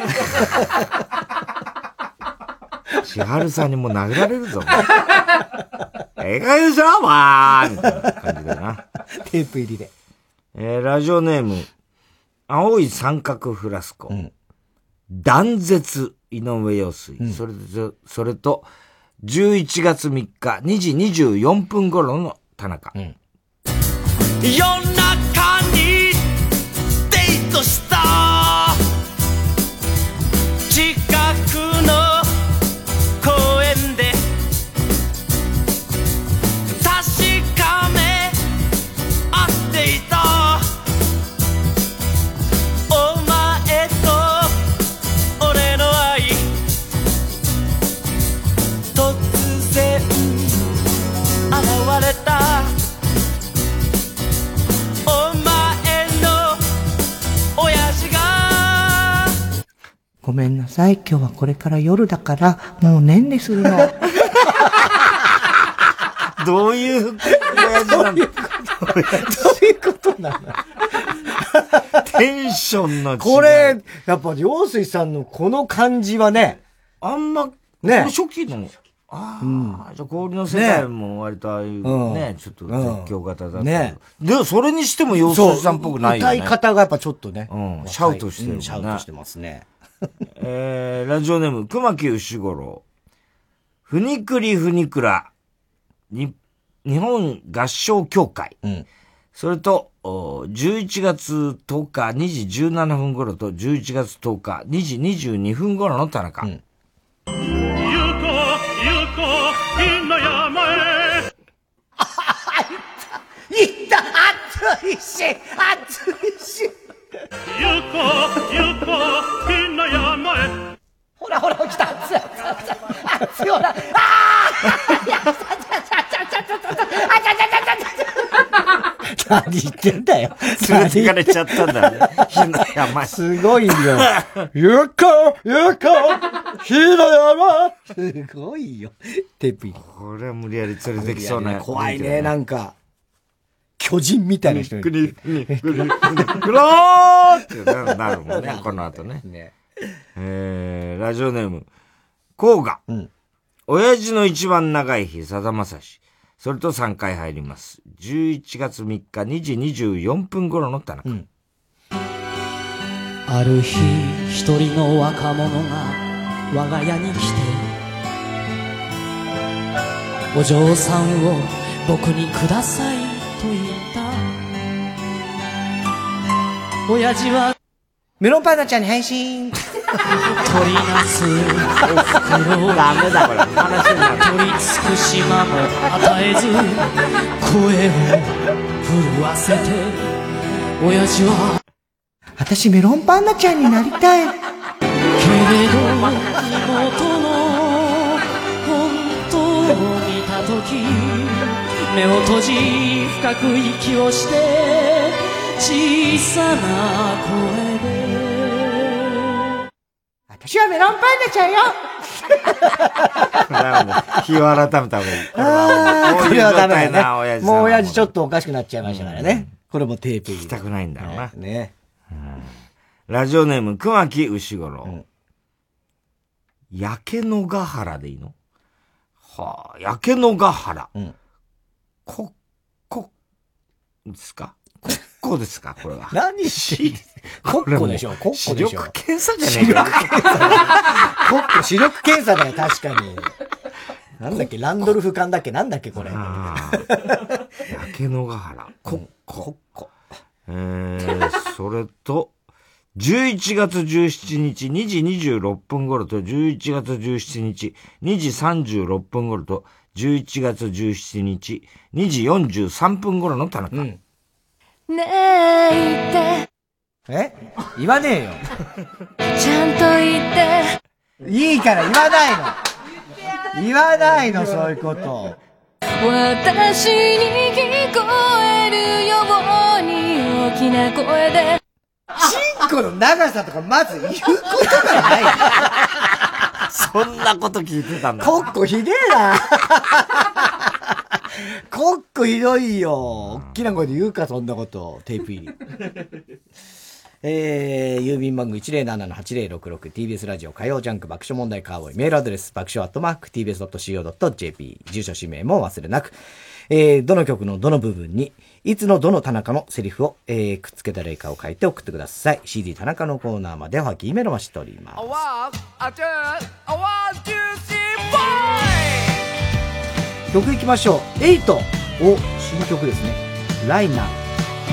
千春さんにもう殴られるぞ。ええかいでしょわーみたいな感じだな。 テープ入りで。 えー、ラジオネーム、青い三角フラスコ。うん、断絶、井上陽水。うん、それと、それと、じゅういちがつみっか、にじにじゅうよんぷん頃の田中。うん、 夜中にデートした近くの公園で確かめ合っていたお前と俺の愛突然現れたごめんなさい。今日はこれから夜だから、もうねんでするの。 どういう親父なの？どういうことなの？ テンションの違い。 これ、やっぱ、陽水さんのこの感じはね、 あんま、ね。初期の、ああ、うん、じゃあ氷の世界も割とああいうね、ね、ちょっと絶叫型だった。ね。でもそれにしても陽水さんっぽくないよね。 歌い方がやっぱちょっとね。 うん。シャウトしてるもんね。 シャウトしてますね。 えー、ラジオネーム、熊木牛五郎。ふにくりふにくら、に、日本合唱協会。うん、それと、じゅういちがつとおかにじじゅうななふん頃とじゅういちがつとおかにじにじゅうにふん頃の田中。うん、行こう、行こう、 銀の山へ。 行った暑いし暑いし行こう、行こう、銀の山へ。 ほらほら、来た、熱い、熱い、熱い、ほら、あーいや、ちゃちゃちゃちゃちゃちゃちゃちゃちゃちゃちゃ何言ってんだよ。 連れてかれちゃったんだね。火の山。 すごいよ。行こう、行こう、火の山。すごいよ。テープ入り。 これは無理やり連れてきそうな。 怖いね、なんか。巨人みたいな人に。 くり、くり、くり、くろーってなるもんね、この後ね。ねえー、ラジオネーム、甲賀。うん。親父の一番長い日、さだまさし。それとさんかい入ります。じゅういちがつみっか、にじにじゅうよんぷん頃の田中。うん、 ある日、一人の若者が我が家に来て、お嬢さんを僕にくださいと言った。親父はメロンパンナちゃんに変身。 取りなす袋をダメだこれ話になる。 取りつく島も与えず声を震わせて親父は私メロンパンナちゃんになりたいけれど妹の本当を見た時目を閉じ深く息をして小さな声で私はメロンパンナちゃんよ。 なるほど。日を改めた方がいい。 ああ、これはダメだね。もう親父ちょっとおかしくなっちゃいましたからね。うん、これもテープ聞きたくないんだろうな。 ね、 うん。ラジオネーム、熊木牛五郎。うん、焼け野ヶ原でいいの？はあ、焼け野ヶ原。うん、こ、こ、ですか？こっこですかこれは。 何し、こっこでしょこっこでしょ視力検査じゃねえか。 視力検査。こっこ視力検査だよ、確かに。なんだっけランドルフ缶だっけなんだっけこれ。 焼け野ヶ原。こっこ。こっこ。えー、それと、じゅういちがつじゅうしちにちにじにじゅうろっぷん頃とじゅういちがつじゅうしちにちにじさんじゅうろっぷん頃とじゅういちがつじゅうしちにちにじよんじゅうさんぷん頃の田中。うん泣いてえ言わねえよ。 ちゃんと言っていいから言わないの。言わないの、そういうこと。 私に聞こえるように大きな声でチンコの長さとかまず言うことがない。 そんなこと聞いてたんだ。 コッコひでえな。コッコひどいよ。大きな声で言うか、そんなこと。テープ入り。えー、郵便番号 いちゼロななのはちゼロろくろく ティービーエス ラジオ火曜ジャンク爆笑問題カーボーイメールアドレス爆笑アットマーク ティービーエスドットシーオードットジェーピー 住所氏名も忘れなく、えー、どの曲のどの部分にいつのどの田中のセリフを、えー、くっつけた例かを書いて送ってください。 シーディー 田中のコーナーまでおはぎメールを待ちしております。曲いきましょう。エイトを新曲ですね。ライナー。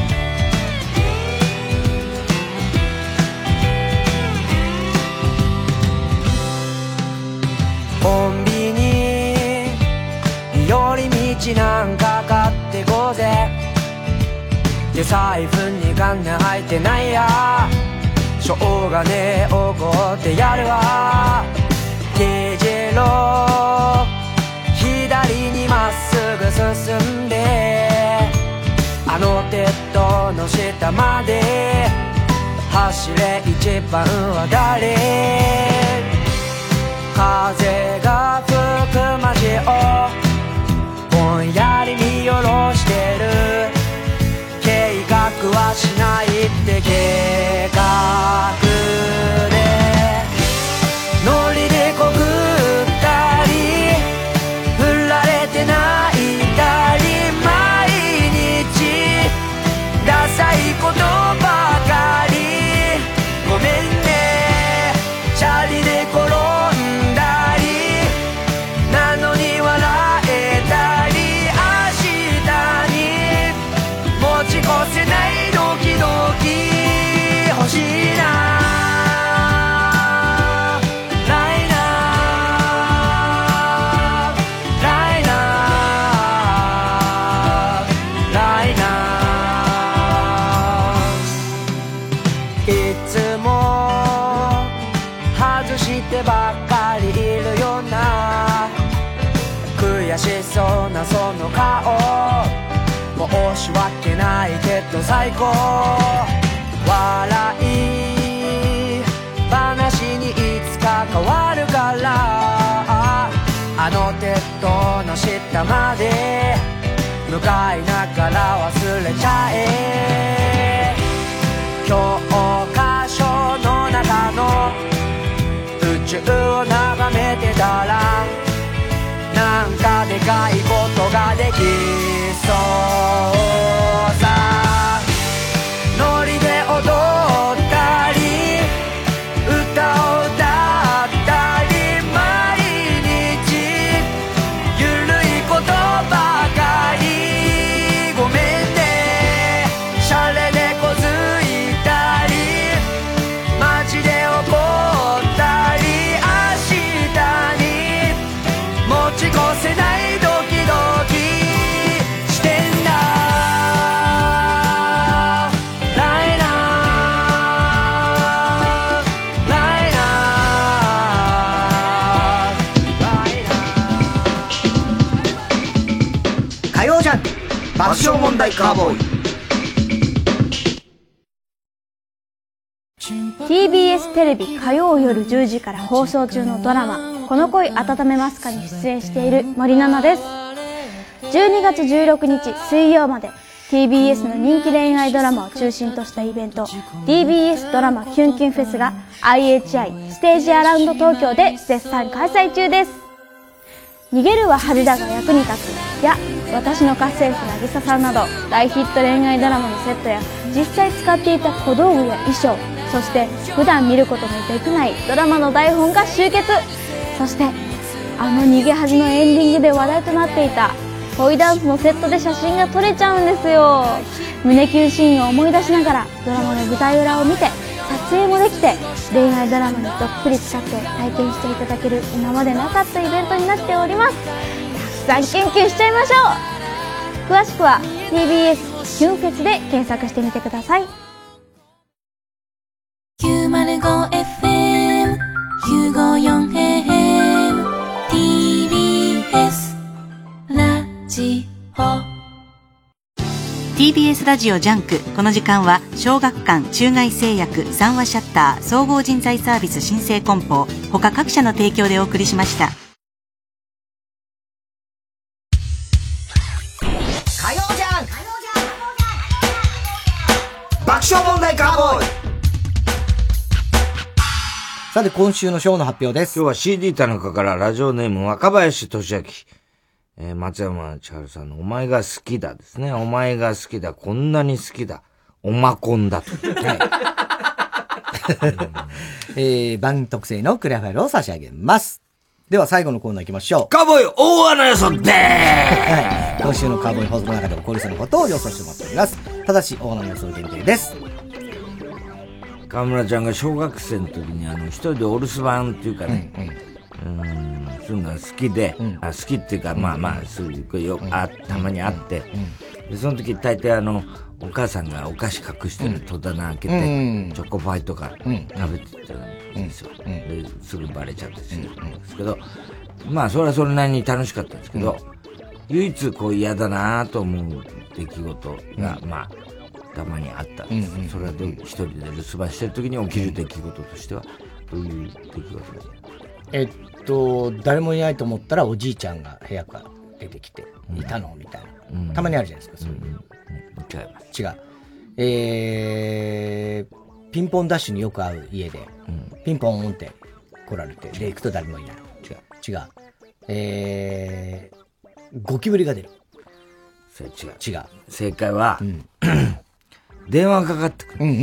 コンビニ寄り道なんか買ってこうぜ。で財布に金入ってないや。しょうがねえ怒ってやるわ。ゲジェロ左にまっすぐ進んであの鉄塔の下まで走れ一番は誰。風が吹く街をぼんやり見下ろしてる。計画はしないって計画でノリで告ったり振られて泣いたり毎日ダサいことばかり。ごめんねチャリで転んだりなのに笑えたり明日に持ち越せないドキドキ欲しいな。ばっかりいるよな。悔しそうなその顔申し訳ないけど最高。笑い話にいつか変わるからあの鉄塔の下まで向かいながら忘れちゃえ。教科書の中の宇宙を眺めてたらなんかでかいことができそうさ。ノリで踊ったり歌を歌ったり毎日ゆるいことばかり。ごめんねシャレでこづいたりマジで怒ったり持ち越せないドキドキしてんだ。ライナーライナー火曜ジャンク爆笑問題カーボーイ。 ティービーエス テレビ火曜夜じゅうじから放送中のドラマこの恋温めますかに出演している森七菜です。じゅうにがつじゅうろくにち水曜まで ティービーエス の人気恋愛ドラマを中心としたイベント ティービーエス ドラマキュンキュンフェスが アイエイチアイ ステージアラウンド東京で絶賛開催中です。逃げるは恥だが役に立つや私の家政婦渚さんなど大ヒット恋愛ドラマのセットや実際使っていた小道具や衣装、そして普段見ることのできないドラマの台本が集結。そしてあの逃げ恥のエンディングで話題となっていた恋ダンスのセットで写真が撮れちゃうんですよ。胸キュンシーンを思い出しながらドラマの舞台裏を見て撮影もできて恋愛ドラマにどっぷり使って体験していただける今までなかったイベントになっております。たくさんキュンキュンしちゃいましょう。 詳しくは ティービーエス キュンフェスで検索してみてください。 きゅうまるごエフエム きゅうごよんエフエム ティービーエス ラジオティービーエス ラジオジャンク。この時間は小学館、中外製薬、三話シャッター、総合人材サービス新生梱包他各社の提供でお送りしました。 火曜じゃん爆笑問題カーボーイ。さて今週のショーの発表です。 今日は シーディー 田中からラジオネーム若林俊明、えー、松山千春さんのお前が好きだですね。お前が好きだ、こんなに好きだ、おまこんだと。 えー、番特製のクリアファイルを差し上げます。では最後のコーナー行きましょう。 カーボーイ大穴予想でーす、 はい、今週のカーボーイ放送の中で起こりそうなことを予想してもらっております。ただし大穴予想限定です。 河村ちゃんが小学生の時にあの一人でお留守番っていうかね、うん、うん、そういうのが好きで、うん、あ好きっていうか、うん、まあまあそういうよ、うん、あたまにあって、うん、でその時大抵あのお母さんがお菓子隠してる戸棚開けて、うん、チョコパイとか食べてたんですよ、うん、ですぐバレちゃってしてるんですけど、まあそれはそれなりに楽しかったんですけど、うん、唯一こう嫌だなと思う出来事が、うん、まあたまにあったんです、うんうん、それは一人で留守番してる時に起きる出来事としてはどういう出来事ですか？ えっと誰もいないと思ったらおじいちゃんが部屋から出てきて、うん、いたのみたいな、うん、たまにあるじゃないですか、そういう、うんうん、違います。違う。えー、ピンポンダッシュによく会う家で、うん、ピンポンって来られて、で行くと誰もいない。違う。違う。えー、ゴキブリが出る。 それ違う。 違う。 正解は、うん電話がかかってくる。 うんうんうんうん。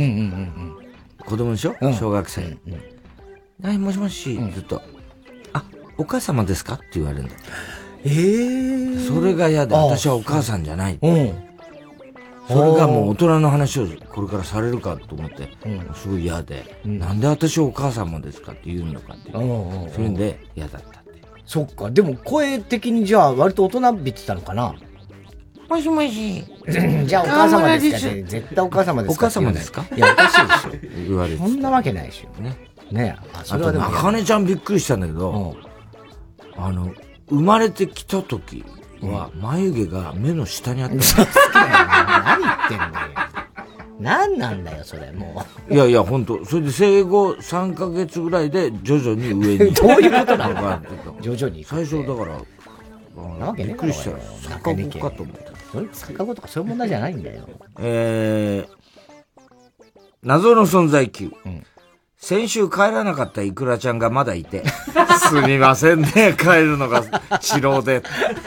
子供でしょ、うん、小学生。うんうん、はい、もしもし、うん、ずっと。あ、お母様ですかって言われるんだ。 ええー。 それが嫌で、私はお母さんじゃない。うん。それがもう大人の話をこれからされるかと思って、うん、すごい嫌で、うん、なんで私はお母様ですかって言うのかって。うん、そういうんで嫌だったって。 そっか。でも声的にじゃあ割と大人びってたのかな？ もしもし。 じゃあお母様ですかね。絶対お母様ですか。 お母様ですか？ いや、おかしいでしょ。 言われて。 そんなわけないでしょ。ね。ねえ。 あ、それはでも。あと、中根ちゃんびっくりしたんだけど、うん、あの、生まれてきた時は、眉毛が目の下にあった。 何言ってんだよ。何なんだよ、それ、もう。いやいや、ほんと。それで生後さんかげつぐらいで徐々に上に。 どういうことなのか。徐々に。 最初だから、 なわけねえ。 びっくりしたら、逆子かと思った。 それ、逆子とかそういう問題じゃないんだよ。 えー、謎の存在級。うん、先週帰らなかったイクラちゃんがまだいて、すみませんね、帰るのが治療で。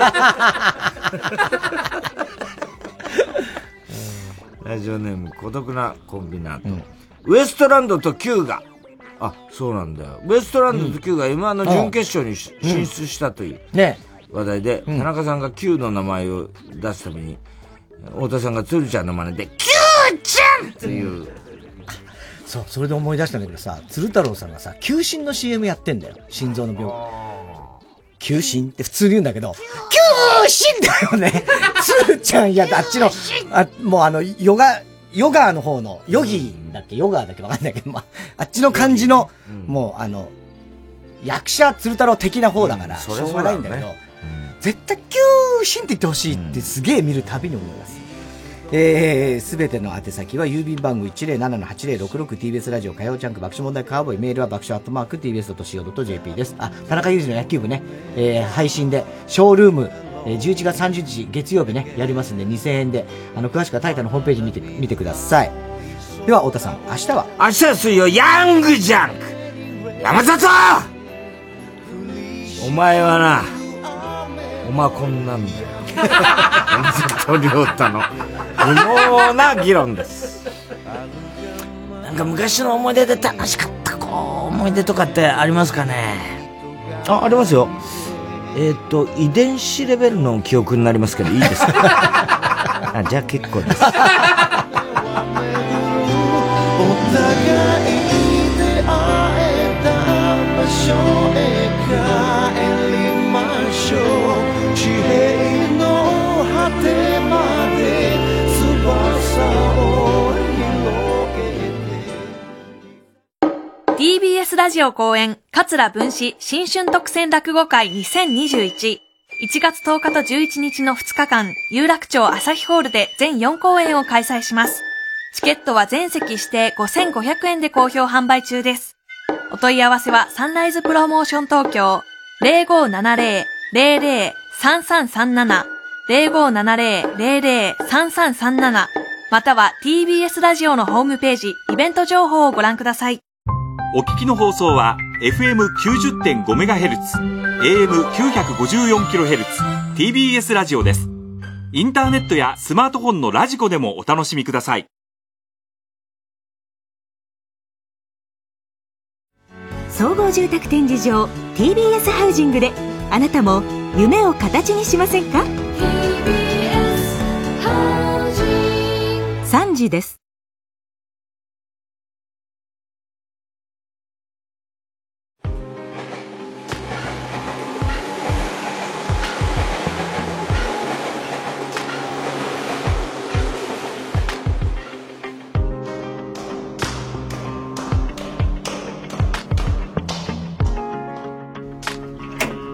ラジオネーム、孤独なコンビナート。うん、ウエストランドと Q が、あ、そうなんだよ。ウエストランドと Q が エムワン の準決勝に、うん、進出したという。ね。話題で、うん、田中さんが Q の名前を出すために、太田さんが鶴ちゃんの真似で、Q ちゃんっていう、うん。 そう、それで思い出したんだけどさ、鶴太郎さんがさ、休心の シーエム やってんだよ。心臓の病。休心って普通に言うんだけど、休心だよね。鶴ちゃんや、あっちの、あ、もうあの、ヨガ、ヨガの方の、ヨギだっけ、ヨガだっけわかんないけど、まあ、あっちの感じの、うん、もうあの、役者鶴太郎的な方だから、しょうがないんだけど、絶対キューシンって言ってほしいってすげえ見るたびに思います。うん、えー、すべての宛先は郵便番号 いちまるななのはちまるろくろく ティービーエス ラジオ火曜ジャンク爆笑問題カーボーイメールは爆笑アットマーク ティービーエスドットシーオードットジェーピー です。あ、田中裕二の野球部ね、えー、配信でショールーム、えー、じゅういちがつさんじゅうにち月曜日ね、やりますんでにせんえんで、あの、詳しくはタイタのホームページ見て、見てください。では、太田さん、明日は明日は水曜、ヤングジャンク山里お前はな、おまこんなんだよ。山里亮太の不毛な議論です。なんか昔の思い出で楽しかったこう思い出とかってありますかね？あ、ありますよ。えっと遺伝子レベルの記憶になりますけどいいですか？あ、じゃあ結構です。お互いで会えた場所へ帰りましょう。地平の果てまラジオ公演桂文枝新春特選落語会にせんにじゅういち。いちがつとおかとじゅういちにちのふつかかん、有楽町朝日ホールで全よんこうえんを開催します。チケットは全席指定ごせんごひゃくえんで好評販売中です。お問い合わせはサンライズプロモーション東京 ゼロごーななゼロ ゼロゼロ さんさんさんなな ゼロごーななゼロ ゼロゼロ さんさんさんなな または ティービーエス ラジオのホームページイベント情報をご覧ください。 お聞きの放送は エフエムきゅうじゅってんごメガヘルツ、エーエムきゅうひゃくごじゅうよんキロヘルツ、ティービーエス ラジオです。インターネットやスマートフォンのラジコでもお楽しみください。 総合住宅展示場 ティービーエス ハウジングであなたも夢を形にしませんか？さんじです。